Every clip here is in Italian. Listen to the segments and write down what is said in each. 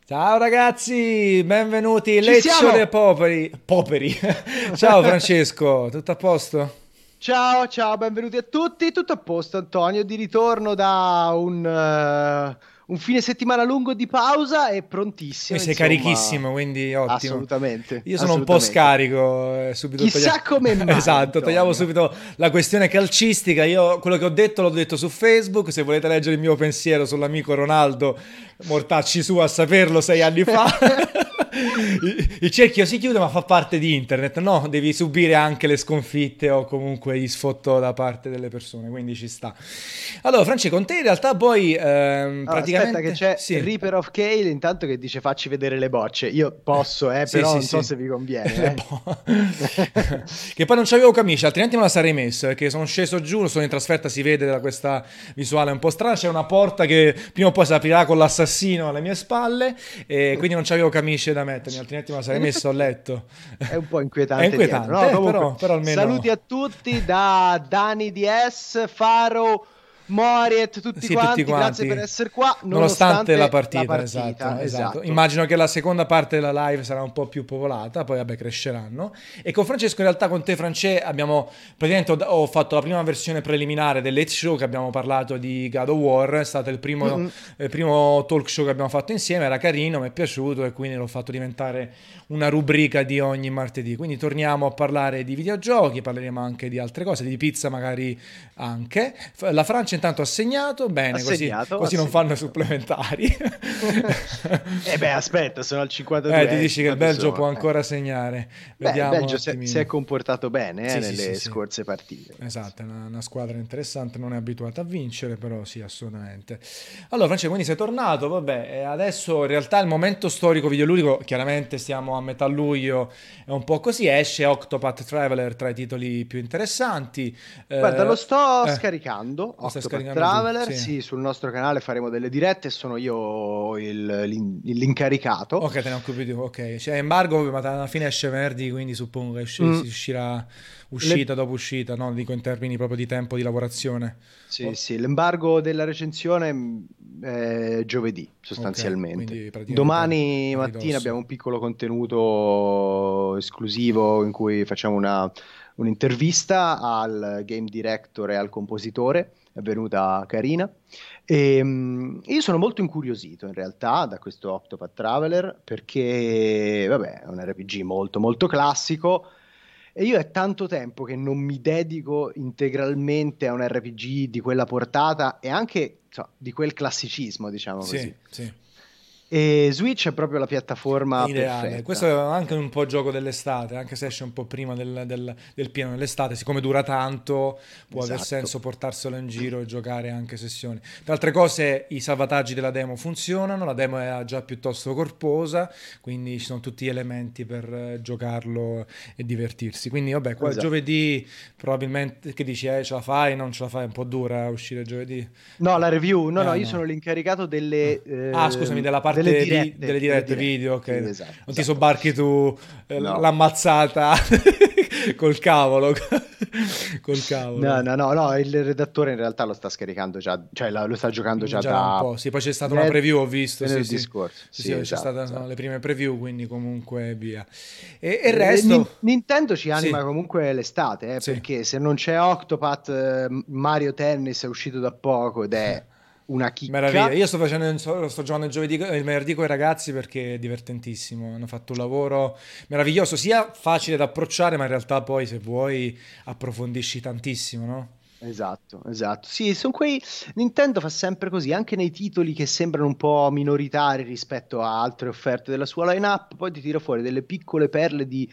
Ciao ragazzi, benvenuti Ci Leccio siamo! dei Poperi. Poperi. Ciao Francesco, tutto a posto? Ciao, ciao, benvenuti a tutti. Tutto a posto, Antonio, di ritorno da un fine settimana lungo di pausa e prontissimo, Quindi sei insomma, carichissimo, quindi ottimo. assolutamente, Io sono un po' assolutamente. scarico, subito togliamo. Chissà come mai, Esatto, togliamo Antonio. subito la questione calcistica. Io quello che ho detto l'ho detto su Facebook. Se volete leggere il mio pensiero sull'amico Ronaldo, mortacci su a saperlo 6 anni fa. Il cerchio si chiude, ma fa parte di internet. No, devi subire anche le sconfitte o comunque gli sfottò da parte delle persone, quindi ci sta. Allora, Francesco, con te in realtà poi Allora, aspetta che praticamente c'è sì. Reaper of Kale intanto che dice facci vedere le bocce. Io posso, Sì, però sì, non so sì. se vi Le conviene, bo- che poi non c'avevo camicia, altrimenti me la sarei messa perché sono sceso giù, sono in trasferta, si vede da questa visuale un po' strana, c'è una porta che prima o poi si aprirà con l'assassino alle mie spalle e quindi non c'avevo camicie da mettermi, altrimenti me la sarei In messa a effetti letto. è un po' È inquietante dietro, no? inquietante, Comunque, però saluti a almeno tutti da Dani DS, Faro, Moriet, tutti sì, tutti quanti. Grazie per quanti. essere qua, Nonostante la nonostante la partita, esatto, partita. esatto. Esatto. Immagino che la seconda parte della live sarà un po' più popolata, poi vabbè cresceranno. E con Francesco, in realtà con te, France, abbiamo praticamente ho fatto la prima versione preliminare del Late Show che abbiamo parlato di God of War, è stato Mm-mm. il primo talk show che abbiamo fatto insieme, era carino, mi è piaciuto e quindi l'ho fatto diventare una rubrica di ogni martedì. Quindi torniamo a parlare di videogiochi, parleremo anche di altre cose, di pizza magari anche. La Francia intanto ha segnato, bene, così, Assegnato, così non fanno assegnato. supplementari. E beh, aspetta, sono al Ti 52esimo, dici che il quanti Belgio sono? può ancora segnare. Beh, il Vediamo un Belgio si è attimino. comportato bene, Sì, sì, sì, nelle sì. scorse partite. Esatto, è una squadra interessante, non è abituata a vincere, però sì, assolutamente. Allora, Francesco, quindi sei tornato, vabbè, e adesso in realtà il momento storico videoludico, chiaramente stiamo a metà luglio, è un po' così, esce Octopath Traveler tra i titoli più interessanti. Guarda, lo sto Eh, scaricando, lo stai Octopath scaricando giù, Traveler, sì. sì, sul nostro canale faremo delle dirette, sono io l'incaricato. Ok, te ne occupi tu, ok. C'è embargo, ma alla fine esce venerdì, quindi suppongo che si Mm, uscirà le- uscita dopo uscita, no? Dico in termini proprio di tempo di lavorazione. sì, Oh, sì, l'embargo della recensione è giovedì, ok, sostanzialmente. quindi praticamente Domani a mattina ridosso. abbiamo un piccolo contenuto esclusivo in cui facciamo un'intervista al game director e al compositore, è venuta Carina. Io sono molto incuriosito in realtà da questo Octopath Traveler perché, vabbè, è un RPG molto molto classico e io è tanto tempo che non mi dedico integralmente a un RPG di quella portata e anche, insomma, di quel classicismo, diciamo Sì, così. sì. E Switch è proprio la È piattaforma ideale. Questo perfetta. è anche un po' gioco dell'estate, anche se esce un po' prima del pieno dell'estate, siccome dura tanto, può aver Esatto. senso portarselo in giro e giocare anche sessioni. Tra altre cose, i salvataggi della demo funzionano, la demo è già piuttosto corposa, quindi ci sono tutti gli elementi per giocarlo e divertirsi. Quindi, vabbè, qua Esatto. giovedì probabilmente che dici, ce la fai, non ce la fai, è un po' dura uscire giovedì. No, la review, no, no, io sono No. l'incaricato Ah, scusami, della delle parte delle dirette, delle dirette dirette. video, Sì, ok. esatto, Non ti esatto. sobbarchi tu No. l'ammazzata col cavolo. Col No, cavolo. no, no, no, il redattore in realtà lo sta scaricando già, cioè lo sta giocando già Già da un da po'. Sì, poi c'è stata una ven- preview, ho visto, sì, venerdì sì. scorso. Sì, Sì, sì, c'è esatto, stata sono le esatto. prime preview, quindi comunque via. E il resto? Nintendo ci Sì, anima comunque l'estate, sì. perché se non c'è Octopath, Mario Tennis è uscito da poco ed è una Meraviglia, chicca. io sto giocando il venerdì con i ragazzi perché è divertentissimo. Hanno fatto un lavoro meraviglioso, sia facile da approcciare, ma in realtà poi se vuoi approfondisci tantissimo, no? Esatto, esatto. Sì, sono quei. Nintendo fa sempre così, anche nei titoli che sembrano un po' minoritari rispetto a altre offerte della sua line-up, poi ti tira fuori delle piccole perle di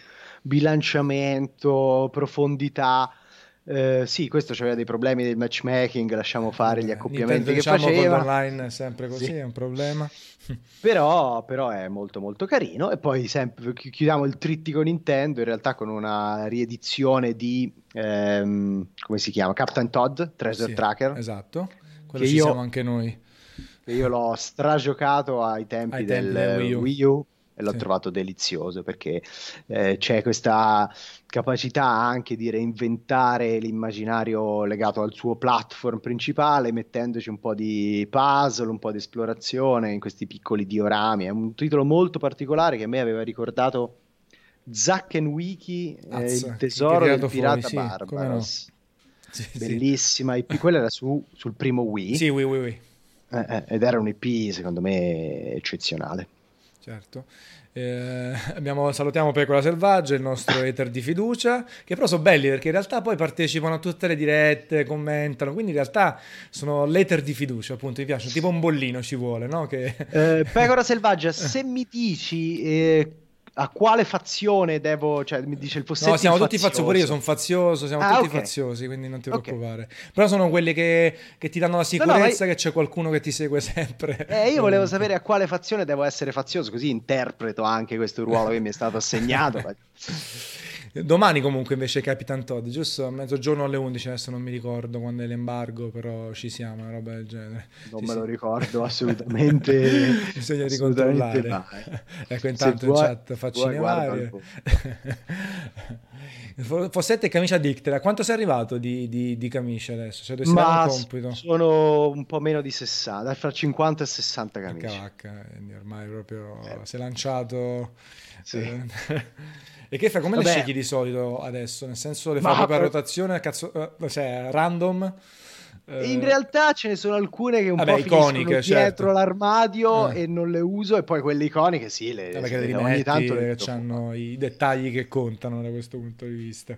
bilanciamento, profondità. Sì, questo c'aveva dei problemi del matchmaking, lasciamo fare gli Vabbè, Nintendo accoppiamenti che diciamo con faceva. l'online è sempre Sì. così, è un problema. Però è molto molto carino e poi sempre chiudiamo il trittico Nintendo in realtà con una riedizione di come si chiama? Captain Todd Treasure Sì, Tracker esatto, quello che ci siamo io, anche noi che io l'ho stragiocato ai tempi ai tempi del del Wii U. Wii U e l'ho Sì. trovato delizioso perché c'è questa capacità anche di reinventare l'immaginario legato al suo platform principale, mettendoci un po' di puzzle, un po' di esplorazione in questi piccoli diorami. È un titolo molto particolare che a me aveva ricordato Zack and Wiki, il Azza, che hai tesoro del tirato fuori, pirata sì, come no. Barbaros. Sì, sì. Bellissima IP, quella era sul primo Wii, Sì, oui, oui, oui. ed era un IP secondo me eccezionale. Certo. Salutiamo Pecora Selvaggia, il nostro hater di fiducia, che però sono belli perché in realtà poi partecipano a tutte le dirette, commentano, quindi in realtà sono l'hater di fiducia, appunto, mi piacciono, tipo un bollino ci vuole, no? Che... Pecora Selvaggia, se mi dici a quale fazione devo, cioè mi dice il No, fossetto siamo tutti faziosi, pure io fazioso. sono fazioso, siamo Ah, tutti ok, faziosi, quindi non ti ok. preoccupare. Però sono quelli che ti danno la No, no, ma sicurezza che c'è qualcuno che ti segue sempre, io volevo ovunque. sapere a quale fazione devo essere fazioso, così interpreto anche questo ruolo che mi è stato assegnato. Domani comunque invece Capitan Todd, giusto a mezzogiorno alle 11, adesso non mi ricordo quando è l'embargo, però ci siamo, una roba del genere. Non Sì, me lo sì. ricordo assolutamente, Bisogna assolutamente ricontrollare. mai. Ecco, Se intanto in vuoi, chat faccine guarda al varie. volo. Fossetto e camicia Addicted, a quanto sei arrivato di camicia adesso? Cioè, dovresti dare un Ma compito. sono un po' meno di 60, fra 50 e 60 Che camicie. vacca, quindi ormai proprio Eh, si è lanciato. sì. eh. E che fai? Come le Vabbè, scegli di solito adesso? Nel senso, le fai ma proprio a rotazione, cioè random? in Eh, realtà ce ne sono alcune che un vabbè, po' finiscono iconiche, certo. dietro l'armadio Eh. e non le uso, e poi quelle iconiche sì, Vabbè, che le ogni rimetti, tanto le che tiro fuori. hanno i dettagli che contano da questo punto di vista.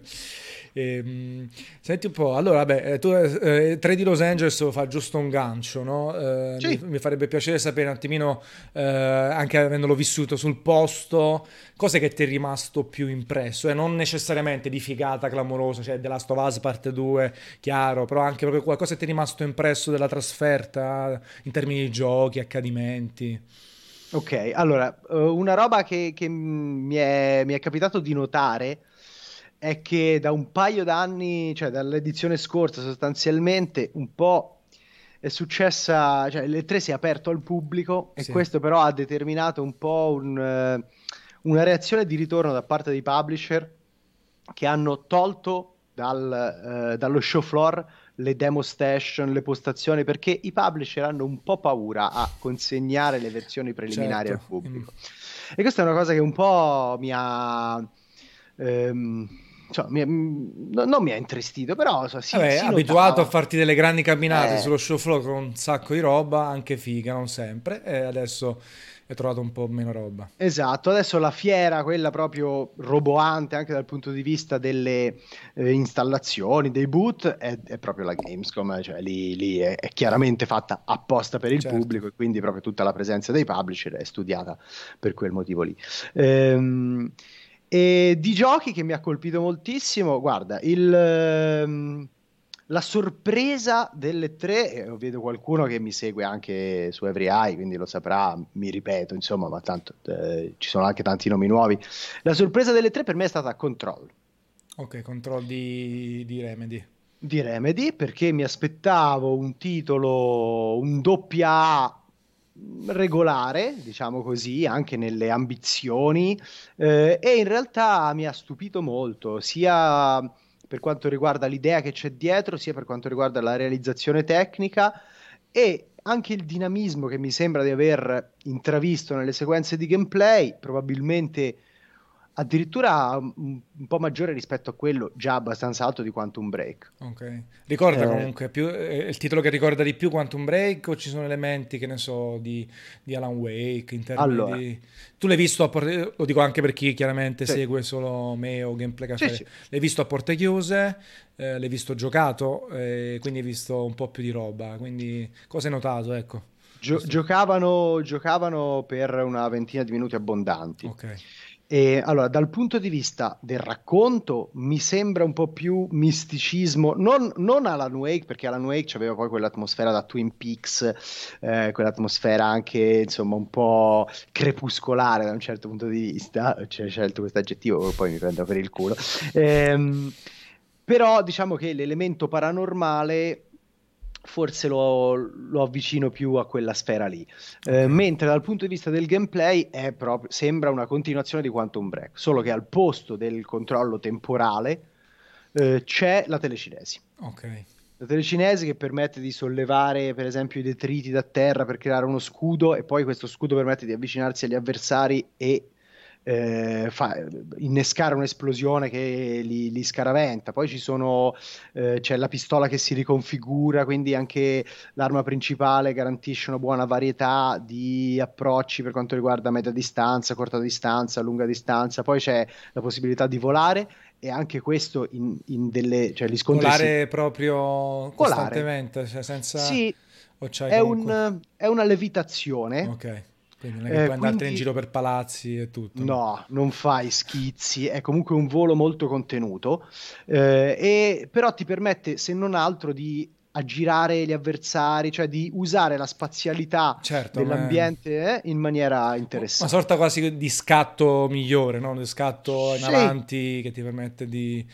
Senti un po', allora, vabbè, tu 3 di Los Angeles lo fa giusto un gancio, no? Sì. Mi farebbe piacere sapere un attimino, anche avendolo vissuto sul posto, cos'è che ti è rimasto più impresso? E non necessariamente di figata clamorosa, cioè The Last of Us parte 2, chiaro, però anche proprio qualcosa che ti è rimasto impresso della trasferta in termini di giochi, accadimenti. Ok, allora, una roba che mi è capitato di notare è che da un paio d'anni, cioè dall'edizione scorsa sostanzialmente, un po' è successa, cioè l'E3 si è aperto al pubblico e Sì, questo però ha determinato un po' una reazione di ritorno da parte dei publisher che hanno tolto dallo show floor le demo station, le postazioni, perché i publisher hanno un po' paura a consegnare le versioni preliminari al certo. pubblico. E questa è una cosa che un po' mi ha... insomma, non mi ha intristito, però Vabbè, si abituato a notava. farti delle grandi camminate Eh, sullo show floor con un sacco di roba, anche figa, non sempre, e adesso hai trovato un po' meno roba. esatto, adesso la fiera, quella proprio roboante anche dal punto di vista delle installazioni, dei boot, è proprio la Gamescom, cioè lì è chiaramente fatta apposta per il Certo. pubblico e quindi proprio tutta la presenza dei publisher è studiata per quel motivo lì. Ehm, e di giochi che mi ha colpito moltissimo, guarda, la sorpresa delle tre, vedo qualcuno che mi segue anche su Every Eye, quindi lo saprà, mi ripeto, insomma, ma tanto ci sono anche tanti nomi nuovi. La sorpresa delle tre per me è stata Control Ok, control di Remedy. di Remedy, perché mi aspettavo un titolo, un doppia A regolare, diciamo così, anche nelle ambizioni, e in realtà mi ha stupito molto, sia per quanto riguarda l'idea che c'è dietro, sia per quanto riguarda la realizzazione tecnica e anche il dinamismo che mi sembra di aver intravisto nelle sequenze di gameplay, probabilmente addirittura un po' maggiore rispetto a quello già abbastanza alto di Quantum Break. Ok. Ricorda Eh, comunque più, il titolo che ricorda di più Quantum Break o ci sono elementi, che ne so, di Alan Wake in termini allora, di... Tu l'hai visto a porte... Lo dico anche per chi chiaramente sì, segue solo me o gameplay sì, casuale. sì. L'hai visto a porte chiuse, l'hai visto giocato, quindi hai visto un po' più di roba. Quindi cosa hai notato, ecco? Giusto? Giocavano per una ventina di minuti abbondanti. Ok, E allora, dal punto di vista del racconto, mi sembra un po' più misticismo, non Alan Wake, perché Alan Wake aveva poi quell'atmosfera da Twin Peaks, quell'atmosfera anche, insomma, un po' crepuscolare da un certo punto di vista. Cioè, ho scelto questo aggettivo, poi mi prendo per il culo. Ehm, Però diciamo che l'elemento paranormale forse lo avvicino più a quella sfera lì. Ok. Mentre dal punto di vista del gameplay sembra una continuazione di Quantum Break, solo che al posto del controllo temporale c'è la telecinesi. Ok. La telecinesi che permette di sollevare, per esempio, i detriti da terra per creare uno scudo, e poi questo scudo permette di avvicinarsi agli avversari e innescare un'esplosione che li scaraventa. Poi c'è la pistola che si riconfigura, quindi anche l'arma principale garantisce una buona varietà di approcci per quanto riguarda media distanza, corta distanza, lunga distanza. Poi c'è la possibilità di volare, e anche questo cioè gli scontri Volare proprio volare. costantemente, cioè senza... Sì, O c'hai comunque... è una levitazione, Ok, quindi non è che puoi andartene in quindi giro per palazzi e tutto, no? no, non fai schizzi, è comunque un volo molto contenuto, però ti permette, se non altro, di aggirare gli avversari, cioè di usare la spazialità Certo, ma è dell'ambiente in maniera una interessante. sorta quasi di scatto migliore, no? Di scatto in Sì, avanti che ti permette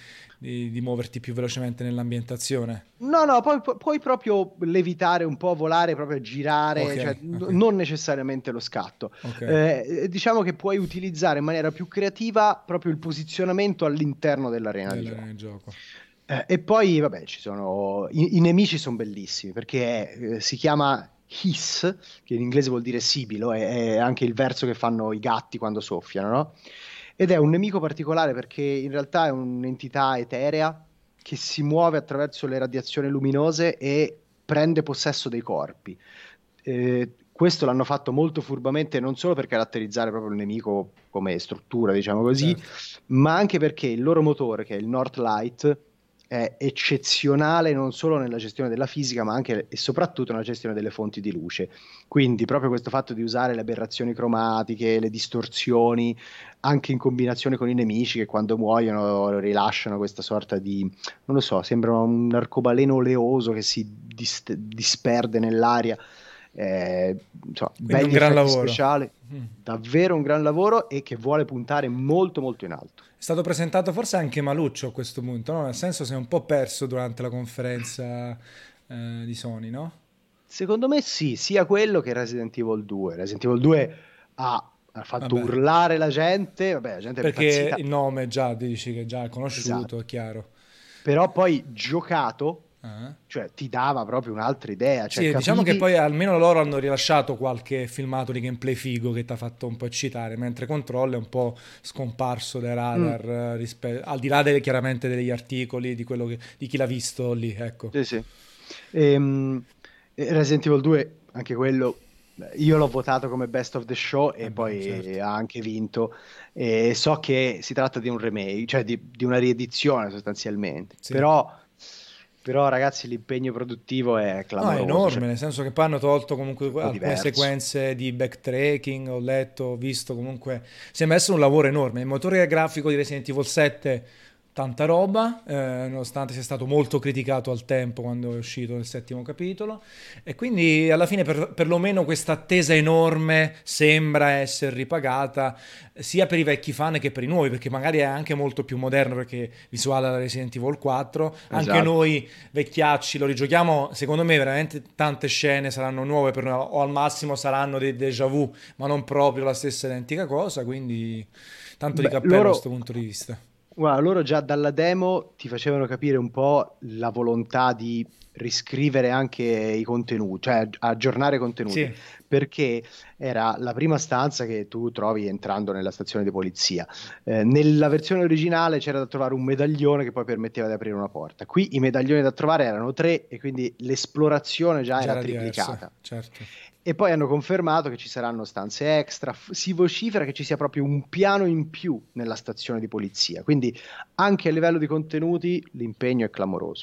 di muoverti più velocemente nell'ambientazione. no, no, poi puoi proprio levitare un po', volare, proprio Ok, girare, cioè ok, non necessariamente lo scatto. ok. Diciamo che puoi utilizzare in maniera più creativa proprio il posizionamento all'interno dell'arena di Nel gioco. gioco. E poi, vabbè, i nemici sono bellissimi perché si chiama hiss, che in inglese vuol dire sibilo, è anche il verso che fanno i gatti quando soffiano, no? Ed è un nemico particolare perché in realtà è un'entità eterea che si muove attraverso le radiazioni luminose e prende possesso dei corpi. Questo l'hanno fatto molto furbamente, non solo per caratterizzare proprio il nemico come struttura, diciamo così, Certo. ma anche perché il loro motore, che è il Northlight, è eccezionale non solo nella gestione della fisica, ma anche e soprattutto nella gestione delle fonti di luce. Quindi proprio questo fatto di usare le aberrazioni cromatiche, le distorsioni, anche in combinazione con i nemici che quando muoiono rilasciano questa sorta di, non lo so, sembra un arcobaleno oleoso che si disperde nell'aria. Insomma, Quindi un belli gran effetti lavoro. speciali, Mm. davvero un gran lavoro, e che vuole puntare molto molto in alto. È stato presentato forse anche Maluccio a questo punto, no? Nel senso si è un po' perso durante la conferenza di Sony, no? Secondo me sì, sia quello che Resident Evil 2. Resident Evil 2 ha fatto Vabbè, urlare la gente, vabbè, la gente è perché impazzita, il nome già dici che già è esatto. conosciuto, è chiaro. Però poi giocato, Ah. cioè ti dava proprio un'altra idea, cioè Sì, diciamo che capivi. poi almeno loro hanno rilasciato qualche filmato di gameplay figo che ti ha fatto un po' eccitare, mentre Control è un po' scomparso dai Mm, radar, al di là chiaramente degli articoli, di chi l'ha visto lì, ecco. sì, sì. Ehm, Resident Evil 2, anche quello, io l'ho votato come Best of the Show Eh e beh, poi certo. ha anche vinto. E so che si tratta di un remake, cioè di una riedizione sostanzialmente. Sì. Però, ragazzi, l'impegno produttivo è No, è clamoroso, cioè enorme, nel senso che poi hanno tolto comunque tutto alcune diverso. sequenze di backtracking, ho letto, ho visto, comunque sembra essere un lavoro enorme. Il motore grafico di Resident Evil 7, tanta roba, nonostante sia stato molto criticato al tempo quando è uscito nel settimo capitolo. E quindi alla fine perlomeno questa attesa enorme sembra essere ripagata sia per i vecchi fan che per i nuovi, perché magari è anche molto più moderno perché visuale da Resident Evil 4. Anche Esatto. noi vecchiacci lo rigiochiamo, secondo me veramente tante scene saranno nuove per noi, o al massimo saranno dei déjà vu, ma non proprio la stessa identica cosa, quindi tanto di Beh, cappello da loro questo punto di vista. Guarda, loro già dalla demo ti facevano capire un po' la volontà di riscrivere anche i contenuti, cioè aggiornare i contenuti, Sì, perché era la prima stanza che tu trovi entrando nella stazione di polizia. Nella versione originale c'era da trovare un medaglione che poi permetteva di aprire una porta. Qui i medaglioni da trovare erano tre e quindi l'esplorazione già già era era diversa, triplicata. certo. E poi hanno confermato che ci saranno stanze extra. Si vocifera che ci sia proprio un piano in più nella stazione di polizia. Quindi anche a livello di contenuti l'impegno è clamoroso.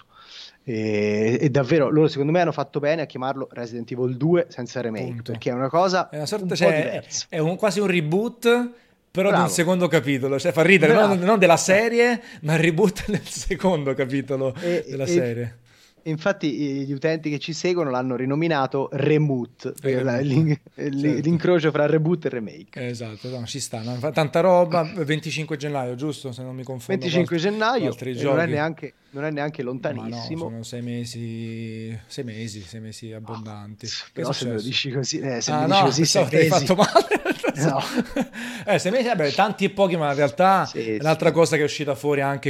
E davvero loro, secondo me, hanno fatto bene a chiamarlo Resident Evil 2 senza remake, Punto. perché è una cosa È una sorta, un po' cioè, diversa. è quasi un reboot, però di un Bravo, secondo capitolo. Cioè, fa ridere, bravo. non della Eh. serie, ma il reboot del secondo capitolo E, della e- serie. infatti gli utenti che ci seguono l'hanno rinominato Reboot, l'incrocio fra reboot e remake. Esatto, no, ci sta, no? Tanta roba, 25 gennaio, giusto? Se non mi confondo 25 gennaio, altri e giochi. Non è neanche Ma no, lontanissimo. sono 6 mesi abbondanti. Che è Però se me lo successo? dici così, se Ah mi dici no, così, pensavo 6 che hai mesi. fatto male. No. 6 mesi, vabbè, tanti e pochi, ma in realtà Sì, un'altra sì. cosa che è uscita fuori anche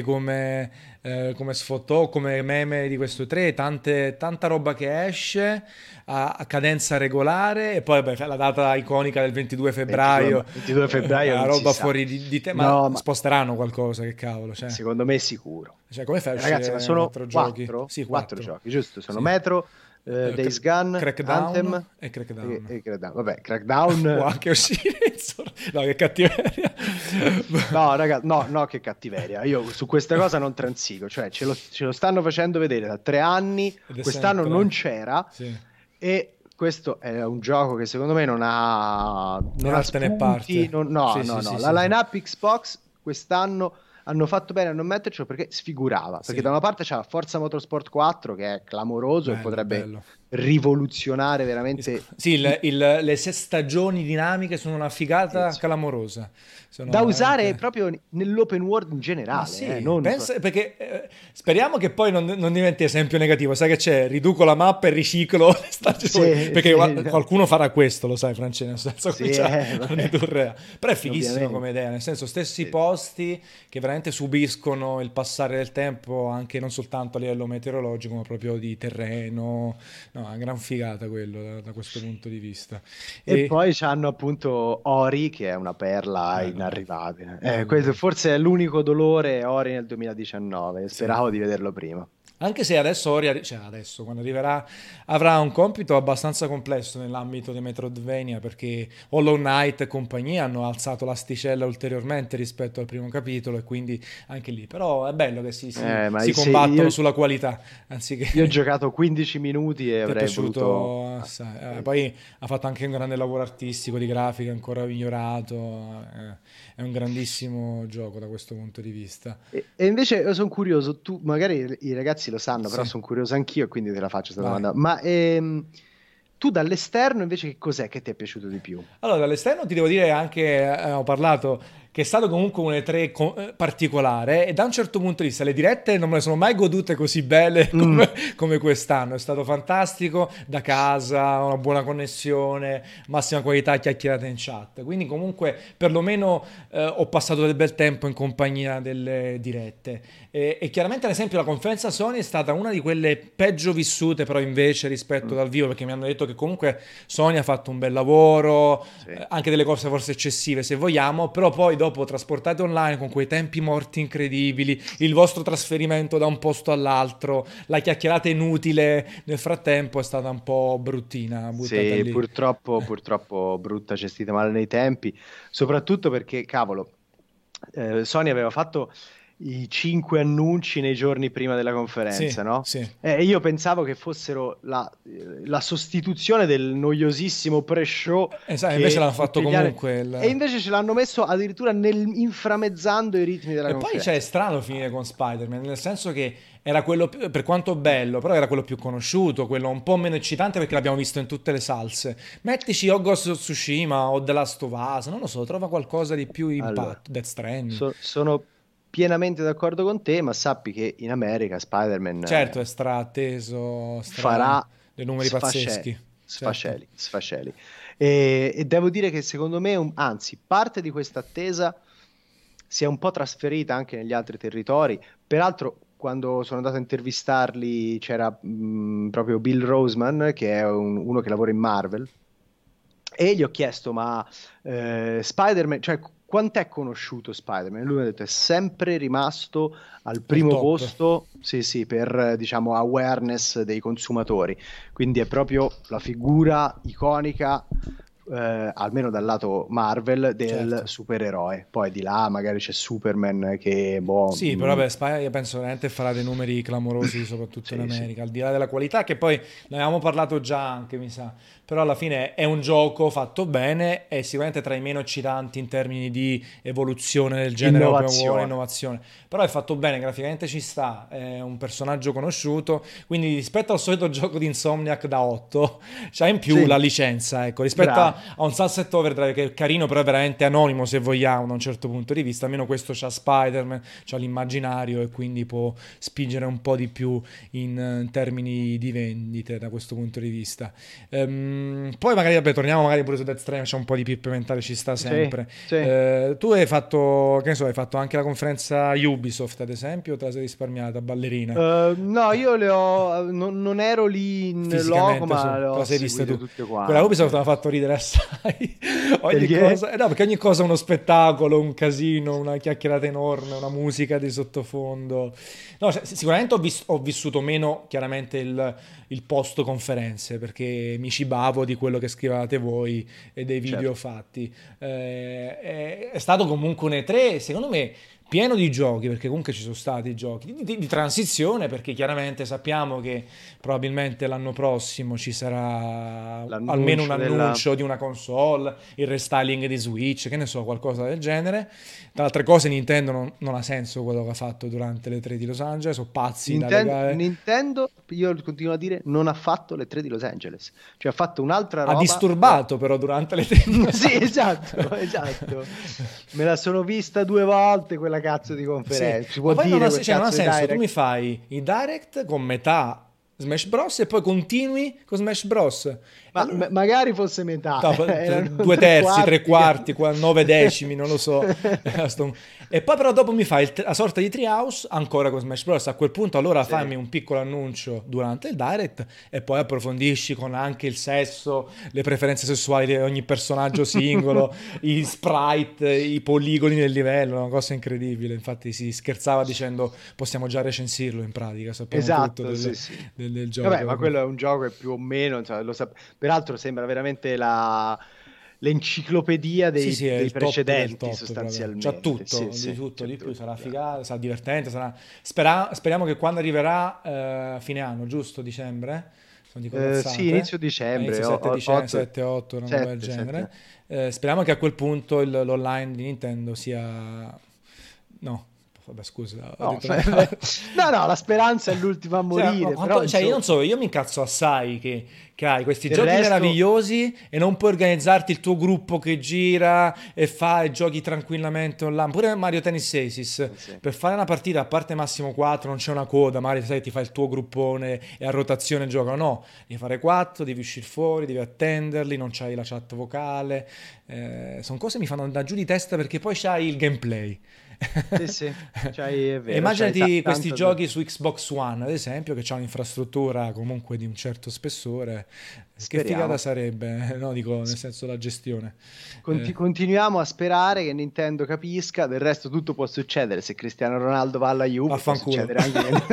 come sfottò, come meme di questo 3, tanta roba che esce a cadenza regolare e poi vabbè, la data iconica del 22 febbraio, 22 febbraio la non si roba sa. fuori di te, ma No, ma sposteranno qualcosa, che cavolo, cioè. secondo me è sicuro. Cioè, come fai a Ragazzi, ma uscire sono 4 giochi? quattro? Sì, Quattro 4. giochi, giusto? Sono Sì. Metro, Days Gone, Crackdown Anthem e Crackdown. e Crackdown. Vabbè, Può Crackdown... anche uscire, insomma. No, che cattiveria. No, raga, no, che cattiveria. Io su questa cosa non transigo. Cioè, ce lo stanno facendo vedere da 3 anni. Ed è Quest'anno sempre- non c'era. Sì. E questo è un gioco che secondo me non ha arte né spunti. parte. No, Sì, no, sì, no. sì, La sì, sì. line-up Xbox quest'anno hanno fatto bene a non mettercelo perché sfigurava. Perché Sì. da una parte c'è Forza Motorsport 4 che è clamoroso e Bello, potrebbe bello. rivoluzionare veramente Sì, le 6 stagioni dinamiche sono una figata sì. clamorosa. Sono Da usare veramente... proprio nell'open world in Ma generale, sì, non perché speriamo che poi non diventi esempio negativo. Sai che c'è? Riduco la mappa e riciclo le stagioni. Sì, Perché sì. qualcuno farà questo, lo sai, Francesco. Nel senso, Sì, cominciare a vabbè. ridurre. Però è fighissimo Ovviamente. come idea, nel senso, stessi Sì. posti che veramente subiscono il passare del tempo, anche non soltanto a livello meteorologico, ma proprio di terreno. No, è una gran figata quello da questo punto di vista. E E poi c'hanno appunto Ori, che è una perla bello, inarrivabile. bello, Questo bello. forse è l'unico dolore Ori nel 2019. Sì. Speravo di vederlo prima. Anche se adesso cioè adesso, quando arriverà, avrà un compito abbastanza complesso nell'ambito di Metroidvania, perché Hollow Knight e compagnia hanno alzato l'asticella ulteriormente rispetto al primo capitolo, e quindi anche lì. Però è bello che Ma si se combattono sulla qualità, io ho anziché... giocato 15 minuti e Ti è avrei voluto... piaciuto assai. Poi ha fatto anche un grande lavoro artistico, di grafica ancora migliorato. È un grandissimo gioco da questo punto di vista. E invece io sono curioso, tu magari i ragazzi lo sanno, però Sì, sono curioso anch'io e quindi te la faccio questa vai. domanda. Ma tu dall'esterno invece che cos'è che ti è piaciuto di più? Allora, dall'esterno ti devo dire anche, ho parlato, che è stato comunque un E3 particolare, e da un certo punto di vista le dirette non me le sono mai godute così belle Mm, come quest'anno. È stato fantastico, da casa, una buona connessione, massima qualità, chiacchierate in chat. Quindi comunque perlomeno ho passato del bel tempo in compagnia delle dirette. E chiaramente ad esempio la conferenza Sony è stata una di quelle peggio vissute però invece rispetto mm, dal vivo, perché mi hanno detto che comunque Sony ha fatto un bel lavoro, sì. anche delle cose forse eccessive se vogliamo, però poi dopo trasportate online con quei tempi morti incredibili, il vostro trasferimento da un posto all'altro, la chiacchierata inutile nel frattempo è stata un po' bruttina, buttata Sì, lì. purtroppo brutta, gestita male nei tempi, soprattutto perché, cavolo, Sony aveva fatto i 5 annunci nei giorni prima della Sì, conferenza, no? sì. E io pensavo che fossero la sostituzione del noiosissimo pre-show Invece che l'hanno fatto tutti gli anni... comunque E invece ce l'hanno messo addirittura inframmezzando i ritmi della E poi c'è conferenza. strano finire con Spider-Man, nel senso che era quello, per quanto bello, però era quello più conosciuto, quello un po' meno eccitante perché l'abbiamo visto in tutte le salse. Mettici o Ghost of Tsushima o The Last of Us, non lo so, trova qualcosa di più Allora, impatto, Death Stranding. sono pienamente d'accordo con te, ma sappi che in America Spider-Man Certo, è straatteso, farà dei numeri sfascelli, pazzeschi, certo. sfascelli, sfascelli. E devo dire che secondo me, anzi, parte di questa attesa si è un po' trasferita anche negli altri territori. Peraltro, quando sono andato a intervistarli, c'era proprio Bill Roseman, che è uno che lavora in Marvel, e gli ho chiesto, ma Spider-Man, cioè quant'è conosciuto Spider-Man? E lui mi ha detto, è sempre rimasto al Al primo top. posto, sì, sì, per diciamo awareness dei consumatori. Quindi è proprio la figura iconica almeno dal lato Marvel, del Certo. supereroe. Poi di là magari c'è Superman che, boh, Sì, però vabbè, io penso veramente farà dei numeri clamorosi, soprattutto in sì, sì. America, al di là della qualità, che poi ne avevamo parlato già anche, mi sa. Però alla fine è un gioco fatto bene e sicuramente tra i meno eccitanti in termini di evoluzione del genere open world, Innovazione. innovazione. Però è fatto bene, graficamente ci sta, è un personaggio conosciuto, quindi rispetto al solito gioco di Insomniac da 8, c'ha in più la Sì, licenza, ecco, rispetto bravo. a un Sunset Overdrive che è carino, però è veramente anonimo se vogliamo da un certo punto di vista, almeno questo c'ha Spider-Man, c'ha l'immaginario e quindi può spingere un po' di più in termini di vendite da questo punto di vista. Poi magari, vabbè, torniamo magari pure su Death Stranding, c'è un po' di pippo mentale, ci sta Sì, sempre. sì. Tu hai fatto, che ne so, hai fatto anche la conferenza Ubisoft, ad esempio, o te la sei risparmiata, ballerina? No, io non ero lì in loco, Fisicamente ma le te ho la sei vista seguite tu. tutte Quella Ubisoft mi quante. ha fatto ridere assai. Ogni Perché? cosa, no, perché ogni cosa è uno spettacolo, un casino, una chiacchierata enorme, una musica di sottofondo. No, cioè, sicuramente ho vissuto meno chiaramente il post conferenze perché mi cibavo di quello che scrivevate voi e dei video Certo. fatti. È stato comunque un E3, secondo me, pieno di giochi, perché comunque ci sono stati giochi di transizione, perché chiaramente sappiamo che probabilmente l'anno prossimo ci sarà almeno un L'annuncio della... annuncio di una console, il restyling di Switch, che ne so, qualcosa del genere. Tra altre cose, Nintendo non ha senso quello che ha fatto durante le 3 di Los Angeles, sono pazzi da legare. Nintendo, io continuo a dire, non ha fatto le 3 di Los Angeles. Cioè ha fatto un'altra Ha roba. disturbato però durante le 3 di Los Sì, Angeles. esatto, esatto. Me la sono vista 2 volte quella cazzo di Sì, conferenza. Si ma può poi non dire ha, quel cioè, non ha cazzo di senso, tu mi direct? fai i direct con metà Smash Bros e poi continui con Smash Bros. E Ma allora, magari fosse metà, no, erano due tre terzi, tre quarti. quarti, 9 decimi, non lo so. E poi però dopo mi fai la sorta di Treehouse ancora con Smash Bros. A quel punto allora Sì. fammi un piccolo annuncio durante il direct e poi approfondisci con anche il sesso, le preferenze sessuali di ogni personaggio singolo, i sprite, i poligoni del livello, una cosa incredibile. Infatti si scherzava dicendo possiamo già recensirlo in pratica, sappiamo tutto Esatto, sì, sì. del Vabbè, gioco. ma quello è un gioco che più o meno, insomma, peraltro sembra veramente l'enciclopedia Sì, sì, è dei il top del precedenti, top proprio. C'ha sostanzialmente. Sì, tutto, sì, c'è di più, tutto. sarà figata, sarà divertente, speriamo che quando arriverà fine anno, giusto? Dicembre? Sono di Sì, corazzate. inizio dicembre, Inizio 7 dicembre, 8, 7, 8, una roba del 7, genere. 7. Speriamo che a quel punto l'online di Nintendo sia... No, vabbè scusa, ho No, detto una cosa. no, no, la speranza è l'ultima a Cioè, ma morire, però cioè, io non insomma, so, io mi incazzo assai che hai questi il giochi resto, meravigliosi e non puoi organizzarti il tuo gruppo che gira e fa e giochi tranquillamente online. Pure Mario Tennis Aces, sì. per fare una partita a parte massimo 4 non c'è una coda, magari sai, ti fai il tuo gruppone e a rotazione giocano. No, devi fare 4, devi uscire fuori, devi attenderli, non c'hai la chat vocale. Sono cose che mi fanno da giù di testa perché poi c'hai il gameplay. Sì, sì, è E vero, immaginati questi tanto giochi su Xbox One, ad esempio, che ha un'infrastruttura comunque di un certo spessore. Che figata speriamo. sarebbe, no? Dico nel S- senso la gestione. Eh, Continuiamo a sperare che Nintendo capisca, del resto tutto può succedere, se Cristiano Ronaldo va alla Juve può Vaffanculo. succedere anche che...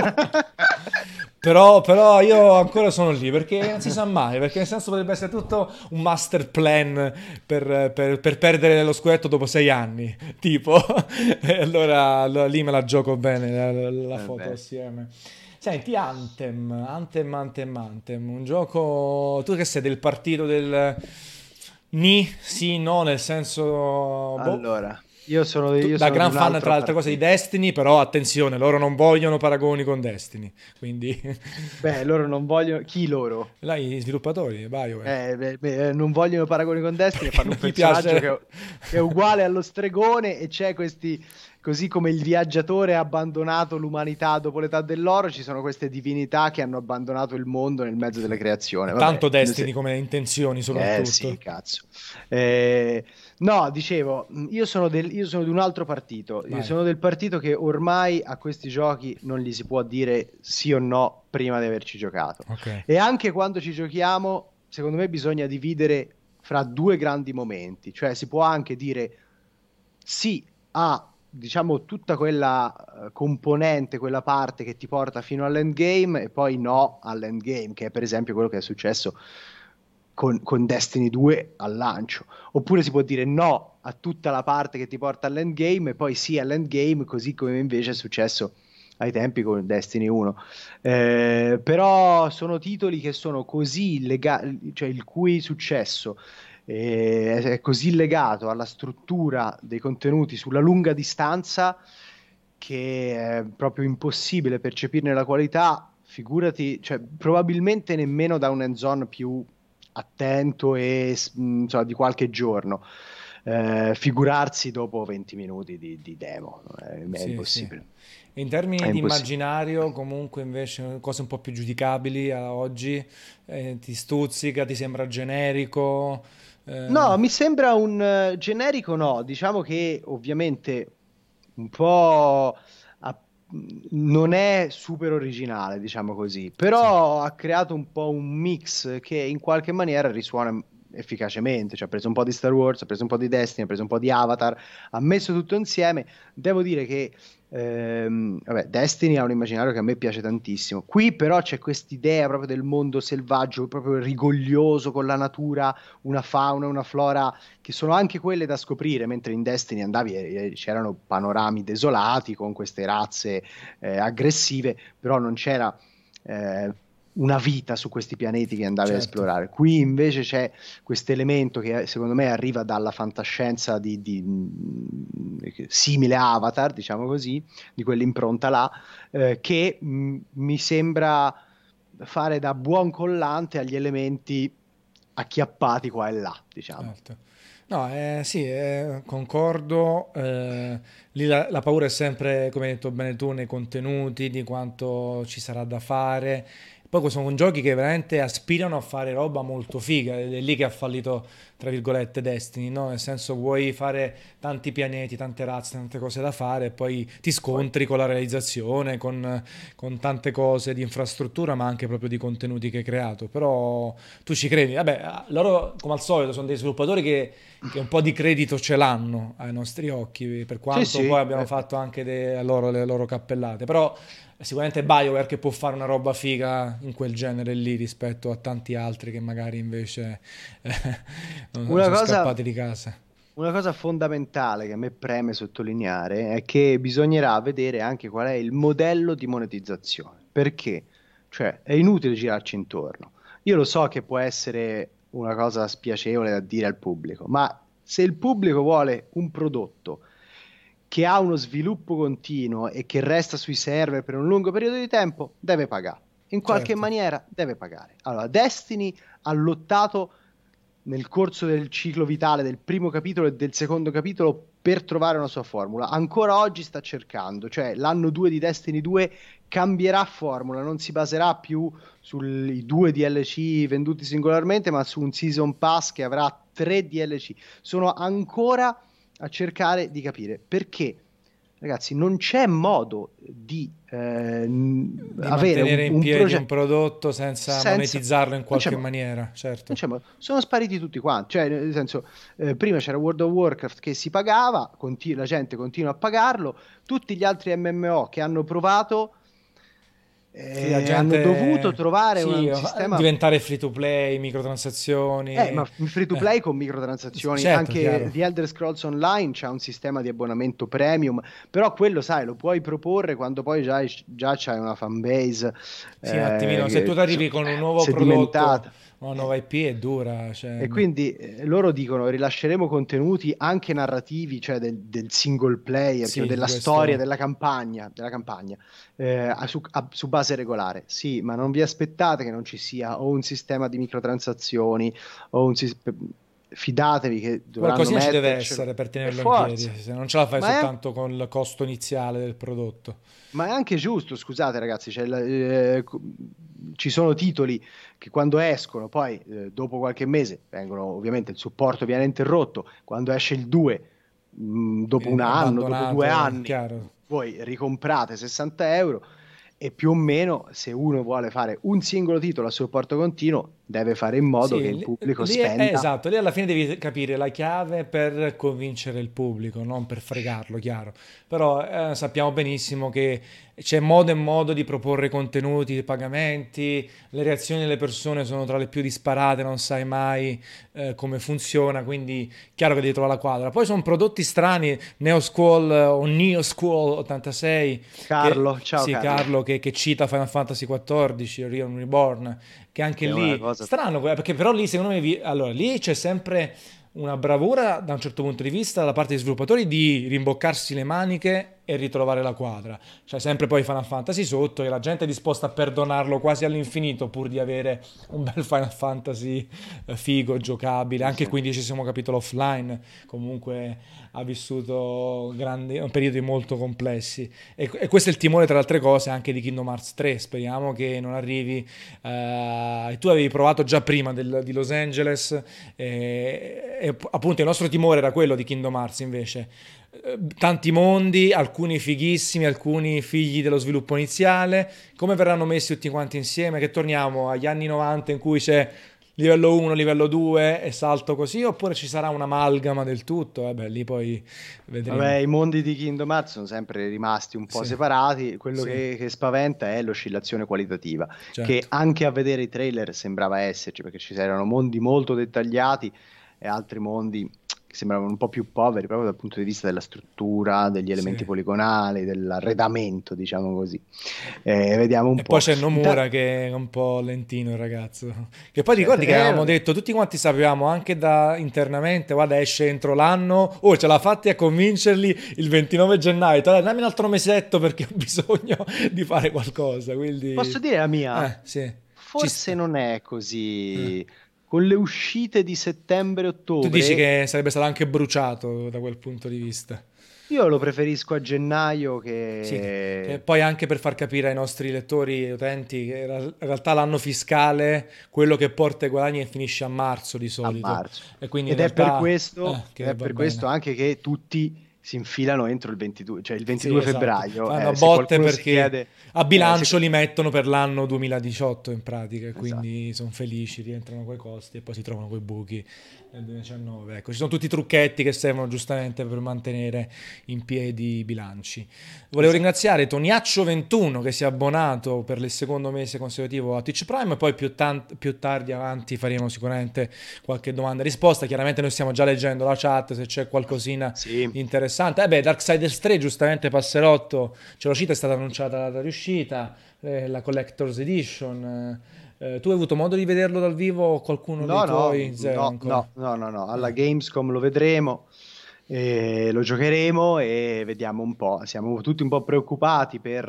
Però io ancora sono lì perché non si sa mai, perché nel senso potrebbe essere tutto un master plan per perdere lo scudetto dopo 6 anni, tipo. E allora lì me la gioco bene, la foto Vabbè. assieme. Senti, Anthem, un gioco... Tu che sei del partito del... Ni, sì, no, nel senso... Boh. Allora, io Da sono di gran un fan, altro tra altre cose, di partito. Destiny, però attenzione, loro non vogliono paragoni con Destiny, quindi Beh, loro non vogliono... Chi loro? là i sviluppatori, BioWare, Non vogliono paragoni con Destiny, perché fanno non un gli personaggio piace... che è uguale allo stregone e c'è questi, così come il viaggiatore ha abbandonato l'umanità dopo l'età dell'oro, ci sono queste divinità che hanno abbandonato il mondo nel mezzo della creazione. È tanto Vabbè, Destiny come intenzioni sì, soprattutto. cazzo. No, dicevo, io sono di un altro partito. Io Vai, sono del partito che ormai a questi giochi non gli si può dire sì o no prima di averci giocato. ok. E anche quando ci giochiamo, secondo me bisogna dividere fra due grandi momenti. Cioè si può anche dire sì a, diciamo, tutta quella componente, quella parte che ti porta fino all'endgame e poi no all'endgame, che è per esempio quello che è successo con Destiny 2 al lancio. Oppure si può dire no a tutta la parte che ti porta all'endgame e poi sì all'endgame, così come invece è successo ai tempi con Destiny 1. Però sono titoli che sono così legati, cioè il cui successo è così legato alla struttura dei contenuti sulla lunga distanza che è proprio impossibile percepirne la qualità. Figurati, cioè, probabilmente nemmeno da un hands-on più attento e insomma, di qualche giorno. Figurarsi dopo 20 minuti di demo, è Sì, sì. impossibile. In È termini di impossibile. immaginario, comunque invece cose un po' più giudicabili a oggi, ti stuzzica, ti sembra generico? No, mi sembra un generico no, diciamo che ovviamente un po' a- non è super originale, diciamo così, Sì, però ha creato un po' un mix che in qualche maniera risuona efficacemente, cioè ha preso un po' di Star Wars, ha preso un po' di Destiny, ha preso un po' di Avatar, ha messo tutto insieme. Devo dire che vabbè, Destiny ha un immaginario che a me piace tantissimo. Qui però c'è quest'idea proprio del mondo selvaggio, proprio rigoglioso con la natura, una fauna, una flora che sono anche quelle da scoprire, mentre in Destiny andavi e c'erano panorami desolati con queste razze aggressive, però non c'era una vita su questi pianeti che andavi a certo. esplorare. Qui invece c'è questo elemento che secondo me arriva dalla fantascienza simile a Avatar, diciamo così, di quell'impronta là, che mi sembra fare da buon collante agli elementi acchiappati qua e là, diciamo. Certo. No, sì, concordo. Lì la paura è sempre, come hai detto bene tu, nei contenuti, di quanto ci sarà da fare. Poi sono giochi che veramente aspirano a fare roba molto figa, ed è lì che ha fallito, tra virgolette, Destiny, no? Nel senso, vuoi fare tanti pianeti, tante razze, tante cose da fare, e poi ti Poi, scontri con la realizzazione, con tante cose di infrastruttura, ma anche proprio di contenuti che hai creato. Però tu ci credi? Vabbè, loro come al solito sono dei sviluppatori che un po' di credito ce l'hanno ai nostri occhi, per sì, quanto poi sì, abbiano fatto anche le loro cappellate. Però sicuramente è BioWare che può fare una roba figa in quel genere lì rispetto a tanti altri che magari invece una sono cosa scappati di casa. Una cosa fondamentale che a me preme sottolineare è che bisognerà vedere anche qual è il modello di monetizzazione. Perché? Cioè, è inutile girarci intorno. Io lo so che può essere una cosa spiacevole da dire al pubblico, ma se il pubblico vuole un prodotto che ha uno sviluppo continuo e che resta sui server per un lungo periodo di tempo, deve pagare. In qualche Certo. maniera deve pagare. Allora, Destiny ha lottato nel corso del ciclo vitale del primo capitolo e del secondo capitolo per trovare una sua formula. Ancora oggi sta cercando, cioè l'anno 2 di Destiny 2 cambierà formula, non si baserà più sui due DLC venduti singolarmente, ma su un Season Pass che avrà 3 DLC. Sono ancora a cercare di capire perché. Ragazzi, non c'è modo di Di avere mantenere in un piedi un progetto prodotto senza senza. monetizzarlo in Non c'è qualche modo. maniera, Non certo. c'è modo. Sono spariti tutti quanti. Cioè, nel senso, prima c'era World of Warcraft che si pagava, la gente continua a pagarlo. Tutti gli altri MMO che hanno provato Sì, la hanno dovuto gente, trovare sì, un sistema. diventare free to play, Ma microtransazioni. free to play con microtransazioni, Certo, anche chiaro. The Elder Scrolls Online c'ha un sistema di abbonamento premium, però quello, sai, lo puoi proporre quando poi già c'hai una fanbase Sì, un attimino, se tu arrivi con un nuovo prodotto, sedimentata. una nuova IP è dura, cioè, E quindi loro dicono rilasceremo contenuti anche narrativi, cioè del single player, cioè sì, della storia, questo della campagna su base regolare. Sì, ma non vi aspettate che non ci sia o un sistema di microtransazioni o fidatevi che dovranno qualcosina ci deve mettercelo essere per per tenerlo in piedi, forza. se non ce la fai Ma è, soltanto con il costo iniziale del prodotto. ma è anche giusto, scusate ragazzi, ci sono titoli che quando escono, poi dopo qualche mese vengono, ovviamente il supporto viene interrotto, quando esce il 2, dopo un Viene anno, dopo due abbandonato, anni, chiaro. voi ricomprate 60 euro e più o meno se uno vuole fare un singolo titolo a supporto continuo deve fare in modo che Sì, il pubblico lì è spenda. esatto, lì alla fine devi capire la chiave per convincere il pubblico, non per fregarlo, chiaro. Però sappiamo benissimo che c'è modo e modo di proporre contenuti, pagamenti, le reazioni delle persone sono tra le più disparate, non sai mai come funziona, quindi chiaro che devi trovare la quadra. Poi sono prodotti strani, Neo Squall o Neo Squall 86, che, Carlo, ciao sì, Carlo, Carlo, che cita Final Fantasy XIV, Realm Reborn, che anche che è una lì cosa... strano, perché però lì secondo me allora lì c'è sempre una bravura da un certo punto di vista da parte degli sviluppatori di rimboccarsi le maniche e ritrovare la quadra. C'è sempre poi Final Fantasy sotto e la gente è disposta a perdonarlo quasi all'infinito pur di avere un bel Final Fantasy figo, giocabile. Sì, Anche sì. il 15° capitolo offline comunque ha vissuto periodi molto complessi. E questo è il timore, tra le altre cose, anche di Kingdom Hearts 3. Speriamo che non arrivi. Tu avevi provato già prima di Los Angeles, e appunto il nostro timore era quello di Kingdom Hearts invece. Tanti mondi, alcuni fighissimi, alcuni figli dello sviluppo iniziale. Come verranno messi tutti quanti insieme? Che torniamo agli anni 90 in cui c'è livello 1, livello 2 e salto così, oppure ci sarà un'amalgama del tutto? Beh, lì poi Vabbè, vedremo. i mondi di Kingdom Hearts sono sempre rimasti un po' Sì, separati. Quello sì, che spaventa è l'oscillazione qualitativa, che certo. anche a vedere i trailer sembrava esserci, perché ci erano mondi molto dettagliati e altri mondi che sembravano un po' più poveri, proprio dal punto di vista della struttura, degli Sì. elementi poligonali, dell'arredamento, diciamo così. Vediamo un E poi po'. c'è Nomura che è un po' lentino il ragazzo. Che poi Cioè, ricordi che avevamo detto, tutti quanti sapevamo anche da internamente, guarda esce entro l'anno, oh ce l'ha fatti a convincerli il 29 gennaio, dammi un altro mesetto perché ho bisogno di fare qualcosa, posso quindi... dire la mia? Sì, ci Forse sta. non è Eh. così. Con le uscite di Tu dici settembre-ottobre, che sarebbe stato anche bruciato da quel punto di vista. io lo preferisco a gennaio Sì, che che poi anche per far capire ai nostri lettori e utenti che in realtà l'anno fiscale, quello che porta i guadagni finisce a marzo di a solito, marzo. e quindi in Ed è per realtà questo, ed che è va per questo bene. anche che tutti si infilano entro il 22, cioè il Sì, 22 esatto. febbraio. Fanno a Se botte qualcuno si perché chiede, a se- bilancio li mettono per l'anno 2018 in pratica, e esatto. quindi sono felici, rientrano quei costi e poi si trovano quei buchi nel 2019. Ecco, ci sono tutti i trucchetti che servono giustamente per mantenere in piedi i bilanci. Volevo Esatto. ringraziare Toniaccio21 che si è abbonato per il secondo mese consecutivo a Twitch Prime, e poi più tardi avanti faremo sicuramente qualche domanda e risposta. Chiaramente noi stiamo già leggendo la chat, se c'è qualcosina Sì. di interessante. Beh, Darksiders 3, giustamente Passerotto ce lo cita, è stata annunciata la data di uscita, la Collector's Edition. Tu hai avuto modo di vederlo dal vivo o qualcuno dei No, no, tuoi? Zero no, ancora. no, no, no, no. Alla Ah, Gamescom lo vedremo, lo giocheremo e vediamo un po'. Siamo tutti un po' preoccupati per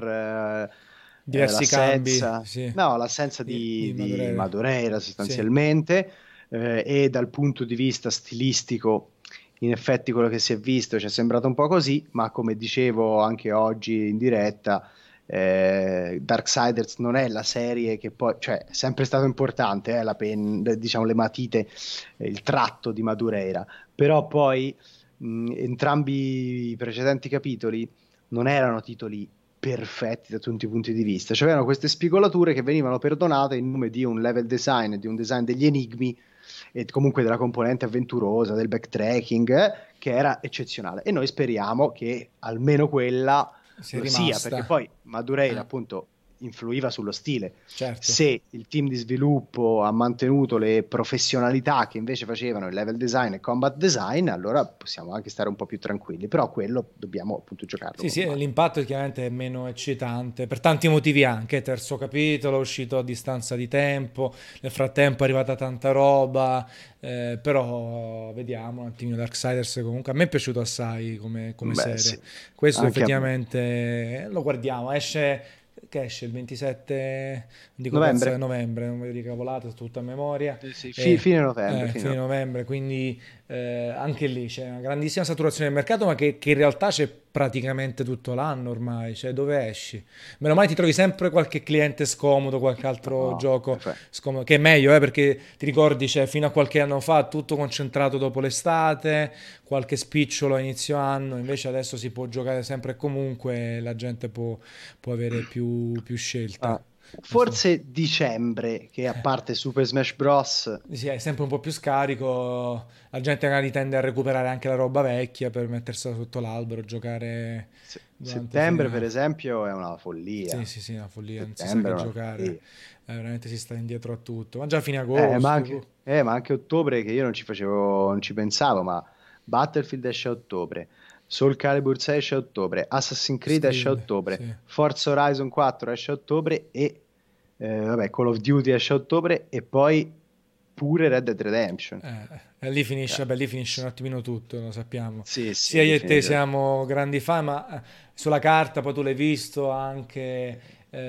diversi cambi, l'assenza, sì, no, l'assenza di di Madureira. Madureira Sì. sostanzialmente, e dal punto di vista stilistico, in effetti quello che si è visto ci è sembrato un po' così, ma come dicevo anche oggi in diretta, Darksiders non è la serie che poi, cioè, è sempre stato importante, diciamo le matite, il tratto di Madureira, però poi entrambi i precedenti capitoli non erano titoli perfetti da tutti i punti di vista, cioè avevano queste spigolature che venivano perdonate in nome di un level design, di un design degli enigmi e comunque della componente avventurosa, del backtracking, che era eccezionale. E noi speriamo che almeno quella Si è lo sia, perché rimasta. poi Madureira Eh, appunto influiva sullo stile. certo. Se il team di sviluppo ha mantenuto le professionalità che invece facevano il level design e combat design, allora possiamo anche stare un po' più tranquilli, però quello dobbiamo appunto giocarlo Sì, con sì, mano. l'impatto chiaramente è meno eccitante, per tanti motivi anche, terzo capitolo, è uscito a distanza di tempo, nel frattempo è arrivata tanta roba, però vediamo un attimino Darksiders comunque, a me è piaciuto assai come Beh, serie, sì, questo anche a me. effettivamente lo guardiamo, che esce il 27, non dico Novembre? novembre, non voglio dire cavolate, sto tutto a memoria, Sì, e, fine novembre, fine fine novembre. novembre, quindi anche lì c'è una grandissima saturazione del mercato, ma che in realtà c'è praticamente tutto l'anno ormai, cioè dove esci? Meno male ti trovi sempre qualche cliente scomodo, qualche altro No, gioco scomodo, che è meglio, perché ti ricordi, cioè, fino a qualche anno fa tutto concentrato dopo l'estate, qualche spicciolo a inizio anno, invece adesso si può giocare sempre e comunque, la gente può avere più Ah, scelta. Forse dicembre, che a parte Super Smash Bros. Sì, è sempre un po' più scarico, la gente magari tende a recuperare anche la roba vecchia per mettersela sotto l'albero, giocare durante Settembre, per fine... esempio, è una follia. Sì, sì, sì, una follia, non si sa Settembre che è una giocare, follia. veramente si sta indietro a tutto, ma già fine Eh, ma agosto, anche, ma anche ottobre, che io non ci facevo, non ci pensavo, ma Battlefield esce a ottobre, Soul Calibur 6 esce a ottobre, Assassin's Creed esce a Screed, ottobre, sì. Forza Horizon 4 esce a ottobre e vabbè, Call of Duty esce a ottobre e poi pure Red Dead Redemption. E lì finisce, Cioè, vabbè, lì finisce un attimino tutto, lo sappiamo. sì, Sia sì, io e te definitivamente. siamo grandi fan, ma sulla carta poi tu l'hai visto anche,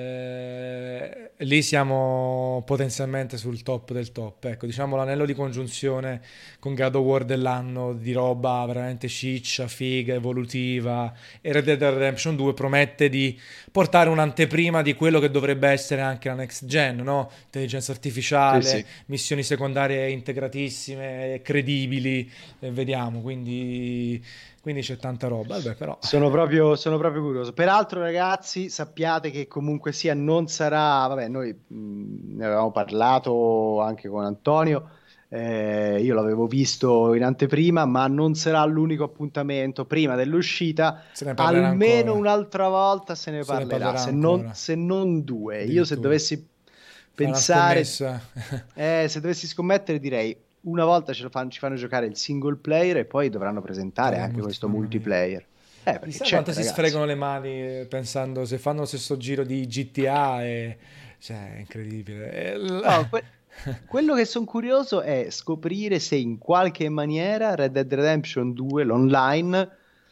lì siamo potenzialmente sul top del top. Ecco, diciamo l'anello di congiunzione con God of War dell'anno di roba veramente ciccia, figa, evolutiva. E Red Dead Redemption 2 promette di portare un'anteprima di quello che dovrebbe essere anche la next gen, no? Intelligenza Sì, artificiale, sì. missioni secondarie integratissime, credibili, vediamo, quindi c'è tanta roba, vabbè, però Sono proprio curioso. Peraltro, ragazzi, sappiate che comunque sia non sarà, vabbè, noi ne avevamo parlato anche con Antonio, io l'avevo visto in anteprima, ma non sarà l'unico appuntamento prima dell'uscita, se ne parlerà almeno ancora, un'altra volta se ne se ne parlerà, parlerà se non, ancora, se non due. Io se addirittura. dovessi Fare una pensare, scommessa. se dovessi scommettere, direi una volta ci fanno giocare il single player e poi dovranno presentare anche questo Mamma mia. multiplayer. Perché Chissà c'è, quanto si ragazzi. sfregano le mani pensando se fanno lo stesso giro di GTA e... Cioè, è incredibile. No, quello che sono curioso è scoprire se in qualche maniera Red Dead Redemption 2, l'online,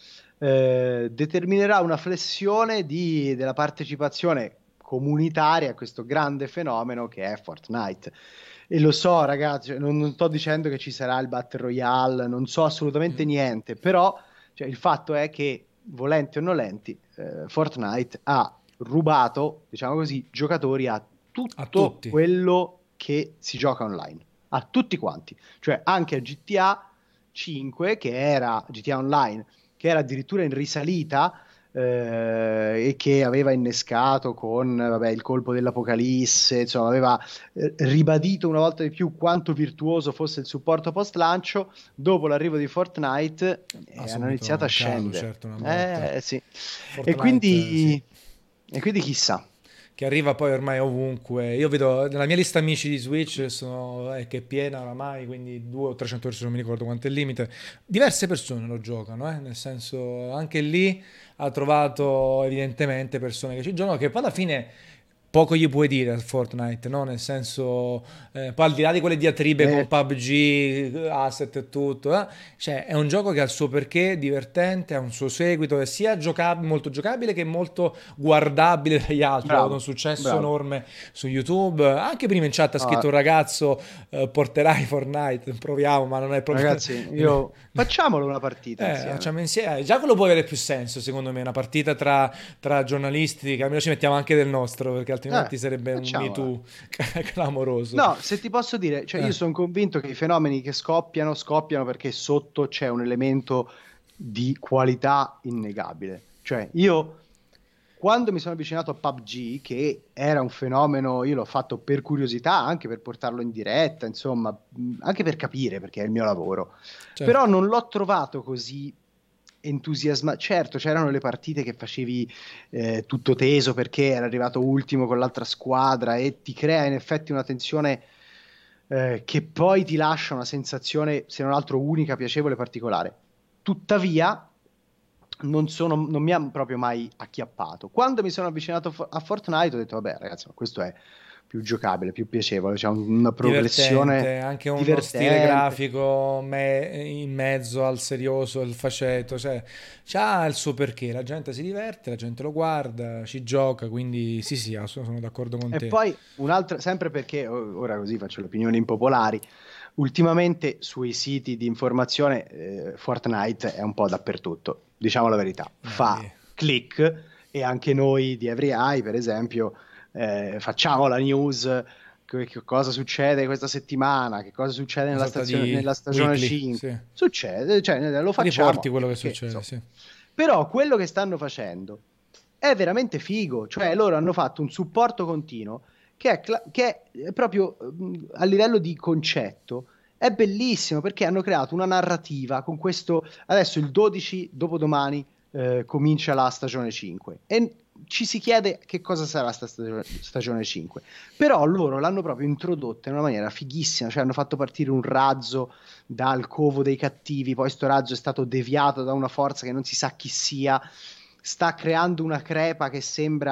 determinerà una flessione della partecipazione comunitaria a questo grande fenomeno che è Fortnite. E lo so, ragazzi, cioè, non sto dicendo che ci sarà il Battle Royale, non so assolutamente niente, però cioè, il fatto è che, volenti o nolenti, Fortnite ha rubato, diciamo così, giocatori a A tutto tutti. quello che si gioca online, a tutti quanti, cioè anche a GTA 5, che era GTA Online, che era addirittura in risalita e che aveva innescato con vabbè, il colpo dell'Apocalisse, insomma, aveva ribadito una volta di più quanto virtuoso fosse il supporto post lancio. Dopo l'arrivo di Fortnite Ha hanno subito iniziato a un calo, scendere. certo, una botta. Sì. E Fortnite, sì. quindi, e quindi chissà. Che arriva poi ormai ovunque. Io vedo nella mia lista amici di Switch che è piena oramai, quindi 200 o 300 persone, non mi ricordo quanto è il limite. Diverse persone lo giocano, nel senso anche lì ha trovato evidentemente persone che ci giocano, che poi alla fine poco gli puoi dire a Fortnite, no? Nel senso, poi al di là di quelle diatribe con Eh, PUBG, asset e tutto, cioè è un gioco che ha il suo perché, divertente, ha un suo seguito, è sia molto giocabile che molto guardabile dagli altri. Ha avuto un bravo, successo bravo. enorme su YouTube. Anche prima in chat ha scritto Ah, un ragazzo, porterai Fortnite, proviamo, ma non è proprio... ragazzi, io facciamolo una partita insieme. Facciamo insieme. Già quello può avere più senso, secondo me, una partita tra giornalisti, che almeno ci mettiamo anche del nostro, perché altrimenti sarebbe un Me Facciamola. Too clamoroso. No, se ti posso dire, cioè io Eh, sono convinto che i fenomeni che scoppiano perché sotto c'è un elemento di qualità innegabile. Cioè, io quando mi sono avvicinato a PUBG, che era un fenomeno, io l'ho fatto per curiosità, anche per portarlo in diretta, insomma, anche per capire, perché è il mio lavoro. Però certo. non l'ho trovato così entusiasmante. Certo, c'erano le partite che facevi tutto teso perché era arrivato ultimo con l'altra squadra e ti crea in effetti una tensione che poi ti lascia una sensazione, se non altro, unica, piacevole e particolare. Tuttavia, non mi ha proprio mai acchiappato. Quando mi sono avvicinato a Fortnite, ho detto, vabbè, ragazzi, ma questo è più giocabile, più piacevole, c'è una progressione Divertente, anche uno stile divertente. grafico in mezzo al serioso, al faceto, cioè c'ha il suo perché, la gente si diverte, la gente lo guarda, ci gioca, quindi sì sì, sono d'accordo con E te. poi un'altra, sempre perché ora così faccio le opinioni impopolari, ultimamente sui siti di informazione Fortnite è un po' dappertutto, diciamo la verità, No, lì. fa click e anche noi di Every Eye, per esempio, facciamo la news, che cosa succede questa settimana, che cosa succede Una sorta di nella stagione weekly, 5, sì. succede, cioè lo facciamo Riporti anche quello che perché, succede, insomma. sì. Però quello che stanno facendo è veramente figo, cioè loro hanno fatto un supporto continuo che è proprio a livello di concetto, è bellissimo perché hanno creato una narrativa con questo, adesso il 12 dopodomani comincia la stagione 5 e ci si chiede che cosa sarà sta stagione 5, però loro l'hanno proprio introdotta in una maniera fighissima, cioè hanno fatto partire un razzo dal covo dei cattivi, poi sto razzo è stato deviato da una forza che non si sa chi sia, sta creando una crepa che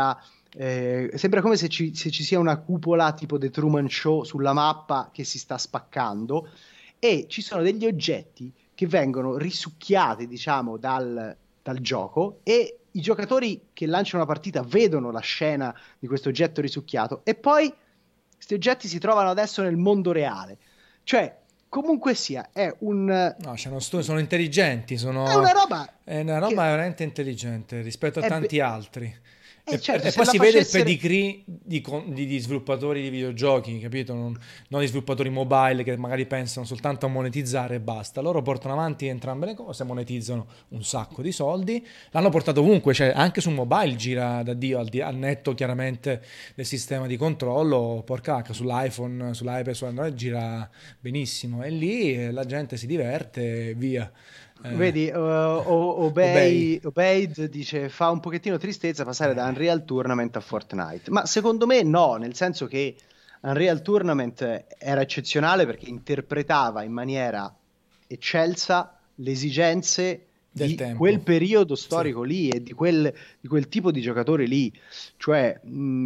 sembra come se ci sia una cupola tipo The Truman Show sulla mappa che si sta spaccando e ci sono degli oggetti che vengono risucchiati, diciamo, dal gioco e i giocatori che lanciano la partita vedono la scena di questo oggetto risucchiato e poi questi oggetti si trovano adesso nel mondo reale. Cioè, comunque sia, No, sono intelligenti, è una roba è una roba che veramente intelligente rispetto a è tanti altri. certo, E se poi la si vede il facessero. pedigree di sviluppatori di videogiochi, capito? Non di sviluppatori mobile che magari pensano soltanto a monetizzare e basta. Loro portano avanti entrambe le cose, monetizzano un sacco di soldi. L'hanno portato ovunque, cioè anche su mobile gira da Dio, al netto chiaramente del sistema di controllo. Porca vacca, sull'iPhone, sull'iPad, su Android gira benissimo. E lì la gente si diverte e via. Vedi, Obey. Obeid dice fa un pochettino tristezza passare da Unreal Tournament a Fortnite, ma secondo me no, nel senso che Unreal Tournament era eccezionale perché interpretava in maniera eccelsa le esigenze Del di quel tempo. periodo Sì. storico lì e di quel tipo di giocatore lì. Cioè,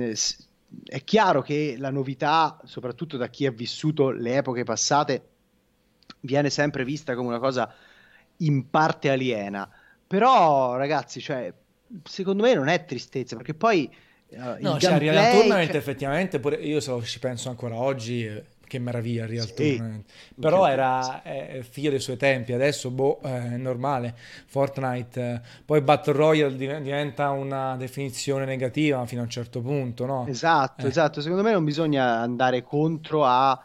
è chiaro che la novità, soprattutto da chi ha vissuto le epoche passate, viene sempre vista come una cosa in parte aliena. Però, ragazzi, cioè, secondo me non è tristezza, perché poi il No, cioè Real gameplay, Tournament cioè, effettivamente pure io se lo ci penso ancora oggi, che meraviglia il Real sì, Tournament. Però incredibilissimo. era è figlio dei suoi tempi, adesso boh, è normale. Fortnite, poi Battle Royale diventa una definizione negativa fino a un certo punto, no? Esatto, Eh, esatto. Secondo me non bisogna andare contro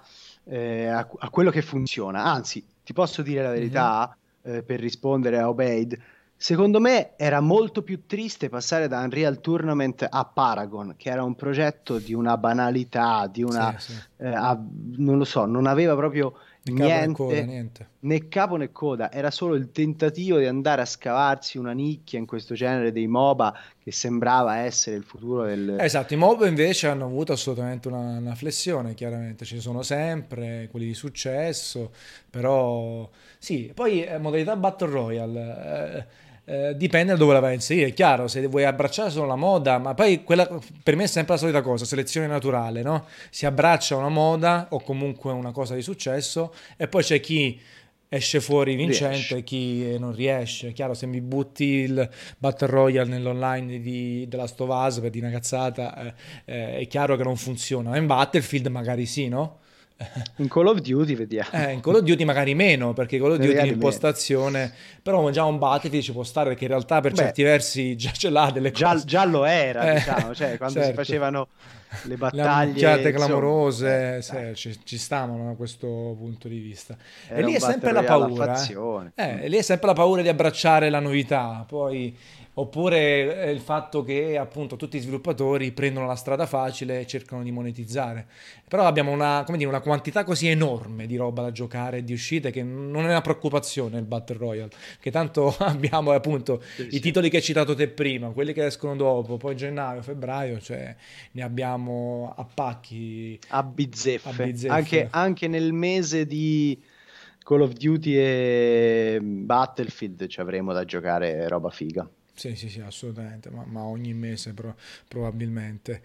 a quello che funziona. Anzi, ti posso dire la mhm. verità, per rispondere a Obeid. Secondo me era molto più triste passare da Unreal Tournament a Paragon, che era un progetto di una banalità, Sì, sì. non lo so, non aveva proprio Né capo né coda, niente, niente. né capo né coda, era solo il tentativo di andare a scavarsi una nicchia in questo genere dei MOBA che sembrava essere il futuro del. Esatto, i MOB invece hanno avuto assolutamente una flessione, chiaramente ci sono sempre quelli di successo, però sì, poi modalità Battle Royale dipende da dove la vai a inserire, è chiaro, se vuoi abbracciare solo la moda, ma poi quella per me è sempre la solita cosa, selezione naturale, no? Si abbraccia una moda o comunque una cosa di successo e poi c'è chi esce fuori Riesce. vincente e chi non riesce. È chiaro, se mi butti il Battle Royale nell'online della Last of Us per di una cazzata, è chiaro che non funziona. Ma in Battlefield magari sì, no? In Call of Duty vediamo, In Call of Duty magari meno, perché Call of Duty magari meno. l'impostazione, però già un Battlefield ci può stare, perché in realtà per Beh, certi versi già ce l'ha delle cose. già lo era, Eh, diciamo, cioè quando si certo. facevano le Le battaglie, ammucchiate insomma, clamorose, dai, ci stavano da questo punto di vista. E era lì un è battle sempre la royale a paura, fazione. E lì è sempre la paura di abbracciare la novità, poi, oppure il fatto che appunto tutti gli sviluppatori prendono la strada facile e cercano di monetizzare. Però abbiamo una, come dire, una quantità così enorme di roba da giocare e di uscite che non è una preoccupazione il Battle Royale, che tanto abbiamo appunto Sì, i sì. titoli che hai citato te prima, quelli che escono dopo, poi gennaio, febbraio, cioè ne abbiamo a pacchi, A a bizzeffe, bizzeffe. anche nel mese di Call of Duty e Battlefield ci avremo da giocare roba figa. Sì, sì, sì, assolutamente, ma ogni mese probabilmente.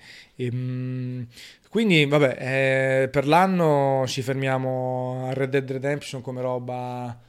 Quindi, vabbè, per l'anno ci fermiamo a Red Dead Redemption come roba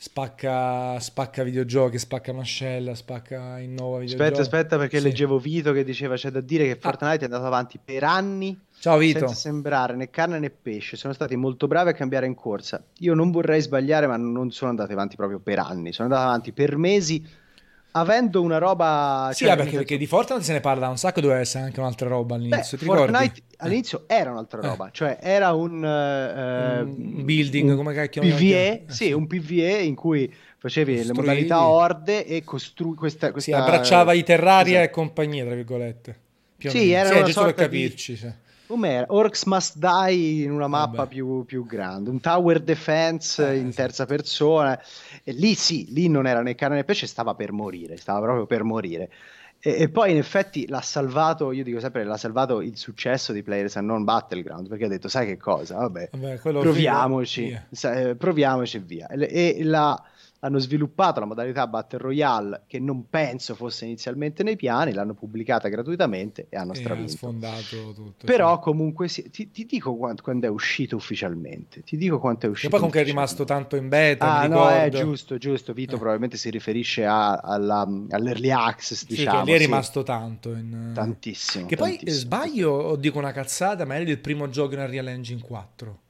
spacca videogiochi, spacca mascella, spacca innova Aspetta, videogiochi. aspetta, perché Sì. leggevo Vito che diceva c'è da dire che Ah, Fortnite è andato avanti per anni ciao senza Vito. sembrare né carne né pesce. Sono stati molto bravi a cambiare in corsa. Io non vorrei sbagliare, ma non sono andati avanti proprio per anni, sono andati avanti per mesi avendo una roba... Sì, cioè, vabbè, perché di Fortnite se ne parla un sacco, doveva essere anche un'altra roba all'inizio, ti ricordi? Fortnite all'inizio era un'altra roba, cioè era Un building, un come cacchio lo PvE, chiamano? sì, un PvE in cui facevi le modalità Costruivi. Horde e Si abbracciava i Terraria e esatto. compagnia, tra virgolette, più o Sì, meno. era Sì, è una giusto per sorta di... capirci. Cioè. Com'era? Orcs Must Die in una Vabbè, mappa più grande, un tower defense in terza esatto. persona. E lì sì, lì non era né carne né pesce, stava per morire, stava proprio per morire. E poi in effetti l'ha salvato, io dico sempre, l'ha salvato il successo di PlayerUnknown's Battleground, perché ha detto, sai che cosa? Vabbè, Vabbè, quello figo, proviamoci, via. proviamoci e via. Hanno sviluppato la modalità Battle Royale che non penso fosse inizialmente nei piani, l'hanno pubblicata gratuitamente e hanno E ha stravinto. sfondato tutto, sì. Però comunque ti dico quando è uscito ufficialmente. Ti dico quanto è Che poi uscito comunque è rimasto ufficialmente. tanto in beta, mi Ah, no, è ricordo. giusto, giusto. Vito probabilmente si riferisce all'early access, Sì, che lì diciamo, è sì. rimasto tanto. Tantissimo, Che poi tantissimo. sbaglio o dico una cazzata, ma era il primo gioco in Unreal Engine 4.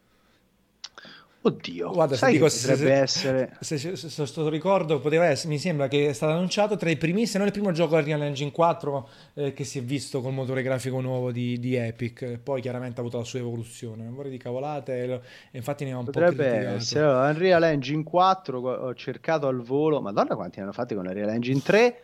Oddio, Guarda, se sai che dico potrebbe essere... se sto ricordo, poteva essere, mi sembra che è stato annunciato tra i primissimi, se non il primo gioco Unreal Engine 4 che si è visto col motore grafico nuovo di Epic. Poi chiaramente ha avuto la sua evoluzione. Non vorrei di cavolate, e infatti ne ho un po' Potrebbe criticato. essere. Allora, Unreal Engine 4, ho cercato al volo, Madonna quanti ne hanno fatti con Unreal Engine 3?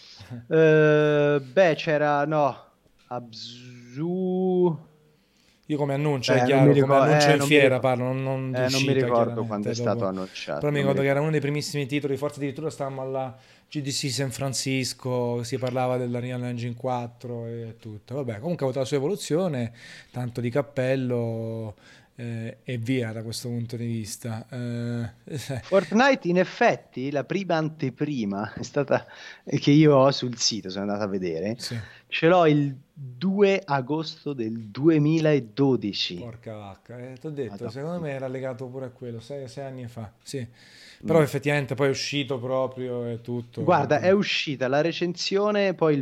Beh, c'era, no, Abzu... Io come annuncio, è Non mi chiaro, come ricordo, annuncio in non mi fiera ricordo, parlo, non di non mi uscita ricordo quando è chiaramente stato dopo. annunciato, Però mi non mi ricordo che era ricordo. uno dei primissimi titoli, forse addirittura stavamo alla GDC San Francisco, si parlava dell'Unreal Engine 4 e tutto. Vabbè, comunque ha avuto la sua evoluzione, tanto di cappello e via da questo punto di vista. Fortnite, in effetti, la prima anteprima è stata che io ho sul sito, sono andato a vedere. Sì, Ce l'ho il 2 agosto del 2012. porca vacca, ti ho detto, Madonna. secondo me era legato pure a quello, 6 anni fa, sì. Però Mm. effettivamente poi è uscito proprio e tutto. Guarda, è uscita la recensione poi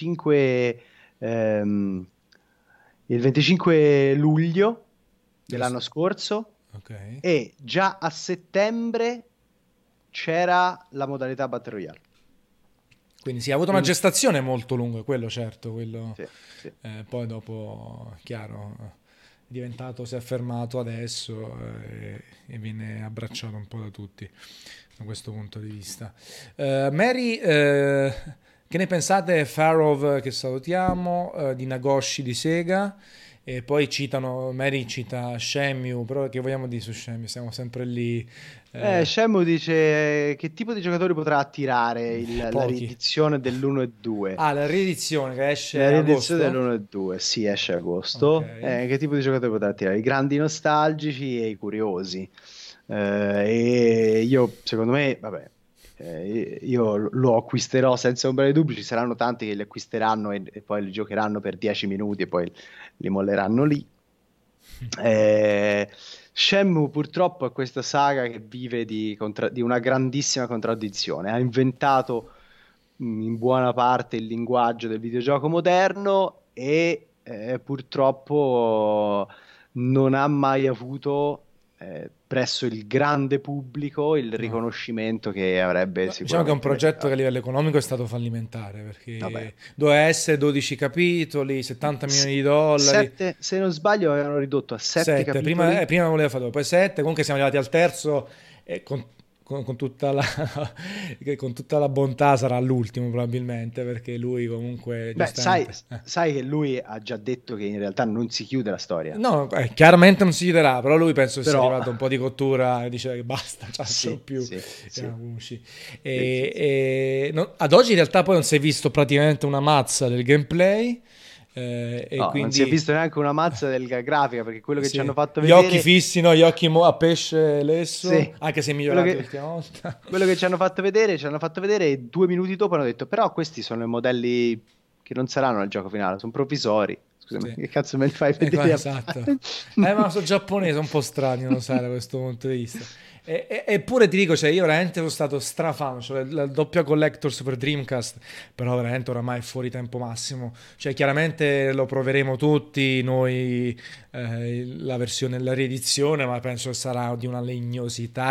ehm, il 25 luglio Dello dell'anno st- scorso Ok. e già a settembre c'era la modalità Battle Royale. Quindi sì, ha avuto una Quindi, gestazione molto lunga, quello certo, quello sì, sì. poi dopo, chiaro, è diventato, si è affermato adesso e viene abbracciato un po' da tutti da questo punto di vista. Mary, che ne pensate? Farov, che salutiamo, di Nagoshi di Sega, e poi citano, Mary cita Shenmue, però che vogliamo dire su Shenmue? Siamo sempre lì. eh, Shenmue dice che tipo di giocatori potrà attirare la Pochi. riedizione dell'1 e 2? Ah, la riedizione che La esce a riedizione agosto? dell'1 e 2, sì, esce a Ok. agosto. Che tipo di giocatori potrà attirare? I grandi nostalgici e i curiosi. E io, secondo me, vabbè, io lo acquisterò senza ombra di dubbio. Ci saranno tanti che li acquisteranno e poi li giocheranno per 10 minuti e poi li molleranno lì. Shenmue purtroppo è questa saga che vive di una grandissima contraddizione. Ha inventato in buona parte il linguaggio del videogioco moderno e purtroppo non ha mai avuto presso il grande pubblico il No. riconoscimento che avrebbe Diciamo che è un sicuramente progetto che a meritato. livello economico è stato fallimentare Vabbè. perché doveva essere 12 capitoli, 70 milioni di dollari, Se non sbaglio, avevano ridotto a 7 7, prima, capitoli. prima voleva fare 2, poi 7, comunque siamo arrivati al terzo e con tutta che con tutta la bontà sarà l'ultimo probabilmente perché lui comunque Beh, sai, giustamente... sai che lui ha già detto che in realtà non si chiude la storia. No, chiaramente non si chiuderà, però lui penso che sia Però, arrivato a un po' di cottura e dice che basta, ce la faccio sì, più. sì, sì, Usci. sì, sì, sì. Ad oggi in realtà poi non si è visto praticamente una mazza del gameplay e No, non si è quindi visto neanche una mazza della grafica perché quello che ci sì, hanno fatto gli occhi vedere, fissi, no? Gli occhi a pesce lesso, sì, anche se quello migliorati che, l'ultima volta. quello che ci hanno fatto vedere e 2 minuti dopo hanno detto, però questi sono i modelli che non saranno al gioco finale, sono provvisori. Scusami, Sì. che cazzo me li fai vedere a Esatto. fare? Ma sono giapponese, un po' strani, lo sai, da questo punto di vista. Eppure ti dico, cioè, io veramente sono stato strafano, cioè, la doppia collectors per Dreamcast, però veramente oramai è fuori tempo massimo. Cioè, chiaramente lo proveremo tutti noi, la versione, la riedizione, ma penso che sarà di una legnosità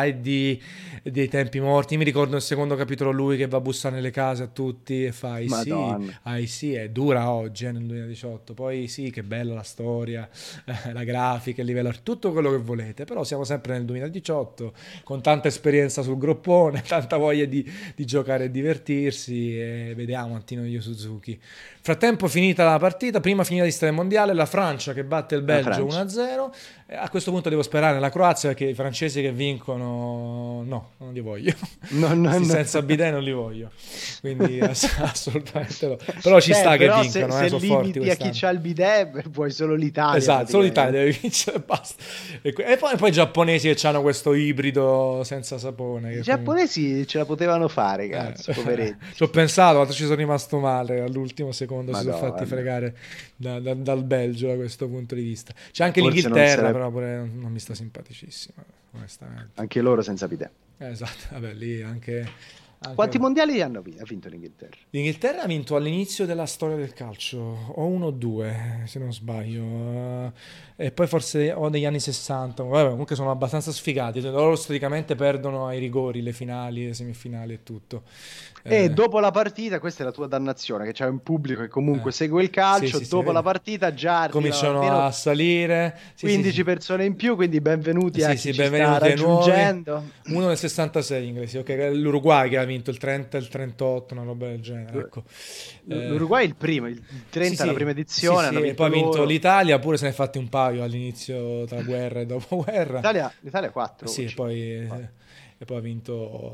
dei tempi morti. Mi ricordo il secondo capitolo, lui che va a bussare nelle case a tutti e fa Madonna. I sì, è dura oggi, nel 2018. Poi sì, che bella la storia, la grafica, il livello, tutto quello che volete, però siamo sempre nel 2018 con tanta esperienza sul groppone, tanta voglia di giocare e divertirsi e vediamo Antino Yu Suzuki. Frattempo finita la partita, prima finita di storia mondiale, la Francia che batte il La Belgio Francia. 1-0. A questo punto devo sperare nella Croazia perché i francesi che vincono no, non li voglio. No, no, Sì, no. senza bidet non li voglio. Quindi assolutamente no. Però ci sta che Però vincano, se sono forti limiti a chi quest'anno. c'ha il bidet, vuoi solo l'Italia. Esatto, solo l'Italia praticamente. deve vincere e basta. E poi i giapponesi che hanno questo ibrido senza sapone. I Che comunque... giapponesi ce la potevano fare, cazzo, poveretti. Ci ho pensato, ma ci sono rimasto male all'ultimo secondo. Si sono fatti Madonna. fregare dal Belgio da questo punto di vista. C'è anche Forse non l'Inghilterra, sarebbe però pure non mi sta simpaticissima, onestamente. anche loro senza bidet. Esatto, vabbè, lì Quanti anche... mondiali ha vinto l'Inghilterra? L'Inghilterra ha vinto all'inizio della storia del calcio, o uno o due, se non sbaglio, e poi forse o degli anni 60, vabbè, comunque sono abbastanza sfigati, loro storicamente perdono ai rigori le finali, le semifinali e tutto. E Eh, dopo la partita, questa è la tua dannazione, che c'è un pubblico che comunque eh. segue il Sì, calcio, sì, sì, dopo la vedi. partita già arrivano Cominciano almeno a salire, sì, sì, 15 sì. persone in più, quindi benvenuti a Sì, chi sì, ci sta benvenuti ai nuovi. raggiungendo. Uno nel 66 inglesi, ok, l'Uruguay che ha vinto il 30 e il 38, una roba del genere, ecco. L'Uruguay è il primo, il Sì, 30 è la sì, prima sì, edizione, hanno sì, e poi vinto ha vinto loro. l'Italia, pure se ne è fatti un paio all'inizio tra guerra e dopoguerra. L'Italia 4 o Sì, 5. e poi ha vinto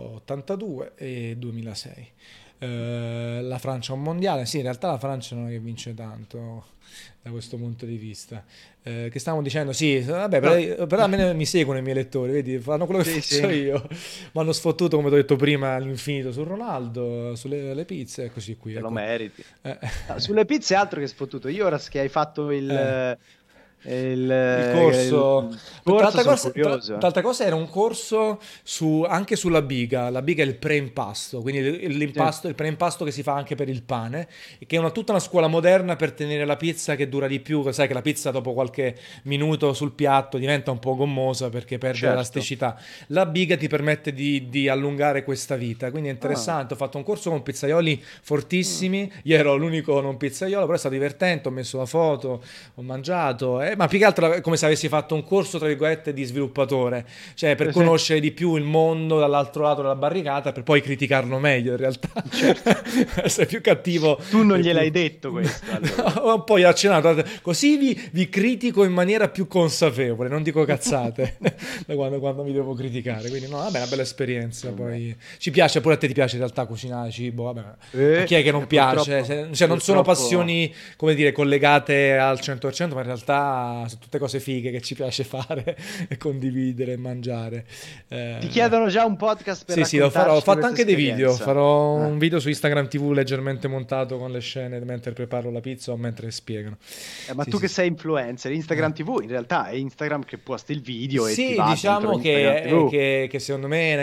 82 e 2006. La Francia un mondiale, sì, in realtà la Francia non è che vince tanto da questo punto di vista. Che stavamo dicendo, sì, vabbè, No. però a me mi seguono i miei lettori, vedi, fanno quello che Sì, faccio sì. io. Mi hanno sfottuto, come ti ho detto prima, all'infinito su Ronaldo, sulle le pizze, e così qui, Te lo ecco. meriti. Eh, No, sulle pizze è altro che sfottuto. Io ora che hai fatto eh. Il corso, il tra corso l'altra sono cosa, tra curioso. l'altra cosa era un corso anche sulla biga. La biga è il preimpasto, quindi Sì, l'impasto, il preimpasto che si fa anche per il pane, e che è tutta una scuola moderna per tenere la pizza che dura di più. Sai che la pizza dopo qualche minuto sul piatto diventa un po' gommosa perché perde certo. l'elasticità. La biga ti permette di allungare questa vita, quindi è Ah, interessante. Ho fatto un corso con pizzaioli mm. fortissimi, io ero l'unico non pizzaiolo, però è stato divertente, ho messo la foto, ho mangiato, ma più che altro è come se avessi fatto un corso, tra virgolette, di sviluppatore, cioè per Sì, conoscere di più il mondo dall'altro lato della barricata, per poi criticarlo meglio in realtà. certo. Sei più cattivo Tu non e gliel'hai più... detto questo, allora. Ho poi accennato, così vi critico in maniera più consapevole, non dico cazzate da quando mi devo criticare. Quindi, no, vabbè, è una bella esperienza. Vabbè. Poi ci piace, pure a te ti piace in realtà cucinare cibo, vabbè. A chi è che non piace? Purtroppo, Cioè, non sono purtroppo passioni, come dire, collegate al 100%, ma in realtà sono tutte cose fighe che ci piace fare e condividere e mangiare. ti Eh, chiedono già un podcast per sì, sì, lo farò. Ho raccontarci di fatto questa anche dei video. esperienza. Farò Ah. un video su Instagram TV leggermente montato con le scene mentre preparo la pizza o mentre spiegano. Ma Sì, tu sì, che sì. sei influencer, Instagram TV in realtà è Instagram che posta il video e ti Sì, va dentro diciamo Instagram TV. che secondo me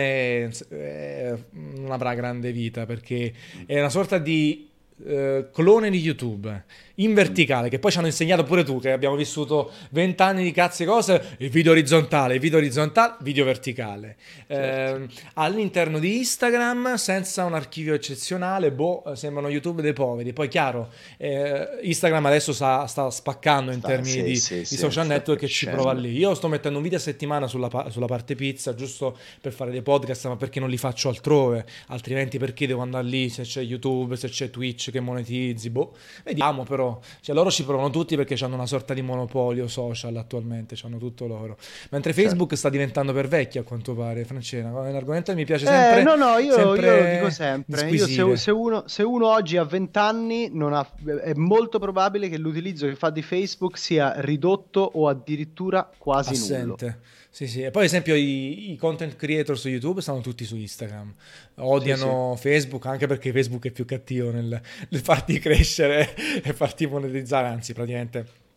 non avrà grande vita perché è una sorta di clone di YouTube in Mm, verticale, che poi ci hanno insegnato pure tu, che abbiamo vissuto 20 anni di cazze cose, il video orizzontale, video verticale. certo. All'interno di Instagram, senza un archivio eccezionale, sembrano YouTube dei poveri. Poi chiaro, Instagram adesso sta spaccando in termini Sì, sì, di sì, social sta network, e ci prova crescendo. lì. Io sto mettendo un video a settimana sulla parte pizza, giusto per fare dei podcast, ma perché non li faccio altrove, altrimenti perché devo andare lì se c'è YouTube, se c'è Twitch che monetizzi, boh. Vediamo però, cioè loro ci provano tutti perché hanno una sorta di monopolio social attualmente, hanno tutto loro. Mentre Certo. Facebook sta diventando per vecchi a quanto pare, Francena, è un argomento che mi piace sempre, No, no, io lo dico sempre sempre. Io disquisire. se uno oggi ha 20 anni, è molto probabile che l'utilizzo che fa di Facebook sia ridotto o addirittura quasi nullo. Assente. Sì, sì. E poi, ad esempio, i content creator su YouTube stanno tutti su Instagram. Sì, sì. Odiano Facebook anche perché Facebook è più cattivo nel farti crescere e farti monetizzare. Anzi, praticamente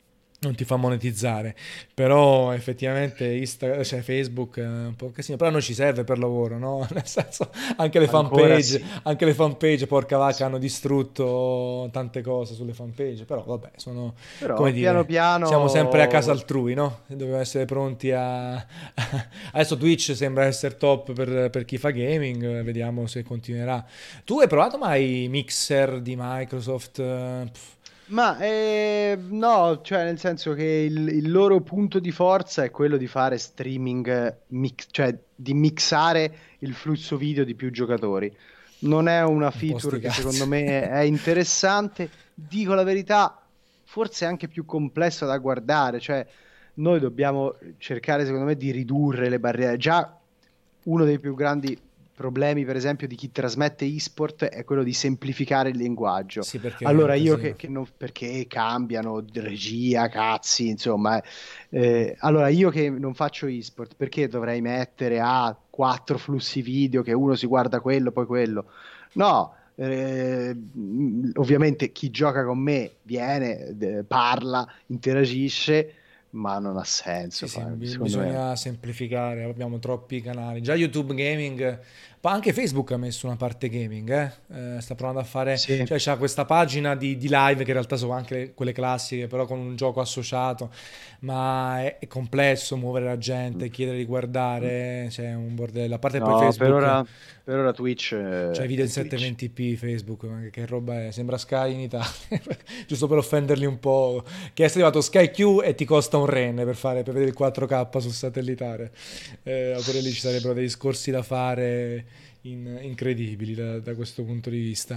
non ti fa monetizzare, però effettivamente cioè Facebook è un po' un casino, però a noi ci serve per lavoro, no? Nel senso, Ancora sì. anche le fanpage, porca vacca, Sì. hanno distrutto tante cose sulle fanpage, però vabbè, sono, come Però piano dire, siamo sempre a casa piano. altrui, no? Dobbiamo essere pronti a... Adesso Twitch sembra essere top per chi fa gaming, vediamo se continuerà. Tu hai provato mai Mixer di Microsoft? Ma no, cioè nel senso che il loro punto di forza è quello di fare streaming cioè di mixare il flusso video di più giocatori. Non è una Un po' feature sti che cazzi. secondo me è interessante. Dico la verità, forse è anche più complesso da guardare, cioè noi dobbiamo cercare secondo me di ridurre le barriere. Già uno dei più grandi problemi, per esempio, di chi trasmette e-sport è quello di semplificare il linguaggio. Sì, perché è un Allora io casino. che non, perché cambiano regia, cazzi, insomma. Allora io che non faccio e-sport, perché dovrei mettere a quattro flussi video che uno si guarda quello, poi quello? No, ovviamente chi gioca con me viene, parla, interagisce, ma non ha Sì, senso, sì, secondo me. bisogna semplificare, abbiamo troppi canali. Già YouTube Gaming, ma anche Facebook ha messo una parte gaming, sta provando a fare, Sì. cioè c'ha questa pagina di live che in realtà sono anche quelle classiche, però con un gioco associato, ma è complesso muovere la gente, chiedere di guardare, c'è un bordello. A parte poi No, Facebook, per ora Twitch c'è video è in Twitch. 720p Facebook, ma che roba è? Sembra Sky in Italia, giusto per offenderli un po'. Che è arrivato Sky Q e ti costa un rene per vedere il 4K sul satellitare. Oppure lì ci sarebbero dei discorsi da fare incredibili da questo punto di vista.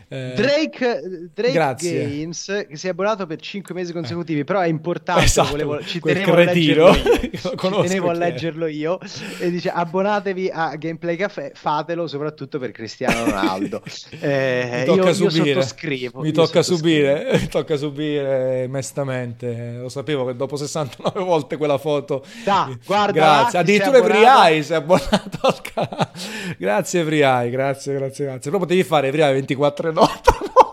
Drake Grazie. Games che si è abbonato per 5 mesi consecutivi, però è importante, Esatto, ci quel tenevo a cretino, leggerlo io. lo Ci tenevo conosco a chi è. leggerlo io e dice abbonatevi a Gameplay Café, fatelo soprattutto per Cristiano Ronaldo. Mi tocca Io subire, sottoscrivo, io sottoscrivo. mi tocca subire mestamente. Lo sapevo che dopo 69 volte quella foto. Guardala Grazie. che sei Addirittura abbonato. Evriai si è abbonato al canale. Grazie Evriai, grazie. Però potevi fare Evriai 24 e notte.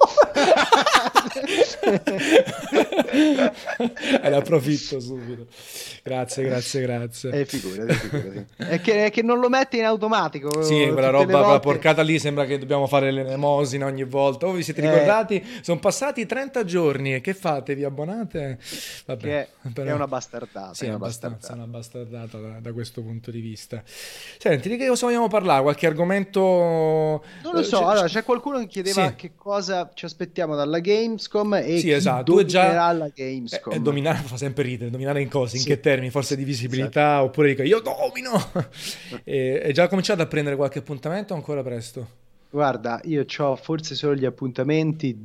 E ne approfitto subito. Grazie. Figurati, figurati. È che non lo mette in Sì, automatico quella tutte le roba, quella volte. porcata lì sembra che dobbiamo fare l'elemosina ogni volta. Oh, vi siete eh, ricordati? Sono passati 30 giorni e che fate? Vi abbonate? Vabbè, che è però una bastardata, sì, è è una abbastanza bastardata. una bastardata da questo punto di vista. Senti, di che cosa vogliamo parlare? Qualche argomento? Non lo so, allora c'è qualcuno che chiedeva Sì, che cosa ci aspettiamo dalla Gamescom e sì, chi esatto. Tu è già... dominerà la dominare Gamescom. fa sempre ridere. Dominare in cosa? In Sì, che termini? Forse di esatto. visibilità? Oppure dico io domino? E, è già cominciato a prendere qualche appuntamento o ancora presto? Guarda, io ho forse solo gli appuntamenti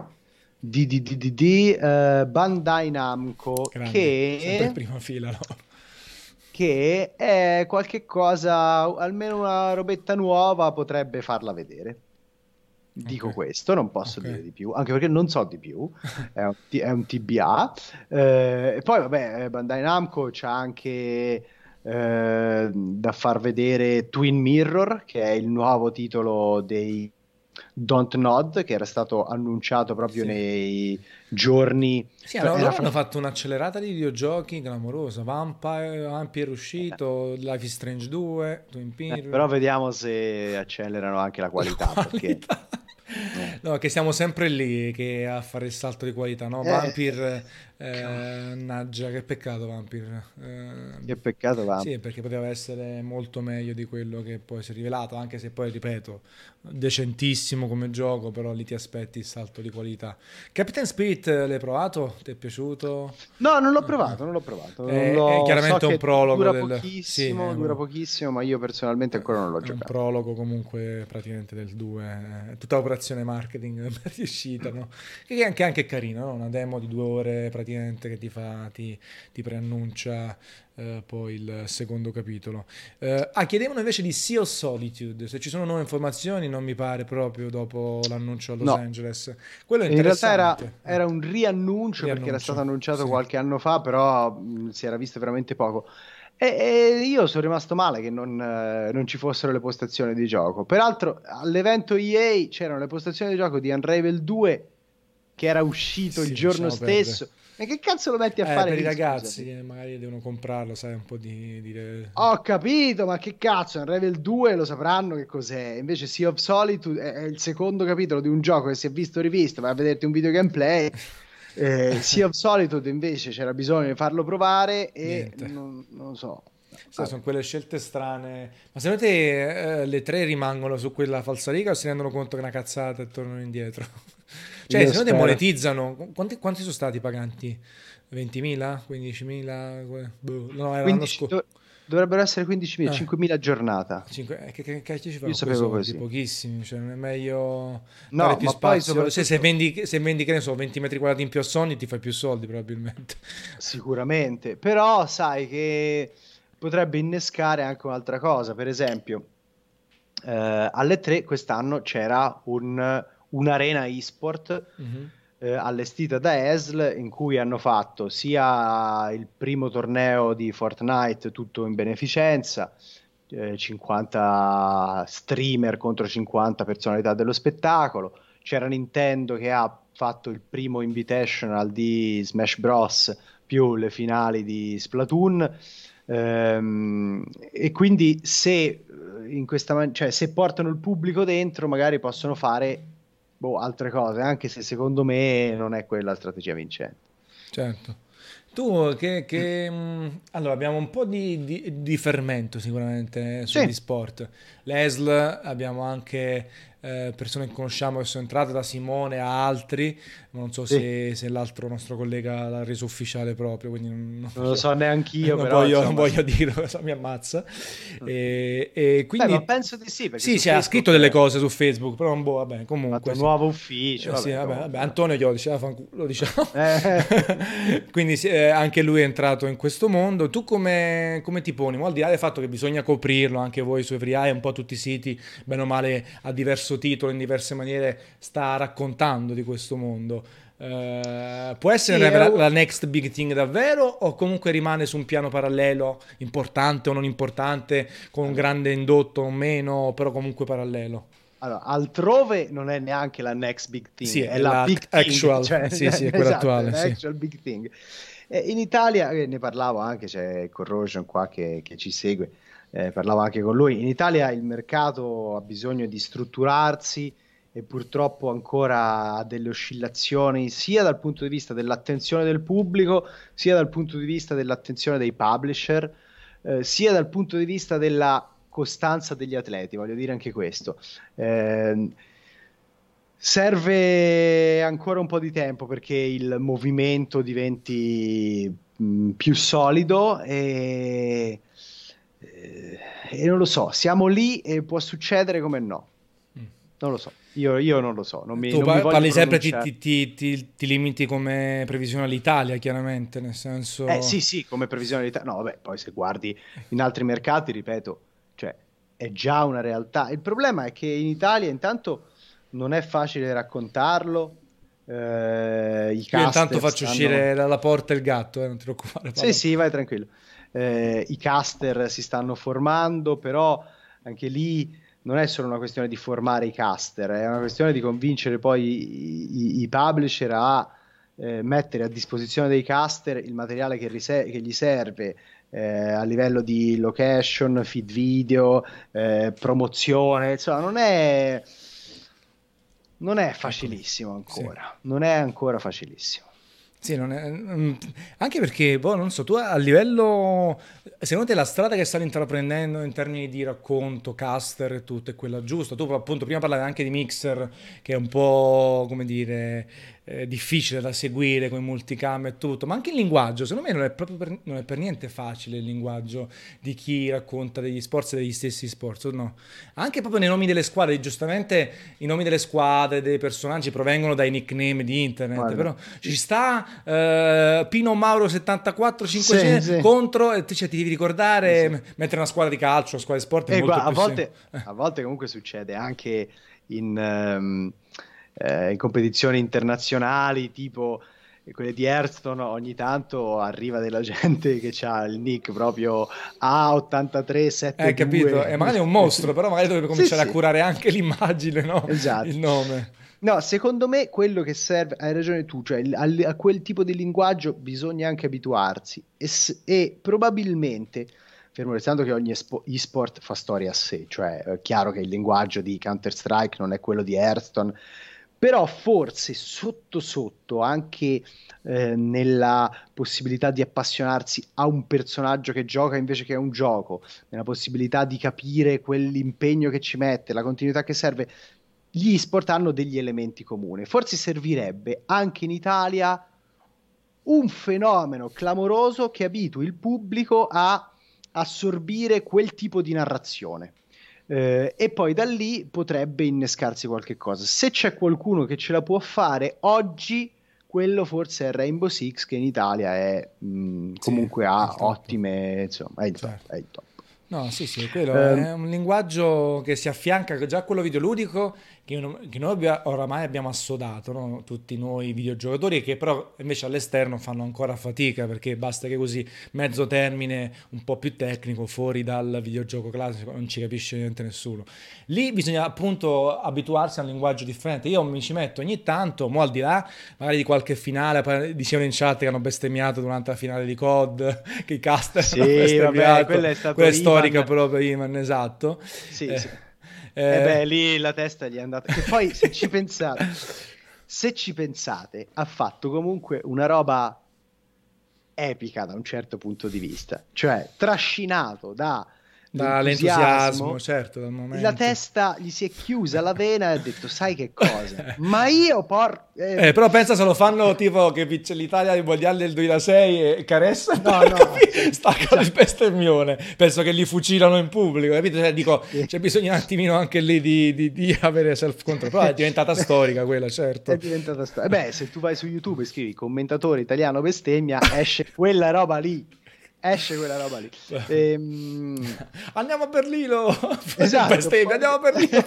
di Bandai Namco Grandi, sempre in prima fila, no? che è qualche cosa, almeno una robetta nuova potrebbe farla vedere. Ok, Dico questo, non posso ok. dire di più, anche perché non so di più, è un TBA. E poi, vabbè, Bandai Namco c'ha anche da far vedere Twin Mirror, che è il nuovo titolo dei Don't Nod, che era stato annunciato proprio Sì. nei giorni. Sì, Era loro hanno fatto un'accelerata di videogiochi clamorosa. Vampire è uscito, Life is Strange 2, Twin però Mirror. vediamo se accelerano anche la La qualità, perché qualità. eh, No, che siamo sempre lì che a fare il salto di qualità, no? eh, Vampire, cavolo, mannaggia, che peccato Vampire. che peccato va. Sì, perché poteva essere molto meglio di quello che poi si è rivelato, anche se poi, ripeto, decentissimo come gioco, però lì ti aspetti il salto di qualità. Captain Spirit l'hai provato? Ti è piaciuto? No, non l'ho Ah, ah. provato, non l'ho provato. È So chiaramente un che prologo del... Sì, dura pochissimo, ma io personalmente ancora non l'ho è un giocato. prologo comunque praticamente del 2, è tutta operazione marketing per riuscita, no? Che è anche carino, no? Una demo di 2 ore praticamente che ti preannuncia poi il secondo capitolo. Chiedevano invece di Sea of Solitude, se ci sono nuove informazioni, non mi pare proprio dopo l'annuncio a Los No, Angeles. Quello è in realtà interessante. era un riannuncio perché era stato Riannuncio, annunciato sì. qualche anno fa, però si era visto veramente poco. E io sono rimasto male che non ci fossero le postazioni di gioco. Peraltro, all'evento EA c'erano le postazioni di gioco di Unravel 2 che era uscito il Sì, giorno lasciamo perdere. stesso. E che cazzo lo metti a fare per lì, i ragazzi scusami? che magari devono comprarlo, sai, un po' di... Ho capito, ma che cazzo, in Revel 2 lo sapranno che cos'è. Invece Sea of Solitude è il secondo capitolo di un gioco che si è visto rivisto, vai a vederti un video gameplay. Sea of Solitude invece c'era bisogno di farlo provare e Niente. non lo so. Sì, Vabbè. sono quelle scelte strane. Ma secondo te le tre rimangono su quella falsariga o si rendono conto che è una cazzata e tornano indietro? Cioè, Io secondo te spero. monetizzano? Quanti sono stati i paganti? 20.000? 15.000? Boh, no, era l'anno 15 scorso. dovrebbero essere 15.000, Eh, 5.000 a giornata. che cacchio ci Io fanno quei sapevo soldi? così. Pochissimi. Cioè, non è meglio dare No, più ma poi spazio? Se soprattutto, vendi, che ne so, 20 metri quadrati in più a Sony, ti fai più soldi probabilmente. sicuramente, però sai che potrebbe innescare anche un'altra cosa. Per esempio, alle 3 quest'anno c'era un'arena e-sport Mhm. allestita da ESL in cui hanno fatto sia il primo torneo di Fortnite tutto in beneficenza, 50 streamer contro 50 personalità dello spettacolo. C'era Nintendo che ha fatto il primo Invitational di Smash Bros. Più le finali di Splatoon. E quindi se cioè, se portano il pubblico dentro, magari possono fare boh, altre cose, anche se secondo me non è quella la strategia vincente. Certo. Tu allora abbiamo un po' di fermento sicuramente sugli Sì, sport. L'ESL abbiamo anche persone che conosciamo che sono entrate da Simone a altri, ma non so sì, se l'altro nostro collega l'ha reso ufficiale proprio, quindi non non lo voglio, so neanch'io, non però voglio, non insomma. voglio dirlo, mi ammazza. E Beh, ma quindi penso di sì, perché sì, su c'è, ha scritto Facebook delle ha cose su Facebook, però boh, vabbè, fatto comunque un sì. nuovo ufficio, Sì, vabbè, vabbè, comunque. Antonio glielo diceva, lo diciamo. Eh, Quindi sì, anche lui è entrato in questo mondo. Tu come ti poni? Ma al di là del fatto che bisogna coprirlo, anche voi su Everyeye, un po' tutti i siti, bene o male, a diverso titolo, in diverse maniere, sta raccontando di questo mondo. Può sì, essere la next big thing davvero o comunque rimane su un piano parallelo, importante o non importante, con un allora, grande indotto o meno, però comunque parallelo? allora, altrove non è neanche la next big Sì, thing, è è la la big thing, actual, cioè, sì, sì, è quella esatto, è attuale, la sì. actual big thing. In Italia, ne parlavo anche, c'è Corrosion qua che ci segue, parlavo anche con lui, in Italia il mercato ha bisogno di strutturarsi e purtroppo ancora ha delle oscillazioni sia dal punto di vista dell'attenzione del pubblico, sia dal punto di vista dell'attenzione dei publisher, sia dal punto di vista della costanza degli atleti, voglio dire anche questo. Eh, serve ancora un po' di tempo perché il movimento diventi più solido e non lo so, siamo lì e può succedere come no. Non lo so, io non lo so, Tu non mi voglio parli sempre, pronunciare. ti limiti come previsione all'Italia, chiaramente, nel senso... Sì, sì, come previsione di... No, vabbè, poi se guardi in altri mercati, ripeto, cioè è già una realtà. Il problema è che in Italia intanto non è facile raccontarlo, i Io intanto caster faccio stanno... uscire dalla porta il gatto, non ti preoccupare, Sì, parla. sì, vai tranquillo. I caster si stanno formando, però anche lì non è solo una questione di formare i caster, è una questione di convincere poi i publisher a mettere a disposizione dei caster il materiale che gli serve a livello di location, feed video, promozione, insomma, non è Eccomi. facilissimo Sì. ancora, non è ancora facilissimo. Sì, anche perché, boh, non so, tu a livello, secondo te la strada che stai intraprendendo in termini di racconto, caster e tutto è quella giusta? Tu appunto prima parlavi anche di Mixer, che è un po', come dire, difficile da seguire con i multicam e tutto, ma anche il linguaggio, secondo me non è proprio non è per niente facile il linguaggio di chi racconta degli sport e degli stessi sport, o no? Anche proprio nei nomi delle squadre, giustamente i nomi delle squadre, dei personaggi provengono dai nickname di internet, Guarda, però ci sta Pino Mauro 74 sì, 500 sì, contro e cioè, ti devi sì, sì. ricordare mettere una squadra di calcio, una squadra di sport è E molto guarda, più semplice. a volte comunque succede anche in competizioni internazionali, tipo quelle di Hearthstone, ogni tanto arriva della gente che ha il nick proprio Capito? A8372. E magari è un mostro, però magari dovrebbe Sì, cominciare a sì, curare anche l'immagine, no? Il esatto. nome. No, secondo me quello che serve, hai ragione tu, cioè a quel tipo di linguaggio bisogna anche abituarsi e probabilmente, fermo restando che ogni esport fa storia a sé, cioè è chiaro che il linguaggio di Counter-Strike non è quello di Hearthstone, però forse sotto sotto anche nella possibilità di appassionarsi a un personaggio che gioca invece che a un gioco, nella possibilità di capire quell'impegno che ci mette, la continuità che serve, gli sport hanno degli elementi comuni. Forse servirebbe anche in Italia un fenomeno clamoroso che abitui il pubblico a assorbire quel tipo di narrazione. E poi da lì potrebbe innescarsi qualche cosa. Se c'è qualcuno che ce la può fare oggi, quello forse è Rainbow Six, che in Italia è Sì, comunque ha il top. ottime, insomma, è il top, Certo. è il top. No, sì, sì, quello Ehm, è un linguaggio che si affianca già a quello videoludico che noi oramai abbiamo assodato, no? Tutti noi videogiocatori che però invece all'esterno fanno ancora fatica perché basta che così mezzo termine un po' più tecnico fuori dal videogioco classico non ci capisce niente nessuno. Lì bisogna appunto abituarsi a un linguaggio differente. Io mi ci metto ogni tanto, mo al di là magari di qualche finale, dicevano in chat che hanno bestemmiato durante la finale di COD, che i caster hanno sì, vabbè, bestemmiato, quello è stato quella è storica Iman. proprio Iman, esatto. Sì, Eh, sì. E eh, beh, lì la testa gli è andata. Che poi, se ci pensate, ha fatto comunque una roba epica da un certo punto di vista, cioè trascinato dall'entusiasmo, dall'entusiasmo, certo, dal la momento. testa gli si è chiusa la vena e ha detto, sai che cosa? Ma io Però pensa se lo fanno tipo che vince l'Italia ai mondiali del 2006 e Caressa e poi no, no, sì, staccano il esatto. bestemmione. Penso che li fucilano in pubblico, capito? Cioè, dico, Sì. c'è bisogno un attimino anche lì di avere self-control. Però è diventata storica quella, È certo. diventata storia. Beh, se tu vai su YouTube e scrivi commentatore italiano bestemmia, esce quella roba lì. Esce quella roba lì. Andiamo a Berlino! Esatto. Bestemmia, andiamo a Berlino!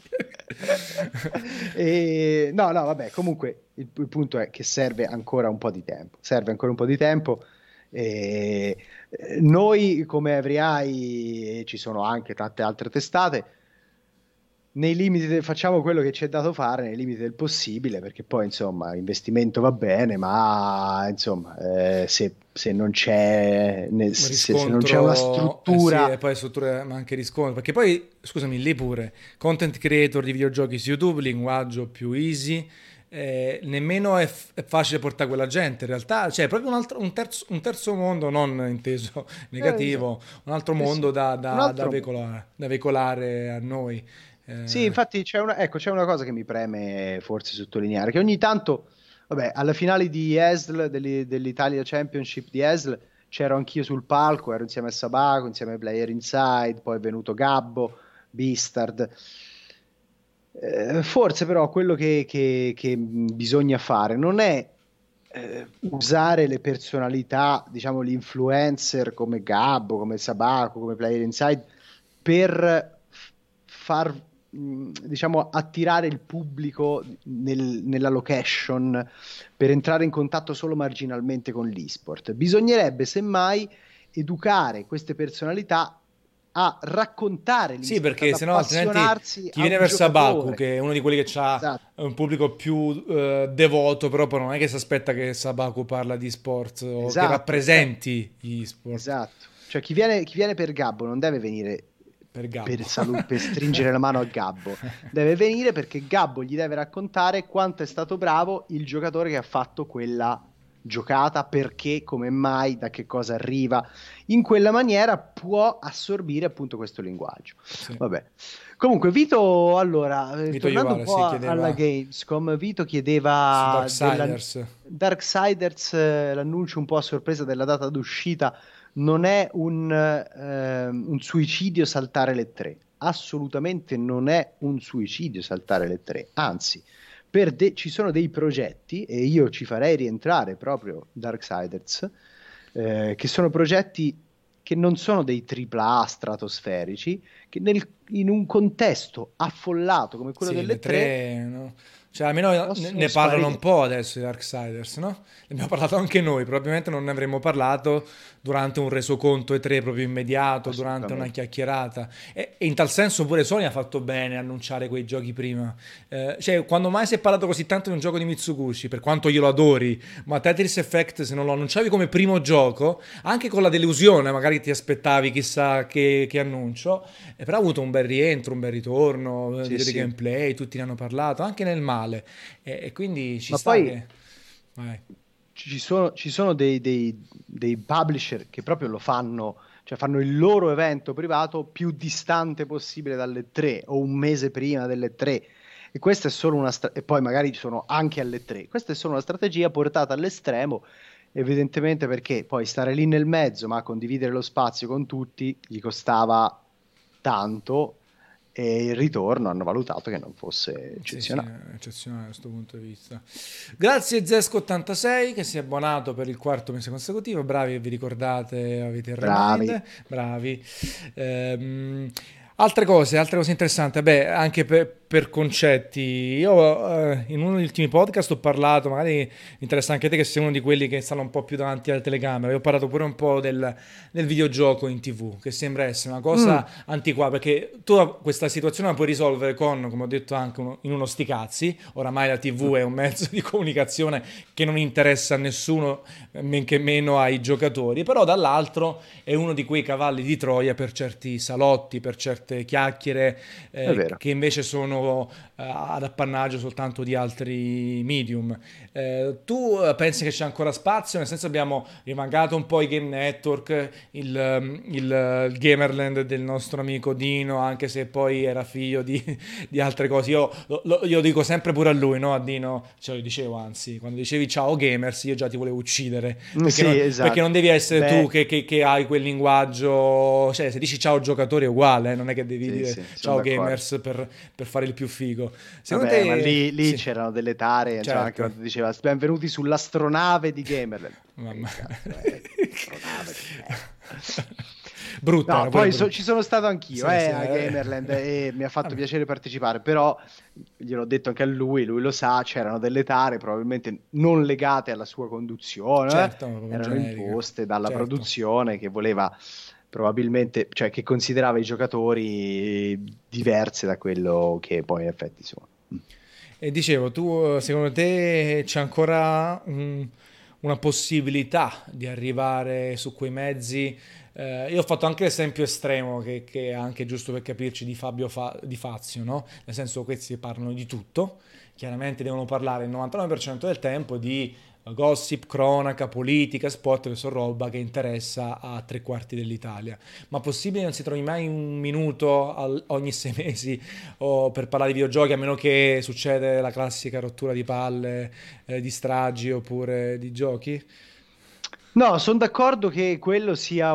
No, no, vabbè, comunque il punto è che serve ancora un po' di tempo. Serve ancora un po' di tempo. E, noi come Every Eye, e ci sono anche tante altre testate, nei limiti facciamo quello che ci è dato fare, nei limiti del possibile, perché poi insomma investimento va bene, ma insomma se non c'è se non c'è una Riscontro, eh sì, struttura. e poi strutture, ma anche riscontro, perché poi, scusami, lì pure, content creator di videogiochi su YouTube, linguaggio più easy, nemmeno è facile portare quella gente, in realtà, cioè è proprio un terzo mondo, non inteso Esatto. negativo, un altro Sì, sì. mondo Un altro mondo. da veicolare a noi. Sì, Eh, infatti ecco, c'è una cosa che mi preme forse sottolineare, che ogni tanto, vabbè, alla finale di ESL, dell'Italia Championship di ESL, c'ero anch'io sul palco, ero insieme a Sabaco, insieme ai Player Inside, poi è venuto Gabbo, Bistard. Forse però quello che bisogna fare non è usare le personalità, diciamo, gli influencer come Gabbo, come Sabaco, come Player Inside per far, diciamo, attirare il pubblico nella location, per entrare in contatto solo marginalmente con l'esport. Bisognerebbe semmai educare queste personalità a raccontare Sì, l'esport, ad perché sennò altrimenti appassionarsi chi a viene un verso Sabaku, giocatore. che è uno di quelli che ha Esatto, un pubblico più devoto, però poi non è che si aspetta che Sabaku parla di sport o che esatto, rappresenti gli sport esatto. Cioè chi viene per Gabbo non deve venire per Gabbo. per stringere la mano a Gabbo, deve venire perché Gabbo gli deve raccontare quanto è stato bravo il giocatore che ha fatto quella giocata, perché, come mai, da che cosa arriva. In quella maniera può assorbire appunto questo linguaggio. Sì. Vabbè. Comunque, Vito, allora, Vito tornando un Iovara po' si alla chiedeva Gamescom, Vito su chiedeva della Darksiders. Darksiders, l'annuncio un po' a sorpresa della data d'uscita. Non è un suicidio saltare le tre. Assolutamente non è un suicidio saltare le tre. Anzi, ci sono dei progetti, e io ci farei rientrare proprio Darksiders, che sono progetti che non sono dei AAA stratosferici, che in un contesto affollato come quello Sì, delle le tre tre, no? Cioè, almeno ne parlano un spariti. po' adesso i Darksiders, no? Ne abbiamo parlato anche noi, probabilmente non ne avremmo parlato durante un resoconto E3 proprio immediato, durante una Assolutamente. chiacchierata. E in tal senso pure Sony ha fatto bene a annunciare quei giochi prima. Cioè, quando mai si è parlato così tanto di un gioco di Mitsubishi, per quanto io lo adori, ma Tetris Effect, se non lo annunciavi come primo gioco, anche con la delusione, magari ti aspettavi chissà che annuncio, però ha avuto un bel rientro, un bel ritorno, Sì, vedere sì. gameplay, tutti ne hanno parlato, anche nel male. E quindi ci Ma sta poi che... Vai. ci sono dei publisher che proprio lo fanno, cioè fanno il loro evento privato più distante possibile dalle 3 o un mese prima delle 3. E questa è solo e poi magari ci sono anche alle 3. Questa è solo una strategia portata all'estremo, evidentemente perché poi stare lì nel mezzo, ma condividere lo spazio con tutti, gli costava tanto e il ritorno hanno valutato che non fosse Sì, sì, eccezionale. è eccezionale da questo punto di vista. Grazie Zesco86 che si è abbonato per il quarto mese consecutivo. Bravi che vi ricordate, avete il Bravi. remind. Bravi. Altre cose interessanti. Beh, anche per concetti. Io in uno degli ultimi podcast ho parlato, magari interessa anche te che sei uno di quelli che stanno un po' più davanti alle telecamere. Io ho parlato pure un po' del videogioco in TV, che sembra essere una Mm, cosa antiquata, perché tu questa situazione la puoi risolvere con, come ho detto anche, in uno sti cazzi. Oramai la TV è un mezzo di comunicazione che non interessa a nessuno, men che meno ai giocatori, però dall'altro è uno di quei cavalli di Troia per certi salotti, per certe chiacchiere è vero. che invece sono ad appannaggio soltanto di altri medium. Tu pensi che c'è ancora spazio? Nel senso abbiamo rimangato un po' i game network, il Gamerland del nostro amico Dino, anche se poi era figlio di altre cose. Io dico sempre pure a lui, no? A Dino, cioè lo dicevo anzi, quando dicevi ciao gamers, io già ti volevo uccidere, Sì, perché non esatto. devi essere tu Beh, che hai quel linguaggio, cioè se dici ciao giocatori è uguale, non è che devi sì, dire sì, sono ciao d'accordo. gamers per fare il più figo. Secondo Vabbè, ma te, lì sì, c'erano delle tare, insomma, anche certo. quando diceva benvenuti sull'astronave di Gamerland. Ma che Mamma. cazzo è? Astronave di merda. Brutta, No, era pure poi brutta. ci sono stato anch'io Sì, sì, a Gamerland e mi ha fatto vabbè. piacere partecipare, però gliel'ho detto anche a lui lo sa, c'erano delle tare probabilmente non legate alla sua conduzione, Certo, proprio erano generica. imposte dalla Certo. produzione che voleva probabilmente, cioè che considerava i giocatori diversi da quello che poi in effetti sono. E dicevo, tu secondo te c'è ancora una possibilità di arrivare su quei mezzi? Io ho fatto anche l'esempio estremo, che è anche giusto per capirci, di di Fazio, no? Nel senso, questi parlano di tutto, chiaramente devono parlare il 99% del tempo di gossip, cronaca, politica, sport, che sono roba che interessa a tre quarti dell'Italia. Ma possibile che non si trovi mai un minuto ogni 6 mesi o per parlare di videogiochi, a meno che succede la classica rottura di palle, di stragi oppure di giochi? No, sono d'accordo che quello sia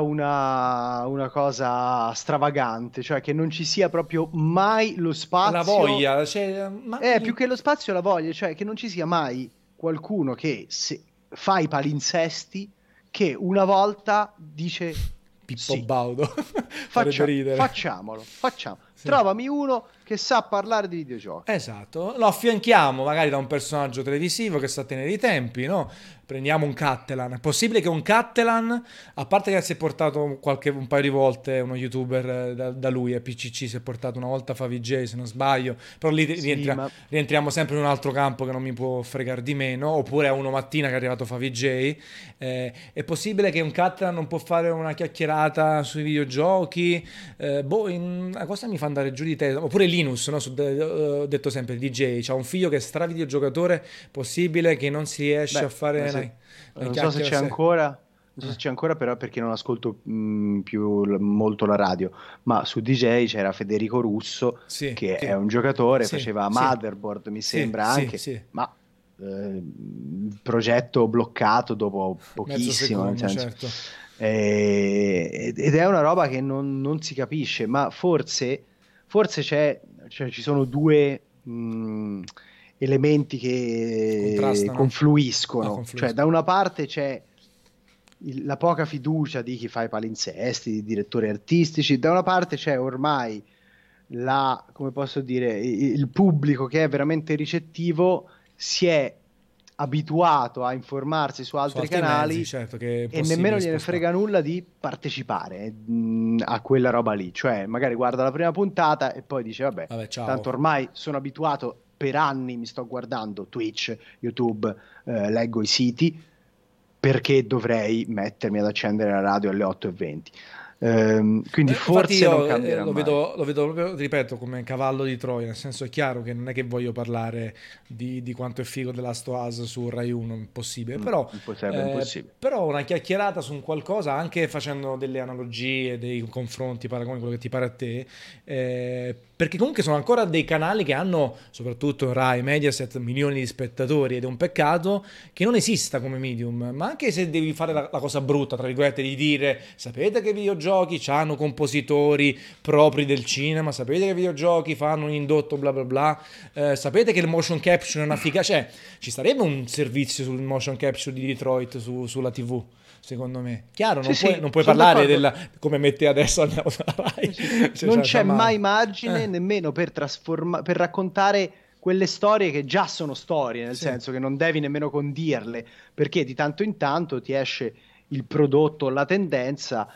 una cosa stravagante, cioè che non ci sia proprio mai lo La spazio, voglia, cioè, ma anche più gli... che lo spazio la voglia, cioè che non ci sia mai qualcuno che fa i palinsesti che una volta dice Pippo sì. Baudo, farebbe ridere. Facciamo. Sì. Trovami uno che sa parlare di videogiochi. Esatto, lo affianchiamo magari da un personaggio televisivo che sa tenere i tempi, no? Prendiamo un Cattelan. È possibile che un Cattelan, a parte che si è portato un paio di volte uno youtuber da lui a PCC, si è portato una volta Favij, se non sbaglio, però lì Sì, ma rientriamo sempre in un altro campo che non mi può fregare di meno, oppure a uno mattina che è arrivato Favij. È possibile che un Cattelan non può fare una chiacchierata sui videogiochi? Una cosa mi fa andare giù di testa. Oppure Linus, no? Ho detto sempre DJ, c'ha un figlio che è stra videogiocatore, possibile che non si riesce a beh, fare una non so se chiacchiera c'è se... ancora, non so se Eh, c'è ancora però perché non ascolto più molto la radio, ma su DJ c'era Federico Russo sì, che è che... un giocatore, Sì, faceva sì, Motherboard mi sì, sembra sì, anche, sì, ma il progetto bloccato dopo mezzo pochissimo, nel secondo, senso, certo. ed è una roba che non si capisce, ma forse cioè, ci sono due elementi che Contrastano? Ah, confluiscono. Cioè, confluisco. da una parte c'è la poca fiducia di chi fa i palinsesti, di direttori artistici, da una parte c'è ormai come posso dire, il pubblico che è veramente ricettivo si è abituato a informarsi su Su altri altri mezzi, canali certo, che è e impossibile nemmeno gliene spostare. frega nulla di partecipare a quella roba lì. Cioè, magari guarda la prima puntata e poi dice, vabbè, Vabbè, tanto ciao. ormai sono abituato, per anni mi sto guardando Twitch, YouTube, leggo i siti, perché dovrei mettermi ad accendere la radio alle 8:20. Quindi Infatti forse non io cambierà mai. lo vedo proprio, ripeto, come cavallo di Troia, nel senso è chiaro che non è che voglio parlare di quanto è figo The Last of Us su Rai 1, impossibile, Sarebbe impossibile. però una chiacchierata su un qualcosa, anche facendo delle analogie, dei confronti, paragoni, quello che ti pare a te, perché comunque sono ancora dei canali che hanno, soprattutto Rai, Mediaset, milioni di spettatori ed è un peccato che non esista come medium, ma anche se devi fare la cosa brutta, tra virgolette, di dire sapete che i videogiochi hanno compositori propri del cinema, sapete che i videogiochi fanno un indotto bla bla bla, sapete che il motion capture è una figa, cioè ci sarebbe un servizio sul motion capture di Detroit sulla TV. Secondo me, chiaro, Sì, sì, non puoi sono parlare d'accordo. della come mette adesso andiamo sulla Rai, Sì, sì. cioè, Non c'ha c'è male. mai margine nemmeno per per raccontare quelle storie che già sono storie, nel Sì. senso che non devi nemmeno condirle, perché di tanto in tanto ti esce il prodotto o la tendenza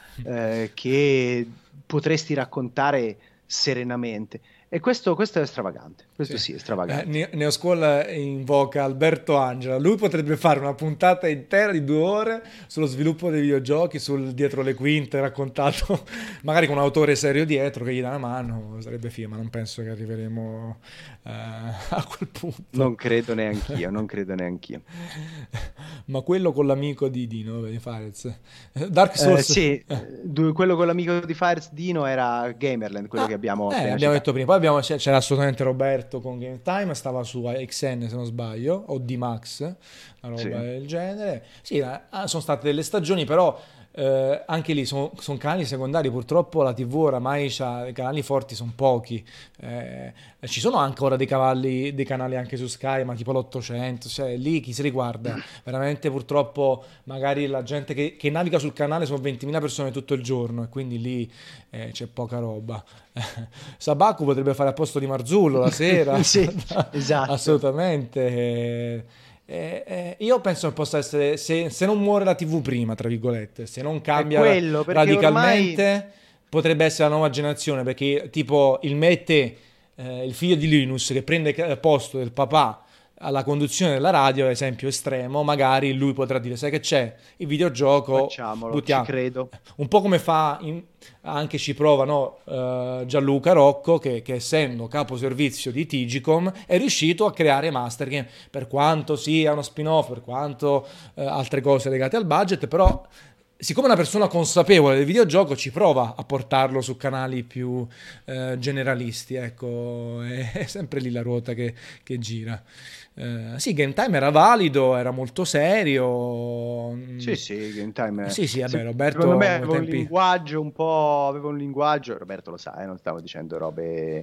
che potresti raccontare serenamente. E questo è stravagante, questo Sì. sì, è stravagante. Neoscuola invoca Alberto Angela. Lui potrebbe fare una puntata intera di 2 ore sullo sviluppo dei videogiochi, sul dietro le quinte, raccontato magari con un autore serio dietro che gli dà una mano. Sarebbe figo, ma non penso che arriveremo a quel punto. Non credo neanch'io, non credo neanch'io. Ma quello con l'amico di Dino, di Fares. Dark Souls. Sì, quello con l'amico di Fires Dino era Gamerland, quello che abbiamo appena Abbiamo detto citato. prima, poi c'era assolutamente Roberto con Game Time, stava su XN se non sbaglio, o D-Max, una Sì. roba del genere. Sì, sono state delle stagioni, però anche lì sono canali secondari, purtroppo la TV oramai c'ha, i canali forti sono pochi. Ci sono ancora dei canali anche su Sky, ma tipo l'800, cioè lì chi si riguarda? Veramente purtroppo magari la gente che naviga sul canale sono 20.000 persone tutto il giorno e quindi lì c'è poca roba. Sabaku potrebbe fare a posto di Marzullo la sera, Sì, esatto. assolutamente. Io penso che possa essere, se non muore la TV prima, tra virgolette, se non È cambia quello, perché ormai radicalmente, potrebbe essere la nuova generazione, perché tipo il Mette, il figlio di Linus, che prende il posto del papà alla conduzione della radio, ad esempio estremo, magari lui potrà dire, sai che c'è, il videogioco, facciamolo, ci buttiamo. credo. Un po' come fa, anche ci prova no, Gianluca Rocco, che essendo capo servizio di Tigicom è riuscito a creare Master Game, per quanto sia uno spin-off, per quanto altre cose legate al budget, però siccome è una persona consapevole del videogioco ci prova a portarlo su canali più generalisti, ecco, è sempre lì la ruota che gira. Sì, Game Time era valido, era molto serio. Sì, sì, Game Time. Sì, sì, vabbè, Secondo me Roberto con i aveva un tempi. linguaggio un po', aveva un linguaggio, Roberto lo sa, non stavo dicendo robe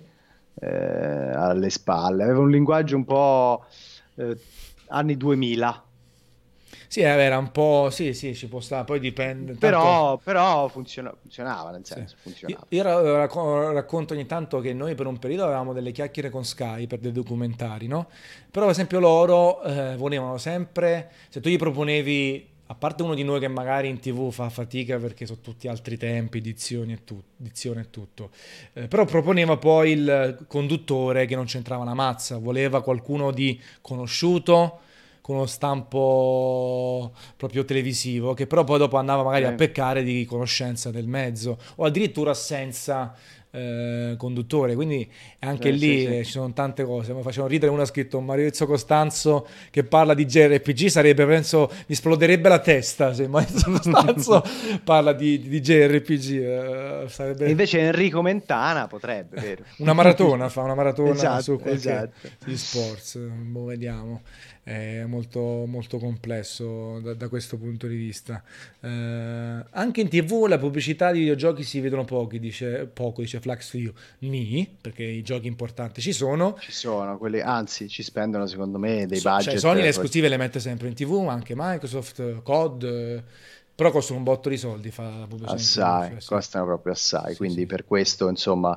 alle spalle, aveva un linguaggio un po' eh, anni 2000. Sì, era un po'. Sì, sì, ci può stare, poi dipende. Tanto. Però funzionava, nel Sì. senso, Io, funzionava. io racconto ogni tanto che noi per un periodo avevamo delle chiacchiere con Sky per dei documentari, no? Però per esempio loro volevano sempre, se tu gli proponevi, a parte uno di noi che magari in TV fa fatica perché sono tutti altri tempi, dizione e tutto, però proponeva poi il conduttore che non c'entrava una mazza, voleva qualcuno di conosciuto con uno stampo proprio televisivo, che però poi dopo andava magari a Sì, peccare di conoscenza del mezzo o addirittura senza conduttore. Quindi anche sì, lì sì. ci sono tante cose. Mi facevano ridere, uno ha scritto Maurizio Costanzo che parla di JRPG, sarebbe, penso, mi esploderebbe la testa se Maurizio Costanzo parla di JRPG. E Sarebbe invece Enrico Mentana potrebbe, vero? una maratona, fa una maratona Esatto, su qualche esatto. di sports, boh, vediamo. È molto, molto complesso da questo punto di vista. Anche in TV la pubblicità di videogiochi si vedono poco, dice Flax Video. Perché i giochi importanti ci sono. Ci sono quelli, anzi, ci spendono secondo me dei Cioè Sony le budget. esclusive le mette sempre in TV, ma anche Microsoft, COD, però costano un botto di soldi fa la pubblicità in TV. Assai, Cioè, sì. costano proprio assai, Sì, quindi sì. per questo, insomma,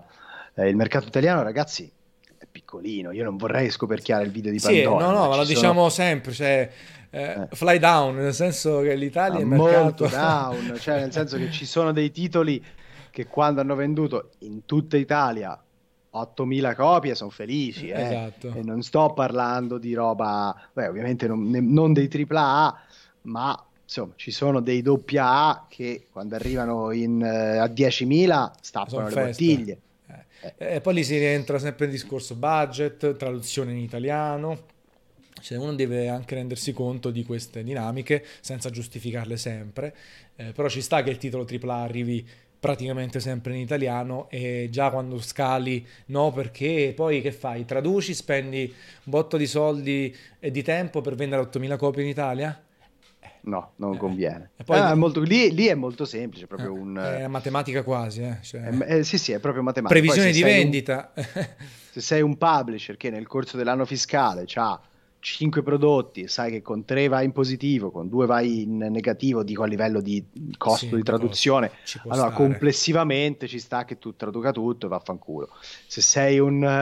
Il mercato italiano, ragazzi, è piccolino. Io non vorrei scoperchiare il video di Sì, Pandora, no, no, ma lo ci sono diciamo sempre, cioè, fly down, nel senso che l'Italia è il molto mercato... down, cioè nel senso che ci sono dei titoli che quando hanno venduto in tutta Italia 8.000 copie sono felici, Esatto. e non sto parlando di roba, beh, ovviamente non dei AAA, ma insomma ci sono dei doppia A che quando arrivano a 10.000 Sono stappano le festa. bottiglie. Eh, E poi lì si rientra sempre nel discorso budget, traduzione in italiano. Cioè uno deve anche rendersi conto di queste dinamiche senza giustificarle sempre. Però ci sta che il titolo AAA arrivi praticamente sempre in italiano e già quando scali no, perché poi che fai? Traduci, spendi un botto di soldi e di tempo per vendere 8.000 copie in Italia? no, non conviene. E poi Lì è molto semplice, è proprio è matematica quasi, cioè, sì, sì, è proprio matematica. Poi previsione di vendita. se sei un publisher che nel corso dell'anno fiscale ha 5 prodotti, sai che con 3 vai in positivo, con 2 vai in negativo, dico a livello di costo Sì, di di costo. traduzione, Ci può allora stare. complessivamente ci sta che tu traduca tutto e vaffanculo. Se sei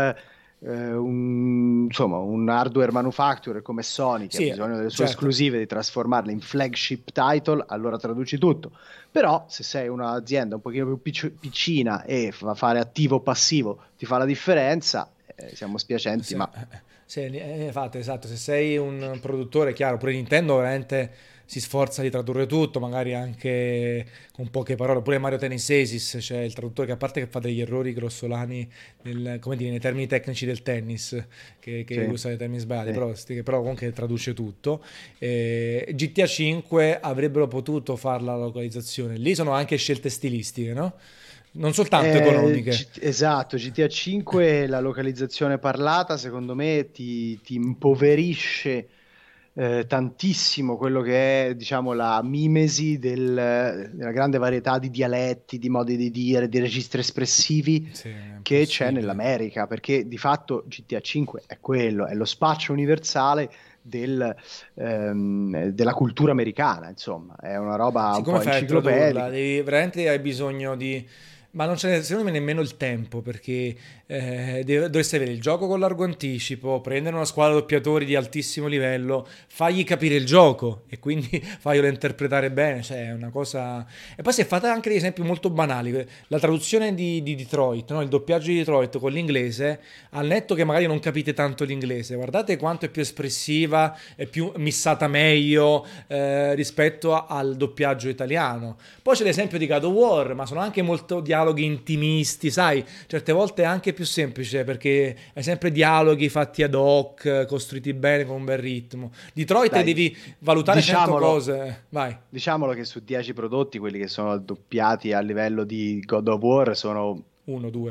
insomma, un hardware manufacturer come Sony che ha Sì, bisogno delle sue certo. esclusive di trasformarle in flagship title, allora traduci tutto. Però se sei un'azienda un pochino più piccina e fa fare attivo o passivo ti fa la differenza, siamo spiacenti, Sì, ma sì, infatti, esatto, se sei un produttore, chiaro, pure Nintendo veramente si sforza di tradurre tutto, magari anche con poche parole, pure Mario Tennis Aces, c'è il traduttore che a parte che fa degli errori grossolani come dire, nei termini tecnici del tennis, che sì, usa i termini sbagliati, sì. però comunque traduce tutto. GTA 5 avrebbero potuto fare la localizzazione, lì sono anche scelte stilistiche, no? Non soltanto economiche. Esatto, GTA 5, la localizzazione parlata, secondo me ti impoverisce tantissimo quello che è, diciamo, la mimesi della grande varietà di dialetti, di modi di dire, di registri espressivi Sì, è che c'è impossibile. nell'America, perché di fatto GTA 5 è quello, è lo spaccio universale della cultura americana, insomma, è una roba Sì, un come po' fai a tradurla? enciclopedica. Veramente hai bisogno di... Ma non c'è secondo me nemmeno il tempo perché dovresti avere il gioco con largo anticipo, prendere una squadra di doppiatori di altissimo livello, fagli capire il gioco e quindi faglielo interpretare bene, cioè è una cosa... E poi si è fatta anche degli esempi molto banali, la traduzione di Detroit, no? Il doppiaggio di Detroit con l'inglese, al netto che magari non capite tanto l'inglese, guardate quanto è più espressiva, è più missata meglio rispetto al doppiaggio italiano. Poi c'è l'esempio di God of War, ma sono anche molto dialoghi intimisti, sai? Certe volte è anche più semplice perché hai sempre dialoghi fatti ad hoc, costruiti bene con un bel ritmo. Detroit Dai, devi valutare 100 diciamolo, cose. Vai. diciamolo che su 10 prodotti, quelli che sono doppiati a livello di God of War sono, Uno, due.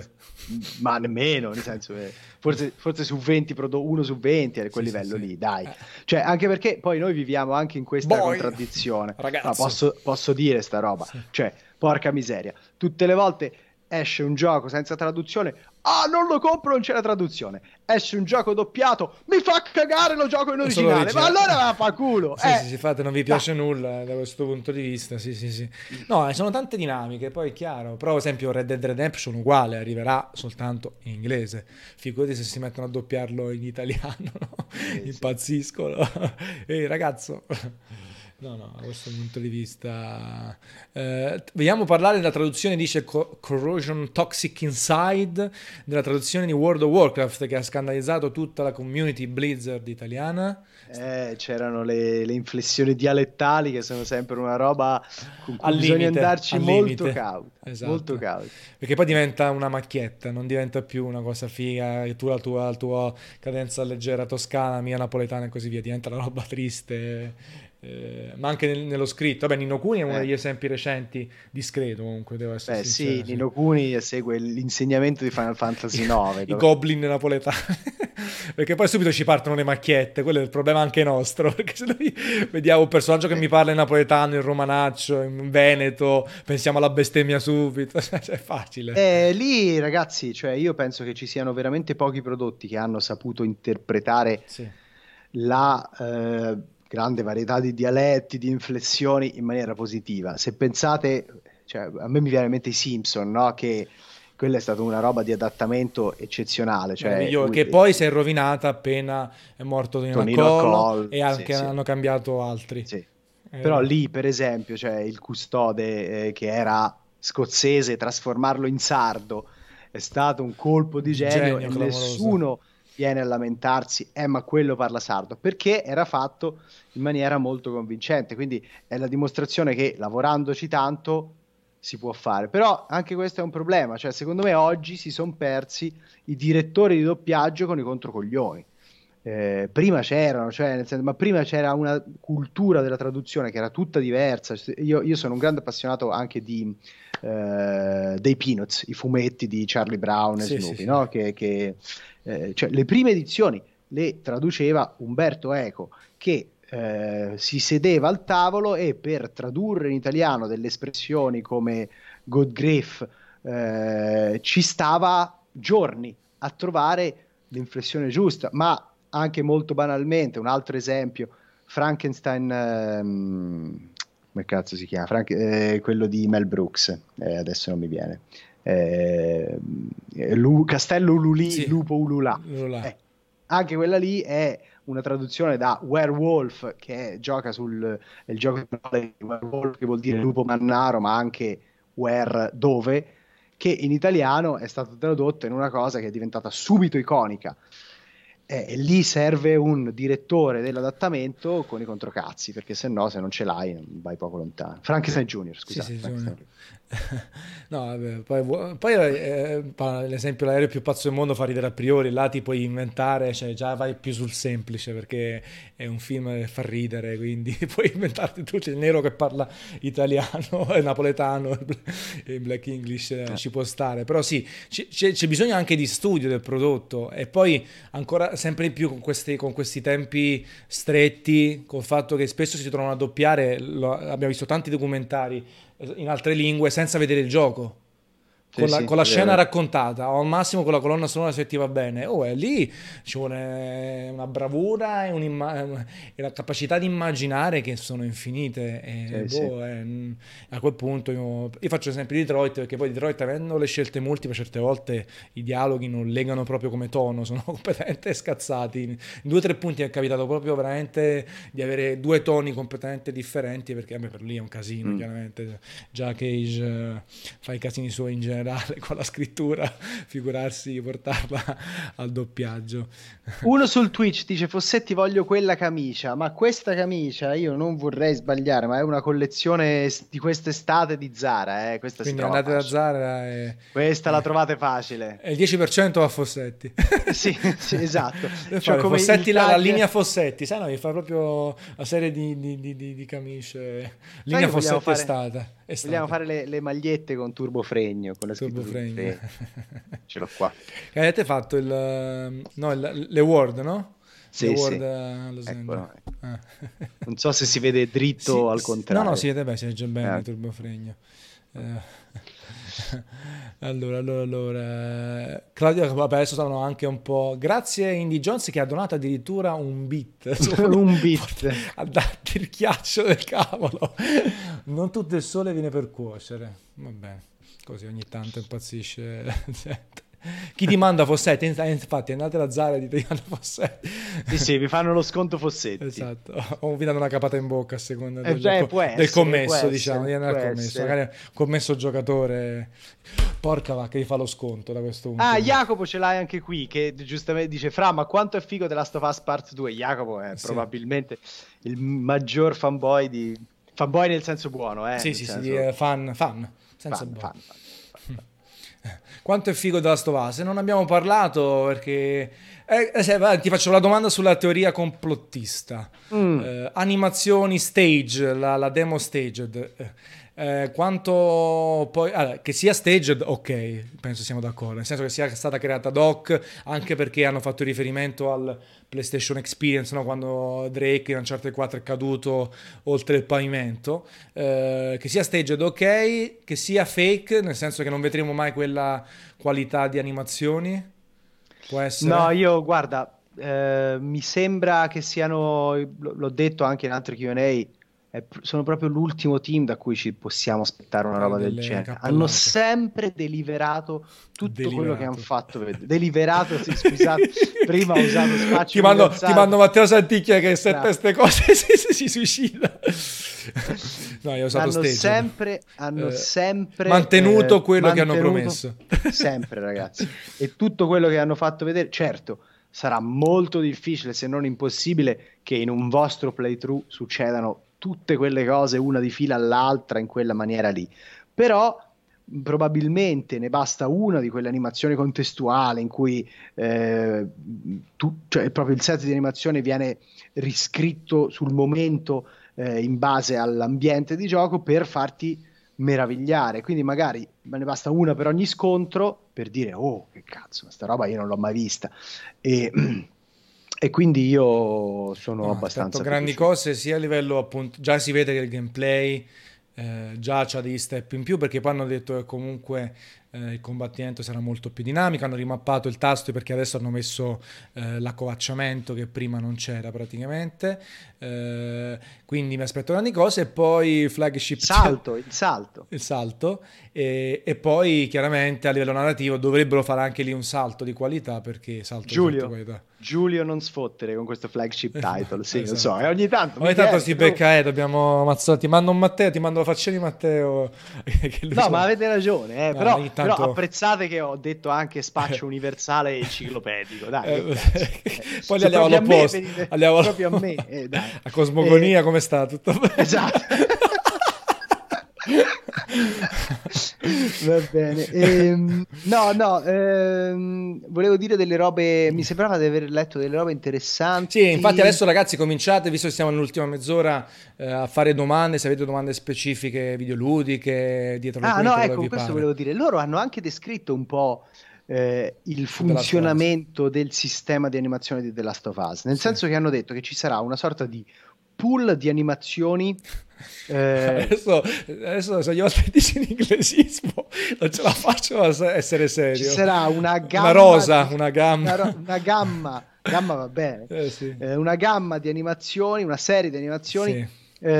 ma nemmeno, nel senso che forse su 20 prodotti, uno su 20 è a quel Sì, sì, livello sì. lì, dai. Cioè, anche perché poi noi viviamo anche in questa Boy, contraddizione. Ma ragazzo. posso dire sta roba? Sì. Cioè, porca miseria, tutte le volte esce un gioco senza traduzione. Ah, non lo compro, non c'è la traduzione. Esce un gioco doppiato, mi fa cagare, lo gioco in Solo originale. Ma originale. allora fa culo. Sì, sì, sì, fate, non vi Dai. piace nulla da questo punto di vista. Sì, sì, sì. No, sono tante dinamiche, poi è chiaro. Però, ad esempio, Red Dead Redemption uguale, arriverà soltanto in inglese. Figurati se si mettono a doppiarlo in italiano, no? Sì. Impazziscono. Ehi, ragazzo. No, no, da questo punto di vista. Vogliamo parlare della traduzione, dice Corrosion Toxic Inside, della traduzione di World of Warcraft che ha scandalizzato tutta la community Blizzard italiana. C'erano le inflessioni dialettali che sono sempre una roba con cui Al bisogna limite, andarci al molto limite. cauti, molto Esatto. cauti. Perché poi diventa una macchietta, non diventa più una cosa figa, che tu la tua cadenza leggera toscana, mia napoletana e così via, diventa una roba triste. Ma anche nello scritto. Vabbè, Nino Kuni è uno Eh, degli esempi recenti, discreto comunque, devo essere beh, sì, sincero. Sì. Nino Kuni segue l'insegnamento di Final I, Fantasy IX, i goblin napoletani. Perché poi subito ci partono le macchiette, quello è il problema anche nostro. Perché se noi vediamo un personaggio che mi parla in napoletano, in romanaccio, in veneto, pensiamo alla bestemmia subito. Cioè, è facile. Lì, ragazzi, cioè io penso che ci siano veramente pochi prodotti che hanno saputo interpretare Sì. la grande varietà di dialetti, di inflessioni in maniera positiva. Se pensate, cioè, a me mi viene in mente i Simpson, no? Che quella è stata una roba di adattamento eccezionale, cioè Che poi si è rovinata appena è morto Tonino Tonino Accollo, Accollo, e sì, anche sì. hanno cambiato altri. Sì. Però lì, per esempio, cioè il custode che era scozzese, trasformarlo in sardo è stato un colpo di genio e Clamoroso. nessuno viene a lamentarsi, ma quello parla sardo, perché era fatto in maniera molto convincente. Quindi è la dimostrazione che lavorandoci tanto si può fare. Però anche questo è un problema, cioè secondo me oggi si sono persi i direttori di doppiaggio con i controcoglioni. Prima c'erano, cioè, nel senso, ma prima c'era una cultura della traduzione che era tutta diversa. Io sono un grande appassionato anche dei Peanuts, i fumetti di Charlie Brown e Sì, Snoopy, sì, sì. no? Cioè, le prime edizioni le traduceva Umberto Eco, che si sedeva al tavolo e per tradurre in italiano delle espressioni come God Grief ci stava giorni a trovare l'inflessione giusta, ma anche molto banalmente, un altro esempio, Frankenstein, come cazzo si chiama? Quello di Mel Brooks, adesso non mi viene. Castello Ululì, Sì, Lupo Ululà. là. Anche quella lì è una traduzione da werewolf, gioca è il gioco di werewolf, che vuol dire lupo mannaro, ma anche dove, che in italiano è stato tradotto in una cosa che è diventata subito iconica. E lì serve un direttore dell'adattamento con i controcazzi, perché se no, se non ce l'hai, vai poco lontano. Frankenstein Junior, Sì, scusate. sì, Frankenstein sì. Junior. No, vabbè, poi l'esempio l'aereo più pazzo del mondo fa ridere a priori, là ti puoi inventare, cioè già vai più sul semplice perché è un film che fa ridere, quindi puoi inventarti tu, c'è il nero che parla italiano, napoletano, e Black English ci può stare, però sì, c'è bisogno anche di studio del prodotto, e poi ancora sempre di più con questi tempi stretti, col fatto che spesso si trovano a doppiare, abbiamo visto tanti documentari in altre lingue senza vedere il gioco. Sì, sì, Con la è scena vero. raccontata o al massimo con la colonna sonora se ti va bene, e lì ci vuole una bravura e la capacità di immaginare che sono infinite, e Sì, sì. a quel punto io faccio l'esempio di Detroit, perché poi Detroit, avendo le scelte multiple, certe volte i dialoghi non legano proprio come tono, sono completamente scazzati. In 2 o 3 punti è capitato proprio veramente di avere due toni completamente differenti, perché vabbè, per lì è un casino, Mm. chiaramente già Cage fa i casini suoi in generale con la scrittura, figurarsi portarla al doppiaggio. Uno sul Twitch dice: Fossetti, voglio quella camicia, ma questa camicia io non vorrei sbagliare, ma è una collezione di quest'estate di Zara, questa si Quindi trova andate da facile. Zara Questa la trovate facile. e il 10% a Fossetti. Sì, sì, esatto. Deve Cioè, fare come il Fossetti, la tag. linea Fossetti, sai, no, mi fa proprio la serie di camicie. Sai Linea che Fossetti estate. vogliamo Estate. fare le magliette con turbofregno, con la scritta Turbofregno. turbofregno. Ce l'ho qua. Che avete fatto no, le Word, no? Le Sì, Word sì. a Los Angeles. Ecco. Ah. Non so se si vede dritto Sì, al no, no, si contrario. vede bene, si legge bene, Eh, turbofregno. Claudio, vabbè, adesso stanno anche un po'. Grazie Indy Jones che ha donato addirittura un bit un bit. a darti il ghiaccio del cavolo. Non tutto il sole viene per cuocere. Va bene, così ogni tanto impazzisce la gente. Chi ti manda Fossetti? Infatti andate alla Zara e dite manda Fossetti. Sì, sì, vi fanno lo sconto Fossetti. Esatto, o vi danno una capata in bocca a seconda Può del essere, può commesso, diciamo, essere, di andare può al commesso. essere. Magari commesso giocatore, porca vacca, gli fa lo sconto da questo punto Ah, di vista. Jacopo ce l'hai anche qui, che giustamente dice: Fra, ma quanto è figo The Last of Us Part 2? Jacopo è Sì, probabilmente il maggior fanboy fanboy nel senso buono, sì, nel sì, sì, senso fan, senza fan, boh. fan, fan. Quanto è figo The Last of Us? Non abbiamo parlato perché. Ti faccio la domanda sulla teoria complottista. Mm. Animazioni stage, la demo staged. Quanto poi. Allora, che sia staged, ok, penso siamo d'accordo. Nel senso che sia stata creata ad hoc, anche perché hanno fatto riferimento al PlayStation Experience, no? Quando Drake in Uncharted 4 è caduto oltre il pavimento. Che sia staged, ok, che sia fake, nel senso che non vedremo mai quella qualità di animazioni. Può No, essere? io guarda, mi sembra che siano, l'ho detto anche in altri Q&A, sono proprio l'ultimo team da cui ci possiamo aspettare una roba del delle genere. cappellate. Hanno sempre deliberato tutto quello che hanno Deliberato. fatto vedere. Deliberato, sì, scusate, prima ho usato spaccio Ti universale. mando Matteo Santicchia che sette Bravo. queste cose si suicida. No, io ho usato Stage. Hanno sempre Mantenuto quello che hanno mantenuto promesso. sempre, ragazzi. E tutto quello che hanno fatto vedere, certo, sarà molto difficile, se non impossibile, che in un vostro playthrough succedano tutte quelle cose una di fila all'altra in quella maniera lì. Però probabilmente ne basta una di quelle animazioni contestuali in cui cioè proprio il set di animazione viene riscritto sul momento in base all'ambiente di gioco per farti meravigliare. Quindi magari me ne basta una per ogni scontro per dire oh che cazzo, sta roba io non l'ho mai vista. E, e quindi io sono No, abbastanza aspetto grandi fiducioso. cose sia a livello appunto, già si vede che il gameplay già c'ha degli step in più perché poi hanno detto che comunque il combattimento sarà molto più dinamico, hanno rimappato il tasto perché adesso hanno messo l'accovacciamento che prima non c'era praticamente, quindi mi aspetto grandi cose e poi flagship il salto e poi chiaramente a livello narrativo dovrebbero fare anche lì un salto di qualità perché salto di qualità. Giulio non sfottere con questo flagship title, sì, lo so, Esatto. e ogni tanto Si becca, dobbiamo ammazzare. Ti mando un Matteo, ti mando la faccina di Matteo. Che lui No, sa. ma avete ragione, No, però, ogni però tanto- apprezzate che ho detto anche spaccio universale e enciclopedico, dai. Eh, che cazzo. Poi Se andiamo proprio a me all'opposto. venite- Andiamo proprio a me, dai. a Cosmogonia, come sta? Tutto bene? Esatto. Va bene. Volevo dire delle robe, mi sembrava di aver letto delle robe interessanti. Sì, infatti adesso ragazzi cominciate, visto che siamo nell'ultima mezz'ora, a fare domande, se avete domande specifiche, videoludiche, dietro le Ah, quinte, no, quello che ecco, vi questo pare. volevo dire. Loro hanno anche descritto un po' il Su The Last of Us. funzionamento del sistema di animazione di The Last of Us, nel Sì. senso che hanno detto che ci sarà una sorta di pool di animazioni. Adesso se io aspettissi in inglesismo non ce la faccio a essere Ci serio. sarà una gamma, una gamma. una gamma va bene, Sì. una gamma di animazioni, una serie di animazioni Sì.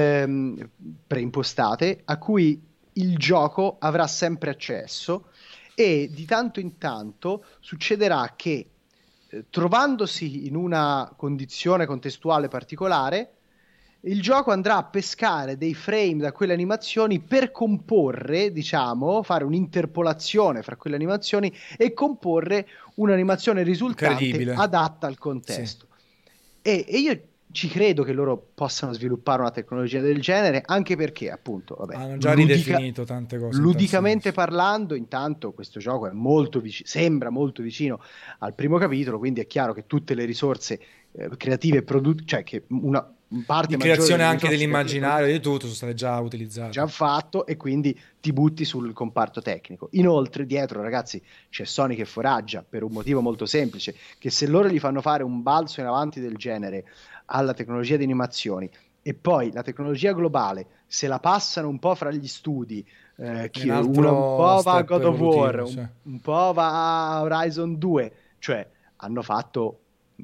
preimpostate a cui il gioco avrà sempre accesso e di tanto in tanto succederà che trovandosi in una condizione contestuale particolare il gioco andrà a pescare dei frame da quelle animazioni per comporre, diciamo, fare un'interpolazione fra quelle animazioni e comporre un'animazione risultante Incredibile. adatta al contesto. E io ci credo che loro possano sviluppare una tecnologia del genere, anche perché, appunto, vabbè, Hanno già ridefinito tante cose. ludicamente parlando, intanto questo gioco è molto sembra molto vicino al primo capitolo, quindi è chiaro che tutte le risorse creative cioè che una parte di maggiore creazione delle anche risorse dell'immaginario e di tutto sono state già utilizzate. già fatto e quindi ti butti sul comparto tecnico. Inoltre dietro ragazzi c'è Sony che foraggia per un motivo molto semplice, che se loro gli fanno fare un balzo in avanti del genere alla tecnologia di animazioni e poi la tecnologia globale se la passano un po' fra gli studi, un po' va a God of War, cioè. un po' va a Horizon 2, cioè hanno fatto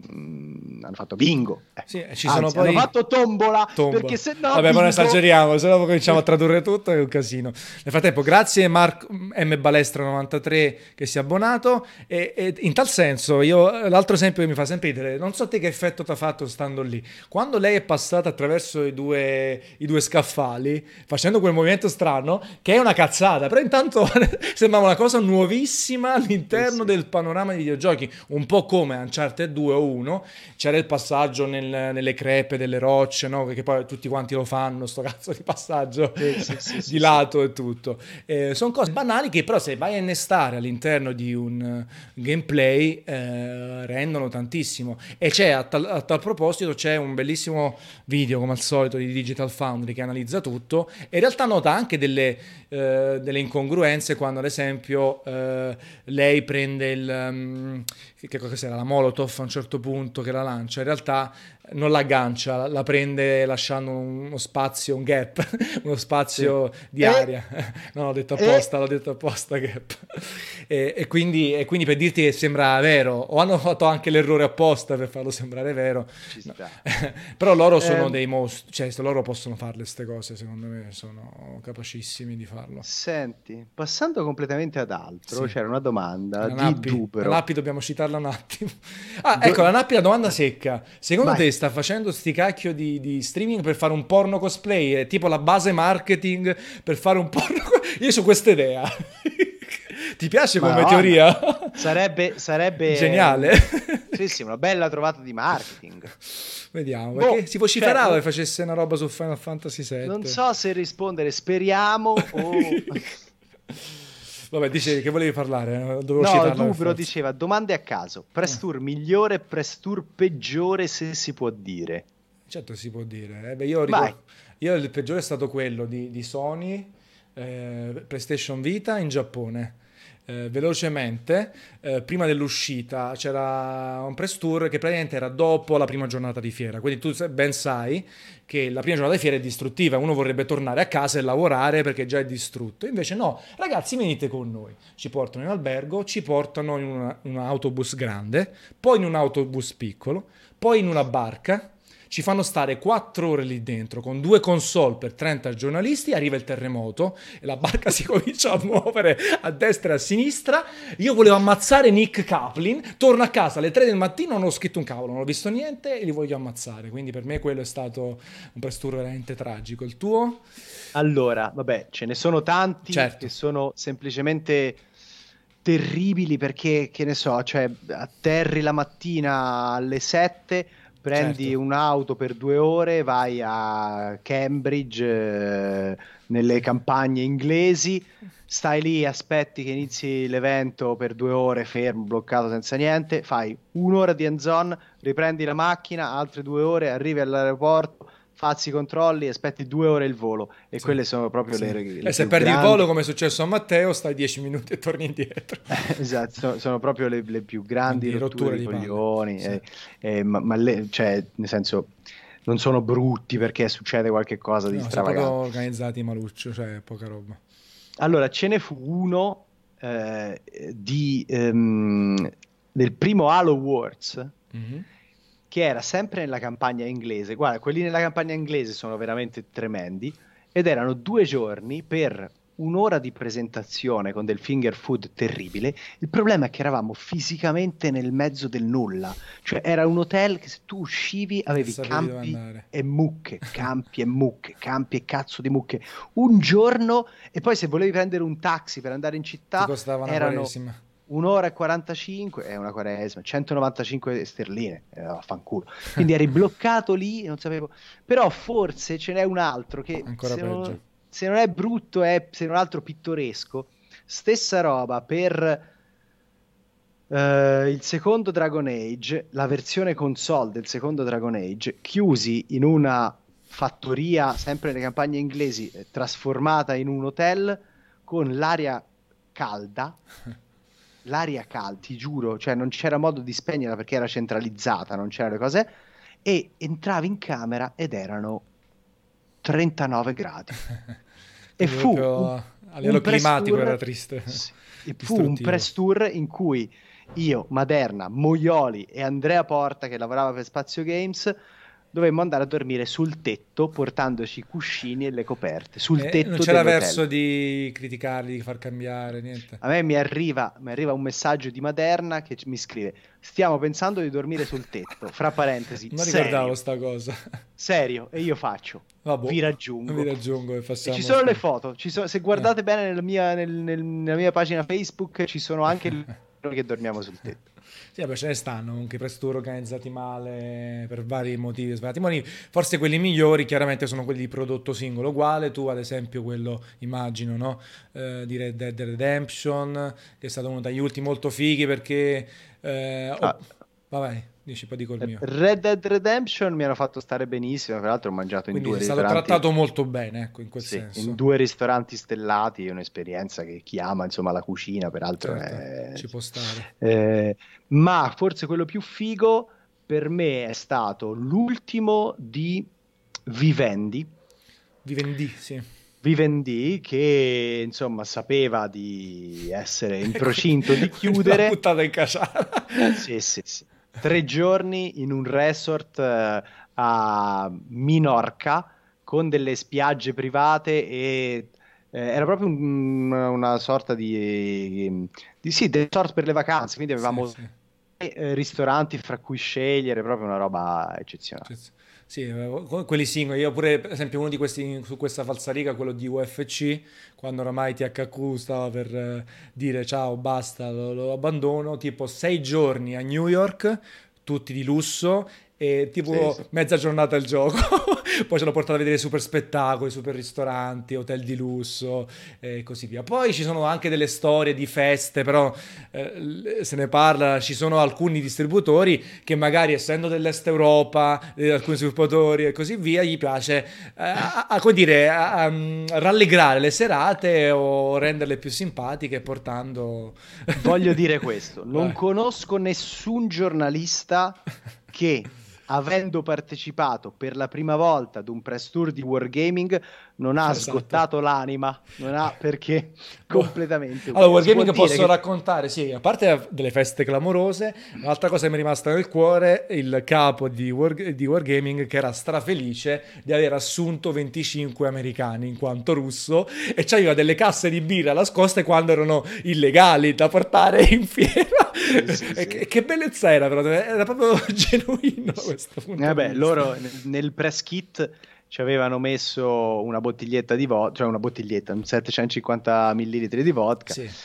bingo. Sì, ci sono Anzi, poi hanno fatto tombola. Perché se no vabbè, bingo... ma non esageriamo, se no cominciamo a tradurre tutto è un casino. Nel frattempo grazie Mark M Balestra 93 che si è abbonato e in tal senso io l'altro esempio che mi fa sempre ridere, non so te che effetto ti ha fatto stando lì quando lei è passata attraverso i due scaffali facendo quel movimento strano che è una cazzata, però intanto sembrava una cosa nuovissima all'interno del panorama dei videogiochi, un po' come Uncharted 2 o 1 c'era il passaggio nelle crepe delle rocce, no? Perché poi tutti quanti lo fanno sto cazzo di passaggio di lato e tutto, sono cose banali che però se vai a innestare all'interno di un gameplay rendono tantissimo e c'è a tal proposito c'è un bellissimo video come al solito di Digital Foundry che analizza tutto e in realtà nota anche delle incongruenze quando ad esempio lei prende che cosa era la Molotov a un certo punto che la lancia l'aggancia. In realtà non l'aggancia, la prende lasciando uno spazio, un gap, uno spazio di aria. No, l'ho detto apposta gap. E quindi per dirti che sembra vero, o hanno fatto anche l'errore apposta per farlo sembrare vero. Ci sta. Però loro sono dei mostri, cioè se loro possono farle queste cose, secondo me sono capacissimi di farlo. Senti, passando completamente ad altro, Sì. c'era una domanda La di Nappi, Dubero. la Nappi dobbiamo citarla un attimo. Ecco, la Nappi, la domanda secca. Secondo Vai. te sta facendo sti cacchio di streaming per fare un porno cosplay? È tipo la base marketing per fare un porno? Io ho questa idea. Ti piace come Madonna, teoria? sarebbe Geniale. sì, una bella trovata di marketing. Vediamo, Boh, perché si vociferava cioè, che facesse una roba su Final Fantasy VII. Non so se rispondere, speriamo o... Vabbè, dicevi che volevi parlare, dovevo No, citarla per Dubro forza. diceva, domande a caso, press tour migliore, press tour peggiore, se si può dire. Certo si può dire. Beh, io Vai. il peggiore è stato quello di Sony, PlayStation Vita in Giappone. Velocemente, prima dell'uscita c'era un press tour che praticamente era dopo la prima giornata di fiera, quindi tu ben sai che la prima giornata di fiera è distruttiva, uno vorrebbe tornare a casa e lavorare perché già è distrutto, invece no, ragazzi venite con noi, ci portano in albergo, ci portano in un autobus grande, poi in un autobus piccolo, poi in una barca, ci fanno stare 4 ore lì dentro con 2 console per 30 giornalisti, arriva il terremoto e la barca si comincia a muovere a destra e a sinistra. Io volevo ammazzare Nick Kaplan, torno a casa alle 3 del mattino, non ho scritto un cavolo, non ho visto niente e li voglio ammazzare. Quindi per me quello è stato un press tour veramente tragico. Il tuo? Allora, vabbè, ce ne sono tanti Certo. che sono semplicemente terribili perché, che ne so, cioè atterri la mattina alle 7, prendi Certo. un'auto per 2 ore, vai a Cambridge, nelle campagne inglesi, stai lì, aspetti che inizi l'evento per 2 ore, fermo, bloccato senza niente, fai 1 ora di hands-on, riprendi la macchina, altre 2 ore, arrivi all'aeroporto, fazzi i controlli, aspetti 2 ore il volo, e Sì. quelle sono proprio Sì. le E se più perdi il grandi. volo, come è successo a Matteo, stai 10 minuti e torni indietro. Esatto, sono proprio le più grandi Di rotture rottura di di palle. coglioni, Sì. cioè, nel senso, non sono brutti perché succede qualche cosa di No, sono proprio stravagante. organizzati maluccio, cioè poca roba. Allora, ce ne fu uno del primo Halo Wars, Mhm. che era sempre nella campagna inglese. Guarda, quelli nella campagna inglese sono veramente tremendi, ed erano 2 giorni per 1 ora di presentazione con del finger food terribile. Il problema è che eravamo fisicamente nel mezzo del nulla, cioè era un hotel che se tu uscivi avevi sapevi dove campi andare. e mucche, campi e mucche, campi e cazzo di mucche. Un giorno, e poi se volevi prendere un taxi per andare in Ti città costava una erano quaresima. 1 ora e 45, è una quaresima, 195 sterline, vaffanculo. Quindi eri bloccato lì, non sapevo. Però forse ce n'è un altro che, Ancora peggio. se non è brutto, è se non altro pittoresco. Stessa roba per il secondo Dragon Age, la versione console del secondo Dragon Age, chiusi in una fattoria, sempre nelle campagne inglesi, trasformata in un hotel con l'aria calda, ti giuro, cioè non c'era modo di spegnerla perché era centralizzata, non c'erano le cose, e entravi in camera ed erano 39 gradi. E Quindi fu proprio a livello press climatico tour, era triste. sì, e fu un Distruttivo. press tour in cui io, Maderna, Moioli e Andrea Porta, che lavorava per Spazio Games, dovemmo andare a dormire sul tetto portandoci i cuscini e le coperte sul tetto Non c'era dell'hotel. verso di criticarli, di far cambiare, niente. A me mi arriva un messaggio di Maderna che mi scrive: stiamo pensando di dormire sul tetto, fra parentesi, Non ricordavo serio, sta cosa. serio, e io faccio, Vabbè, vi raggiungo. vi raggiungo e E facciamo ci sono le sta- foto, se guardate bene nella mia pagina Facebook ci sono anche noi che dormiamo sul tetto. Sì, vabbè, ce ne stanno anche press tour organizzati male per vari motivi, svariati motivi. Forse quelli migliori chiaramente sono quelli di prodotto singolo uguale. Tu ad esempio quello, immagino, no? Di Red Dead Redemption, che è stato uno degli ultimi molto fighi perché... vabbè, dici, poi dico il mio. Red Dead Redemption mi hanno fatto stare benissimo, tra l'altro ho mangiato in Quindi due è stato ristoranti. trattato molto bene, ecco, in quel Sì, senso. in 2 ristoranti stellati, un'esperienza che chi ama, insomma, la cucina, peraltro Certo, ci può stare. ma forse quello più figo per me è stato l'ultimo di Vivendi. Sì. Vivendi, che insomma sapeva di essere in procinto di chiudere. Buttata in caciara. Sì, sì, sì. 3 giorni in un resort a Minorca con delle spiagge private e era proprio una sorta sì, del resort per le vacanze, quindi avevamo Sì, sì. ristoranti fra cui scegliere, proprio una roba eccezionale. Sì, quelli singoli. Io pure, per esempio, uno di questi su questa falsariga, quello di UFC, quando oramai THQ stava per dire ciao, basta, lo abbandono, tipo 6 giorni a New York, tutti di lusso, e Sì, tipo sì. mezza giornata il gioco. Poi ce l'ho portato a vedere super spettacoli, super ristoranti, hotel di lusso e così via. Poi ci sono anche delle storie di feste, però se ne parla, ci sono alcuni distributori che magari essendo dell'Est Europa, alcuni sviluppatori e così via, gli piace come dire, rallegrare le serate o renderle più simpatiche portando... Voglio dire questo, non Vai. conosco nessun giornalista che, avendo partecipato per la prima volta ad un press tour di Wargaming, non ha Esatto. sgottato l'anima, non ha, perché Boh. completamente Allora, uguale. Si può Wargaming dire posso che raccontare, sì, a parte delle feste clamorose, un'altra cosa che mi è rimasta nel cuore, il capo di Wargaming che era strafelice di aver assunto 25 americani in quanto russo e c'aveva delle casse di birra nascoste quando erano illegali da portare in fiera. sì, E sì. che bellezza era, però, era proprio genuino questo punto di Vabbè, vista. loro nel press kit ci avevano messo una bottiglietta di vodka, cioè una bottiglietta, un 750 millilitri di vodka, Sì.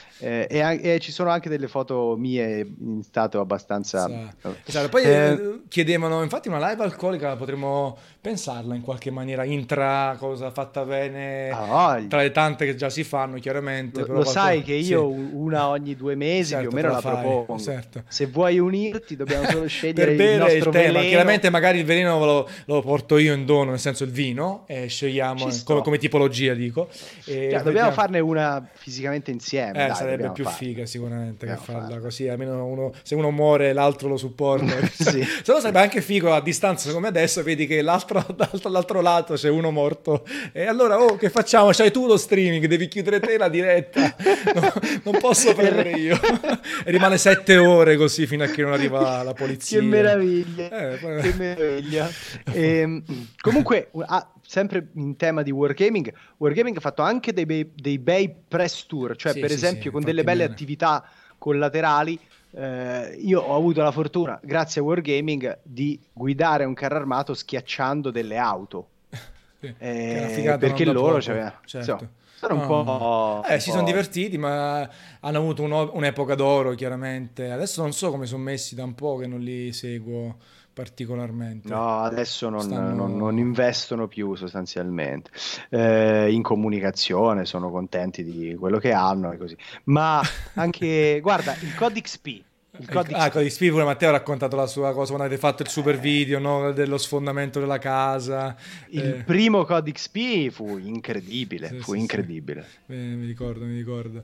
e ci sono anche delle foto mie in stato abbastanza... Esatto. Poi eh, chiedevano, infatti una live alcolica potremmo pensarla in qualche maniera, intra, cosa fatta bene, ah, voglia. tra le tante che già si fanno chiaramente, però Lo sai qualcosa... che Sì, io una ogni 2 mesi più o certo, te meno la la fai, propongo. certo. Se vuoi unirti, dobbiamo solo scegliere Per il bere il nostro tema, veleno. chiaramente magari il veleno lo porto io in dono, nel senso il vino, e Ci scegliamo come, sto. come tipologia, dico, e Cioè, dobbiamo vediamo. farne una fisicamente insieme, dai, Sarebbe dobbiamo più farla. figa sicuramente che Dobbiamo farla farla. così, almeno se uno muore l'altro lo supporta. Sì. Se no sarebbe anche figo a distanza come adesso, vedi che dall'altro lato c'è uno morto e allora che facciamo? C'hai tu lo streaming, devi chiudere te la diretta, no, non posso prendere io. E rimane 7 ore così fino a che non arriva la polizia. Che meraviglia, Poi- che meraviglia. Comunque, sempre in tema di Wargaming, Wargaming ha fatto anche dei bei press tour, cioè Sì, per sì, sì, esempio con delle infatti belle bene. attività collaterali. Io ho avuto la fortuna, grazie a Wargaming, di guidare un carro armato schiacciando delle auto. Sì, che è una figata non Perché da loro poco, insomma, certo. sono un po', Si sono divertiti, ma hanno avuto un'epoca d'oro, chiaramente. Adesso non so come sono messi da un po' che non li seguo particolarmente. No, adesso non Stanno... investono più sostanzialmente. In comunicazione sono contenti di quello che hanno e così. Ma anche, guarda, il Codex P. Il Codex Con P. gli Speed pure Matteo ha raccontato la sua cosa quando avete fatto il super eh, video, no? Dello sfondamento della casa. il primo Codex P fu incredibile, Sì, fu sì, sì. incredibile. Mi ricordo, mi ricordo.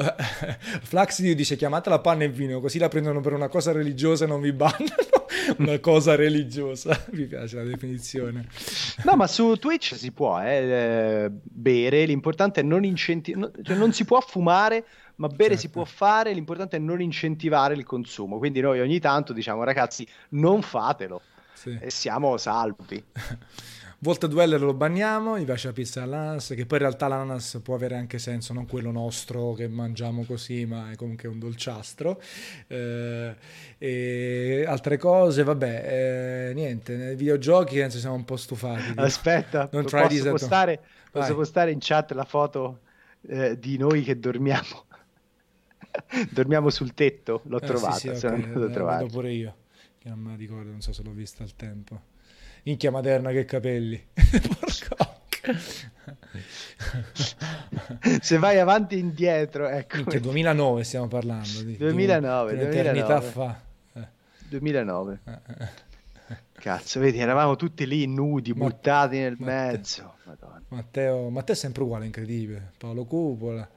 Flaxidio dice chiamatela panna e vino, così la prendono per una cosa religiosa e non vi bannano. Una cosa religiosa, mi piace la definizione. No, ma su Twitch si può bere, l'importante è non incentivare, cioè non si può fumare, ma bere si può Certo, fare, l'importante è non incentivare il consumo. Quindi noi ogni tanto diciamo, ragazzi, non fatelo sì. e siamo salvi. Volt Dweller lo banniamo, gli piace la pizza all'ananas, che poi in realtà l'ananas può avere anche senso, non quello nostro che mangiamo così, ma è comunque un dolciastro. E altre cose, vabbè, niente, nei videogiochi penso siamo un po' stufati. Aspetta, Non try this at home. posso Vai. postare in chat la foto di noi che dormiamo. Dormiamo sul tetto, l'ho Sì, sì, trovata, ok, sono andato a la vedo trovarla. pure io, che non me la ricordo, non so se l'ho vista al tempo. Minchia Materna, che capelli. Porca. Se vai avanti e indietro, ecco. Minchia, 2009 stiamo parlando, di 2009, un'eternità 2009. fa. 2009. Eh, eh. Cazzo, vedi, eravamo tutti lì nudi, Ma- buttati nel Matte- mezzo. Madonna. Matteo è sempre uguale, incredibile. Paolo Cupola,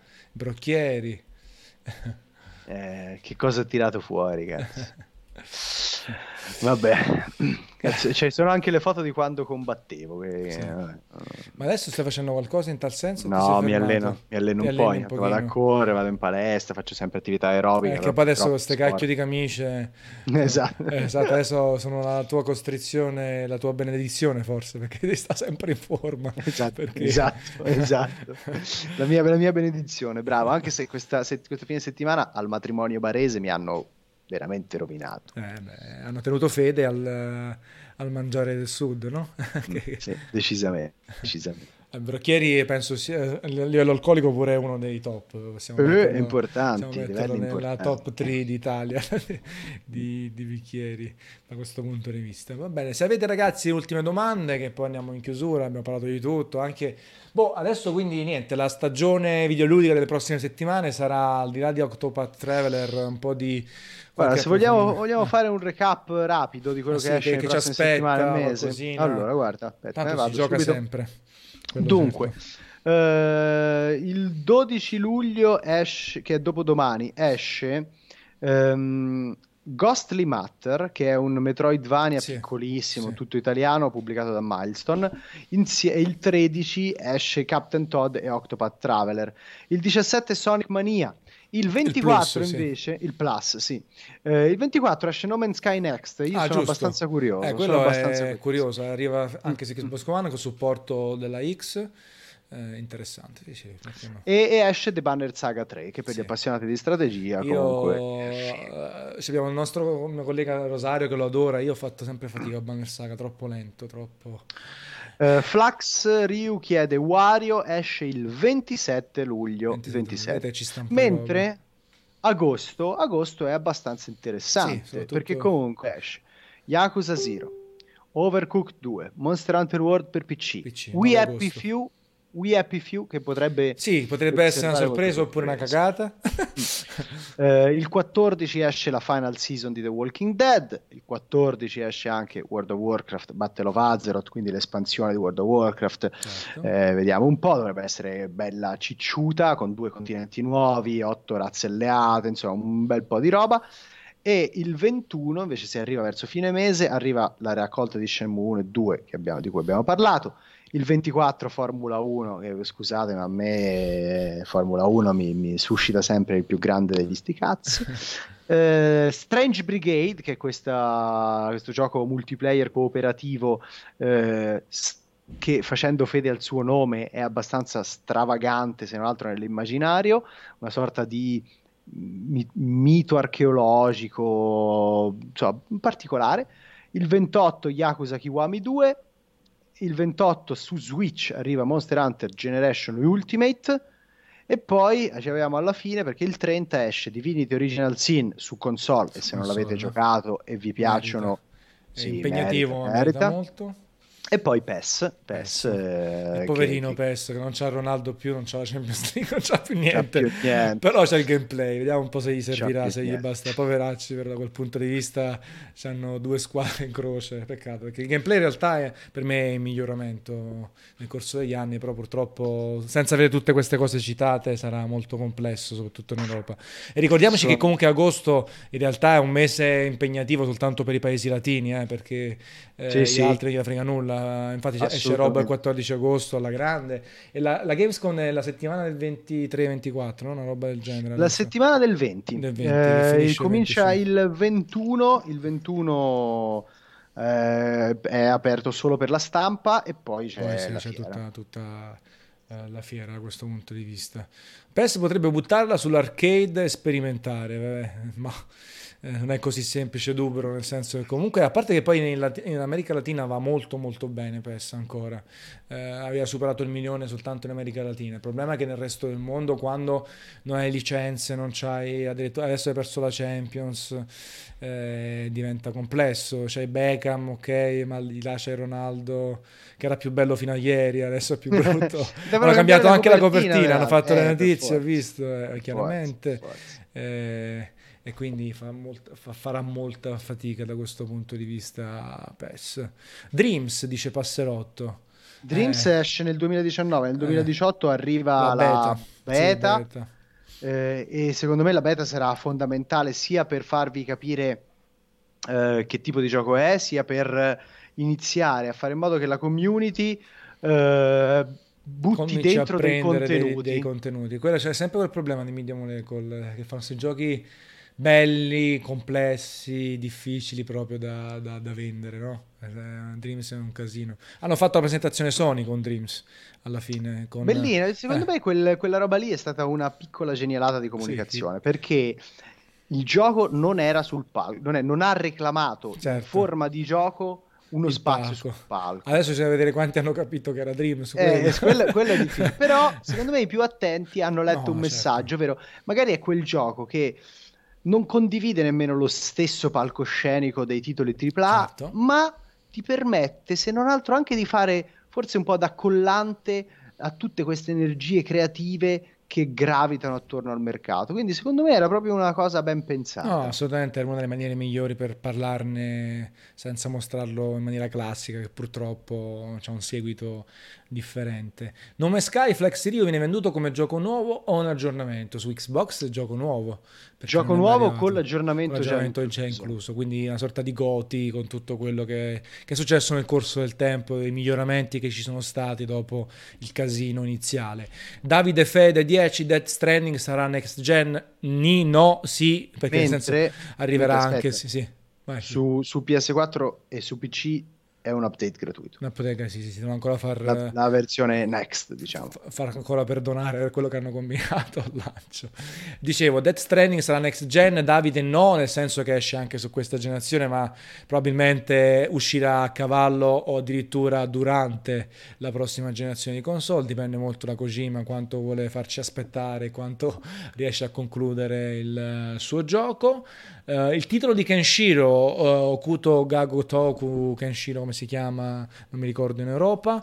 Brocchieri. Che cosa ho tirato fuori, cazzo. Vabbè, ci sono anche le foto di quando combattevo. Sì. Ma adesso stai facendo qualcosa in tal senso? O ti sei No, mi fermato? alleno Ti un po', alleni un vado a pochino? correre, vado in palestra, faccio sempre attività aerobica, Che però poi adesso purtroppo queste cacchio di camicie Esatto. esatto, adesso sono la tua costrizione, la tua benedizione forse, perché devi stare sempre in forma. Esatto, Perché... esatto, esatto. La mia benedizione, bravo. Anche se questo fine settimana al matrimonio barese mi hanno veramente rovinato. beh, hanno tenuto fede al mangiare del sud, no? Che- Sì, decisamente, decisamente. Brocchieri penso sia a livello alcolico pure uno dei top, possiamo Importanti, metterlo livelli nella top importanti. 3 d'Italia di bicchieri da questo punto di vista. Va bene, se avete ragazzi ultime domande, che poi andiamo in chiusura, abbiamo parlato di tutto, anche... Boh, adesso quindi niente, la stagione videoludica delle prossime settimane sarà, al di là di Octopath Traveler, un po' di Guarda, qualche se vogliamo, approfondimento. vogliamo fare un recap rapido di Ah quello che sì, esce nei che ci prossime settimane e aspetta mese, qualcosina. allora guarda, aspetta, Tanto si vado gioca subito. sempre, quello Dunque, certo. il 12 luglio esce, che è dopodomani, esce Ghostly Matter, che è un Metroidvania Sì, piccolissimo, sì. tutto italiano, pubblicato da Milestone. E il 13 esce Captain Todd e Octopath Traveler. Il 17 Sonic Mania. Il Il plus, 24 sì. invece, il Plus, sì. Il 24 esce No Man's Sky Next. Io Ah, sono giusto. abbastanza curioso. Sono Quello abbastanza è curioso. curioso, arriva Mm, anche su mm. Xbox One con supporto della X. Interessante, sì, sì, perché no? E esce The Banner Saga 3, che per gli Sì. appassionati di strategia comunque. Io, se abbiamo il nostro mio collega Rosario che lo adora, io ho fatto sempre fatica a Banner Saga, troppo lento, troppo... Flux Ryu chiede Wario esce il 27 luglio, 27, 27. vedete, ci sta un po' di roba. Mentre agosto è abbastanza Sì, interessante perché soprattutto comunque esce Yakuza 0, Overcooked 2, Monster Hunter World per PC, PC, 9 agosto. We Happy Few che Sì, potrebbe essere una sembrare molto sorpresa oppure una sorpreso. cagata. Mm. Il 14 esce la final season di The Walking Dead, il 14 esce anche World of Warcraft Battle of Azeroth, quindi l'espansione di World of Warcraft. Certo. Vediamo un po', dovrebbe essere bella cicciuta, con 2 continenti nuovi, 8 razze alleate, insomma un bel po' di roba. E il 21 invece, se arriva verso fine mese, arriva la raccolta di Shenmue 1 e 2 di cui abbiamo parlato. Il 24 Formula 1, che scusate, ma a me Formula 1 mi suscita sempre il più grande degli sticazzi. Strange Brigade, che è questo gioco multiplayer cooperativo che, facendo fede al suo nome, è abbastanza stravagante, se non altro nell'immaginario, una sorta di mito archeologico, insomma, particolare. Il 28 Yakuza Kiwami 2, il 28 su Switch arriva Monster Hunter Generation Ultimate, e poi ci avevamo alla fine perché il 30 esce Divinity Original Sin su console, e se non l'avete Console. giocato e vi Merita. piacciono, È sì, merita, impegnativo, ma merita merita. molto. E poi PES, PES. Il poverino che PES che non c'ha Ronaldo più, non c'ha la Champions League, non c'ha più c'ha niente. più niente, Però c'ha il gameplay, vediamo un po' se gli c'ha servirà, più se gli niente. basta. Poveracci, da quel punto di vista, hanno due squadre in croce, peccato, perché il gameplay in realtà è per me in miglioramento nel corso degli anni, però purtroppo senza avere tutte queste cose citate sarà molto complesso, soprattutto in Europa. E ricordiamoci che Sono- comunque agosto in realtà è un mese impegnativo soltanto per i paesi latini, perché Sì, gli sì, altri non gliene frega nulla. Infatti esce roba il assolutamente. 14 agosto alla grande. E la Gamescom è la settimana del 23-24, no? Una roba del genere La adesso. settimana del 20, Del 20, che finisce il comincia 25. il 21 è aperto solo per la stampa e poi Poi c'è sì, la c'è fiera. tutta la fiera da questo punto di vista. PES potrebbe buttarla sull'arcade e sperimentare, vabbè, ma non è così semplice Dubro, nel senso che comunque, a parte che poi in America Latina va molto molto bene PES ancora, aveva superato il milione soltanto in America Latina. Il problema è che nel resto del mondo, quando non hai licenze, non c'hai, addirittura adesso hai perso la Champions, diventa complesso. C'hai Beckham, ok, ma di là c'è Ronaldo che era più bello fino a ieri, adesso è più brutto. Hanno Devono cambiare cambiato la anche la copertina, copertina, hanno fatto le per notizie, ho forza, visto, per forza, per chiaramente. forza. E quindi farà molta fatica da questo punto di vista PES. Dreams, dice Passerotto. Dreams Eh, esce nel 2019, nel eh, 2018 la arriva beta, la sì, la beta, beta. e secondo me la beta sarà fondamentale sia per farvi capire che tipo di gioco è, sia per iniziare a fare in modo che la community butti Cominci a dentro dei prendere dei contenuti. contenuti. Quello c'è sempre quel problema di Media Molecule, che fanno questi giochi belli, complessi, difficili proprio da vendere, no? Dreams è un casino. Hanno fatto la presentazione Sony con Dreams alla fine, con... Bellina, secondo me quella roba lì è stata una piccola genialata di sì, comunicazione, perché il gioco non era sul palco, non ha reclamato in certo, forma di gioco uno il spazio sul palco. palco. Adesso c'è da vedere quanti hanno capito che era Dreams, quello. Quello è difficile, però secondo me i più attenti hanno letto un No, certo, messaggio, ovvero magari è quel gioco che non condivide nemmeno lo stesso palcoscenico dei titoli AAA, certo. ma ti permette, se non altro, anche di fare forse un po' da collante a tutte queste energie creative che gravitano attorno al mercato. Quindi secondo me era proprio una cosa ben No, pensata. assolutamente è una delle maniere migliori per parlarne senza mostrarlo in maniera classica, che purtroppo c'è un seguito differente. Nome Sky Flex Rio viene venduto come gioco nuovo o un aggiornamento? Su Xbox è gioco nuovo, perché non Gioco è mai nuovo con arrivato. Con l'aggiornamento già l'aggiornamento è già incluso. incluso, quindi una sorta di goti con tutto quello che è successo nel corso del tempo, i miglioramenti che ci sono stati dopo il casino iniziale. Davide Fede 10, Death Stranding sarà next gen? Ni, no, sì, perché nel senso Mentre, arriverà mentre anche, aspetta, sì, sì, vai, sì. su PS4 e su PC è un update gratuito. Una ipoteca, sì, sì, sì, devono ancora La versione next, diciamo. far ancora perdonare per quello che hanno combinato al lancio. Dicevo, Death Stranding sarà next gen, Davide no, nel senso che esce anche su questa generazione, ma probabilmente uscirà a cavallo o addirittura durante la prossima generazione di console, dipende molto da Kojima quanto vuole farci aspettare, quanto riesce a concludere il suo gioco. Il titolo di Kenshiro, Okuto Gago Toku Kenshiro, come si chiama, non mi ricordo in Europa,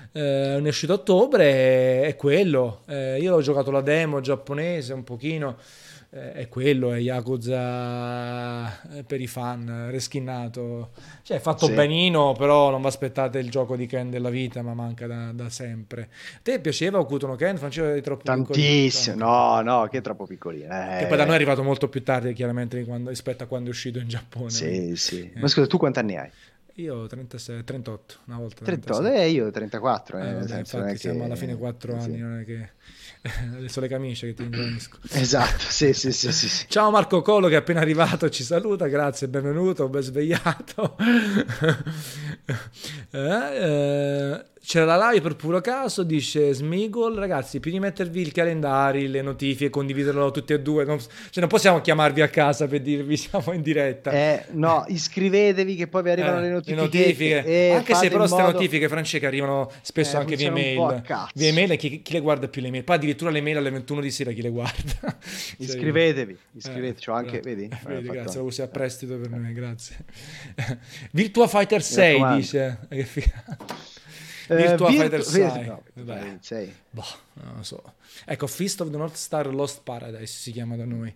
è uscito a ottobre, è quello. Io ho giocato la demo giapponese un pochino, è quello, è Yakuza per i fan, reskinnato. Cioè, è fatto Sì. benino, però non vi aspettate il gioco di Ken della vita, ma manca da sempre. A te piaceva Okuto no Ken? Faceva di troppo piccolino? Tantissimo. No, no, che è troppo piccolino. Che poi da noi è arrivato molto più tardi, chiaramente, rispetto a quando è uscito in Giappone. Quindi, Sì, sì. Ma eh. scusa, tu quanti anni hai? Io 36, 38, una volta 38, 37. e io 34, nel Vabbè, senso non è infatti siamo alla fine che... 4 anni, Sì. non è che adesso le camicie che ti ingiovanisco. Esatto, sì, sì, sì, sì, sì. Ciao Marco Collo che è appena arrivato, ci saluta, grazie, benvenuto, ben svegliato. C'era la live per puro caso, dice Smigol, ragazzi, più di mettervi il calendario, le notifiche, condividerlo tutti e due, non possiamo chiamarvi a casa per dirvi siamo in diretta. No, iscrivetevi che poi vi arrivano le Le notifichette notifiche, e anche se fate in però queste modo... notifiche, Francesca, arrivano spesso anche via funziona un po' a mail. Via cazzo. email chi le guarda più le mail? Poi addirittura le mail alle 21 di sera chi le guarda? Sei- Iscrivetevi, iscriveteci, anche, bravo. vedi? Ho Vedi, grazie, fatto... lo usi a prestito per noi, grazie. Virtua Fighter Mi 6 raccomando. dice. Che figata. Virtua Fighter 6. No, Vabbè. 6. Boh, non lo so. Ecco, Fist of the North Star Lost Paradise si chiama da noi.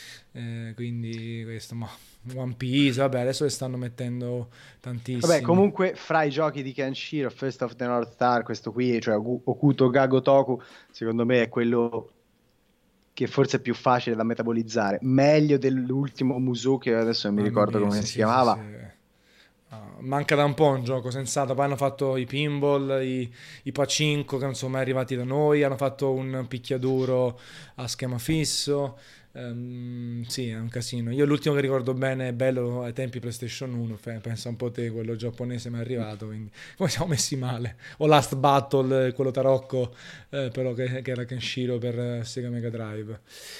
Quindi questo, ma One Piece, vabbè, adesso le stanno mettendo Vabbè, tantissimi. comunque fra i giochi di Kenshiro, First of the North Star, questo qui, cioè Okuto Gago Toku, secondo me è quello che forse è più facile da metabolizzare, meglio dell'ultimo Musou che adesso non mi Mamma ricordo mia, come sì, si sì, sì, sì. chiamava. No, manca da un po' un gioco sensato. Poi hanno fatto i pinball, i Pacinco che non sono mai arrivati da noi. Hanno fatto un picchiaduro a schema fisso. Sì, è un casino. Io l'ultimo che ricordo bene è bello ai tempi PlayStation 1. Pensa un po' te, quello giapponese mi è arrivato. Quindi come siamo messi male. O Last Battle, quello tarocco, però che era Kenshiro per Sega Mega Drive.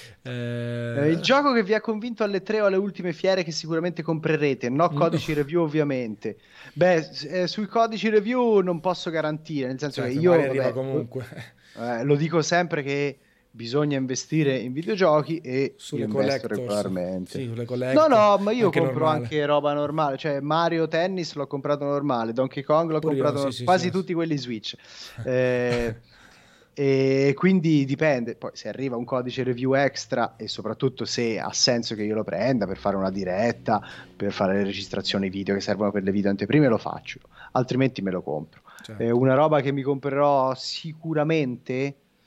Il gioco che vi ha convinto alle 3 o alle ultime fiere che sicuramente comprerete, no No, codici review ovviamente. Beh, sui codici review non posso garantire, nel senso che certo, io, magari arriva vabbè, comunque. lo dico sempre che bisogna investire in videogiochi e io Sulle investo collectors, regolarmente. sì, sulle No, collector, no, ma io anche compro normale. anche roba normale, cioè Mario Tennis l'ho comprato normale, Donkey Kong l'ho Pure io, comprato sì, sì, sì. quasi tutti quelli Switch. Eh, e quindi dipende, poi se arriva un codice review extra e soprattutto se ha senso che io lo prenda per fare una diretta, per fare le registrazioni video che servono per le video anteprime, lo faccio, altrimenti me lo compro. Certo. Una roba che mi comprerò sicuramente,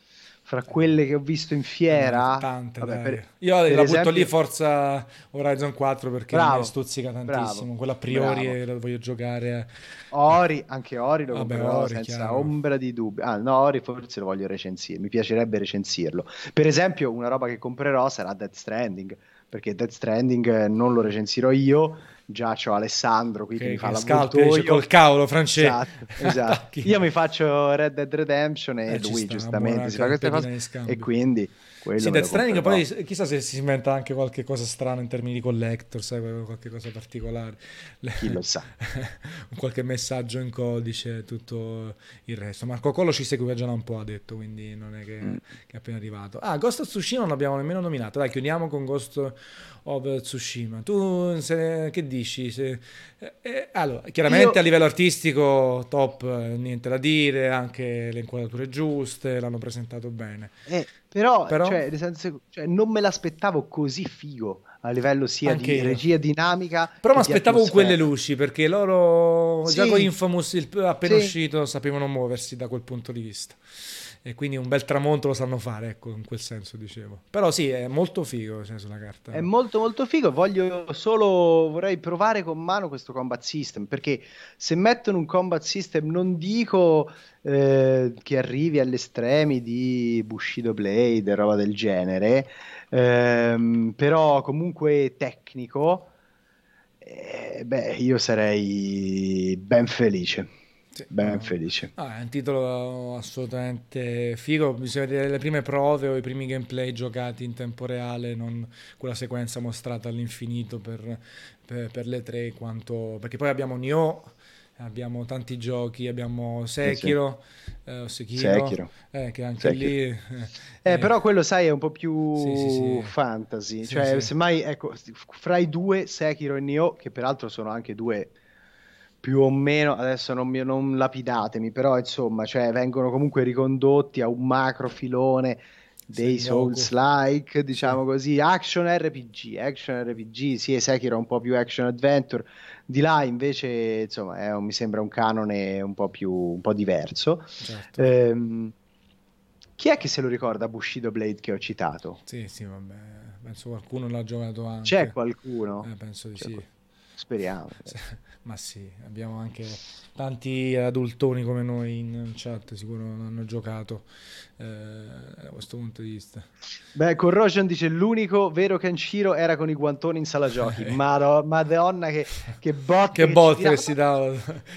fra quelle che ho visto in fiera, Tante, vabbè, dai. Io per la butto esempio, lì Forza Horizon 4 perché a me bravo, stuzzica bravo, tantissimo. Quella a priori bravo. la voglio giocare. Ori, anche Ori lo Vabbè, comprerò Ori, senza chiaro. ombra di dubbio. Ah, no, Ori forse lo voglio recensire, mi piacerebbe recensirlo. Per esempio, una roba che comprerò sarà Death Stranding, perché Death Stranding non lo recensirò io, già c'ho Alessandro qui che mi fa Che scalpi, dice, l'avvoltoio. col cavolo, Francesco. Esatto, esatto. Attacchi. Io mi faccio Red Dead Redemption e Ci lui sta, una buona giustamente si fa queste pedina cose di e scambio. quindi quello Sì, me Death lo Stranding comprerò. poi chissà se si inventa anche qualche cosa strana in termini di collector, sai, qualche cosa particolare. Chi lo sa. Qualche messaggio in codice, tutto il resto. Marco Collo ci segue già da un po', ha detto, quindi non è Mm. che è appena arrivato. Ah, Ghost of Tsushima non l'abbiamo nemmeno nominato. Dai, chiudiamo con Ghost of Tsushima. Tu che dici? Allora, Io chiaramente a livello artistico top, niente da dire, anche le inquadrature giuste, l'hanno presentato bene. però, Però cioè, nel senso, cioè, non me l'aspettavo così figo a livello sia anche di io. regia dinamica Però mi che di aspettavo con quelle atmosfera. luci, perché loro già con Sì, Infamous appena sì, uscito sapevano muoversi da quel punto di vista. E quindi un bel tramonto lo sanno fare, ecco, in quel senso dicevo. Però sì, è molto figo, cioè, sulla è carta. molto molto figo. Vorrei provare con mano questo combat system, perché se mettono un combat system, non dico che arrivi agli estremi di Bushido Blade e roba del genere, però comunque tecnico, beh, io sarei ben felice, Sì, ben no. felice. Ah, è un titolo assolutamente figo. Bisogna vedere le prime prove o i primi gameplay giocati in tempo reale, non quella sequenza mostrata all'infinito per le tre. Perché poi abbiamo Nioh, abbiamo tanti giochi, abbiamo Sì, sì. Sekiro, Sekiro, che anche Sekiro. lì. Eh, Però quello, sai, è un po' sì, sì, più sì, fantasy, sì, cioè, sì. semmai, ecco, fra i due, Sekiro e Nioh, che peraltro sono anche due più o meno, adesso non lapidatemi, però insomma, cioè, vengono comunque ricondotti a un macro filone dei Sengoku, Souls-like, sì. diciamo così, action RPG, sì, Sekiro è un po' più action adventure, di là invece, insomma, mi sembra un canone un po' diverso. Certo. Ehm, Chi è che se lo ricorda Bushido Blade che ho citato? Sì, sì, vabbè, penso qualcuno l'ha giocato C'è anche. qualcuno? Penso di C'è sì. qual- Speriamo. Ma sì, abbiamo anche tanti adultoni come noi in chat, sicuro non hanno giocato da questo punto di vista. Beh, Corrosion dice l'unico vero Kenshiro era con i guantoni in sala giochi. Madonna, che Che botte che ci botte che tirava. si dava.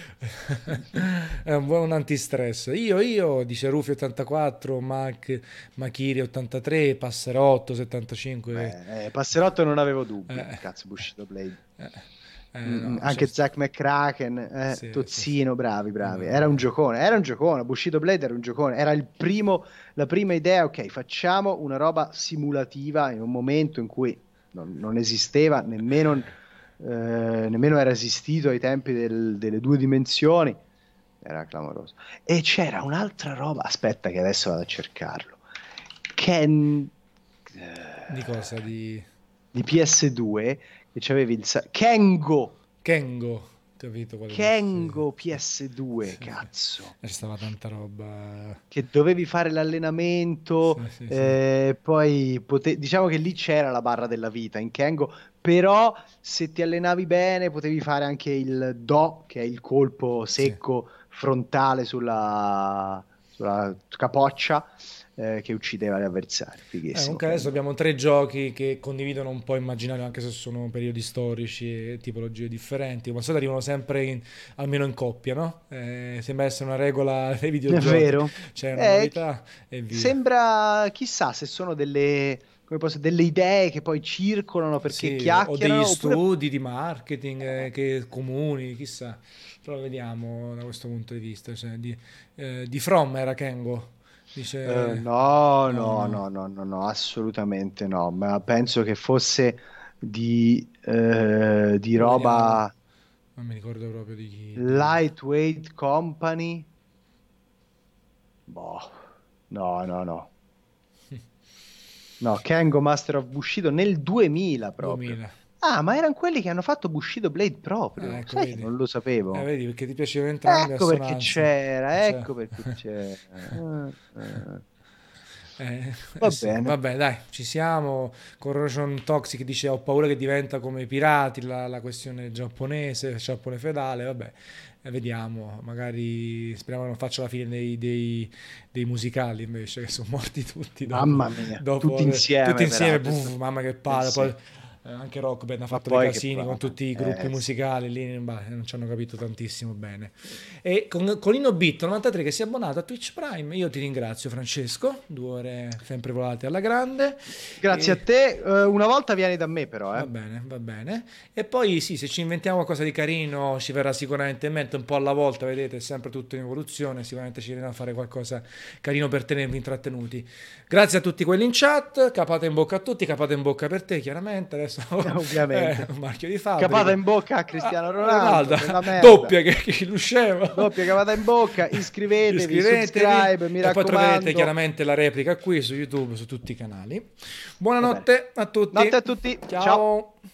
È un buon antistress. Dice Rufi 84, Makiri 83, Passerotto 75. Beh, Passerotto non avevo dubbi. Eh, Cazzo, Bushido Blade. eh, no, Anche Zack McCracken, sì, sì, sì. Tozzino, bravi, bravi. Vabbè, Era un giocone. Bushido Blade era un giocone. Era la prima idea, ok, facciamo una roba simulativa in un momento in cui non esisteva, nemmeno era esistito ai tempi delle due dimensioni. Era clamoroso. E c'era un'altra roba, aspetta che adesso vado a cercarlo. Ken di cosa? di PS2 che c'avevi Kengo. Kengo, capito quale dici? Kengo PS2, Sì, sì. cazzo, C'è stava tanta roba. che dovevi fare l'allenamento, Sì, sì, sì. poi diciamo che lì c'era la barra della vita in Kengo, però se ti allenavi bene potevi fare anche il Do, che è il colpo Sì. secco frontale sulla capoccia, che uccideva gli avversari. Fighissimo Comunque adesso Kengo. abbiamo tre giochi che condividono un po' immaginario, anche se sono periodi storici e tipologie differenti, ma solito arrivano sempre almeno in coppia, no? Sembra essere una regola dei È videogiochi. vero. C'è una novità e via. Sembra, chissà se sono delle idee che poi circolano perché Sì, o degli chiacchierano, oppure studi di marketing che comuni, chissà. Però vediamo da questo punto di vista. Cioè, di From era Kengo. Dice... no, No, no, no, no, no, no, no, assolutamente no, ma penso che fosse di lo vediamo. roba Non mi ricordo proprio di chi. Lightweight Company. Boh, no, no, no. No, Kengo Master of Bushido nel 2000 proprio. 2000. Ah, ma erano quelli che hanno fatto Bushido Blade proprio. Ecco, Sai che vedi. non lo sapevo. Vedi, perché ti piacevano entrambi le Ecco perché assonanze. c'era, Cioè, ecco perché c'era. Va Sì, bene. vabbè, dai, ci siamo. Corrosion Toxic dice: Ho paura che diventa come i pirati. La questione giapponese, Giappone feudale. Vabbè, vediamo. Magari speriamo che non faccia la fine dei musicali invece, che sono morti tutti Mamma mia, tutti tutti insieme insieme. peraltro. Mamma che palle. Sì. Poi anche Rock Band ha Ma fatto dei poi che casini con palle. tutti i gruppi Sì. musicali lì, bah, non ci hanno capito tantissimo bene. E con Inobit 93 che si è abbonato a Twitch Prime, io ti ringrazio Francesco, 2 ore sempre volate alla grande. Grazie a E te. Una volta vieni da me però, va bene, va bene. E poi sì, se ci inventiamo qualcosa di carino ci verrà sicuramente in mente un po' alla volta, vedete, è sempre tutto in evoluzione, sicuramente ci riusciremo a fare qualcosa carino per tenervi intrattenuti. Grazie a tutti quelli in chat, capata in bocca a tutti, capata in bocca per te chiaramente, adesso Ovviamente. un marchio di fabbrica. Capata in bocca a Cristiano Ronaldo, Ronaldo, nella merda. doppia che lo scemo. Doppia capata in bocca, iscrivetevi, subscribe, mi e raccomando. poi troverete chiaramente la replica qui su YouTube, su tutti i canali. Buonanotte a tutti. Notte a tutti. Ciao. Ciao.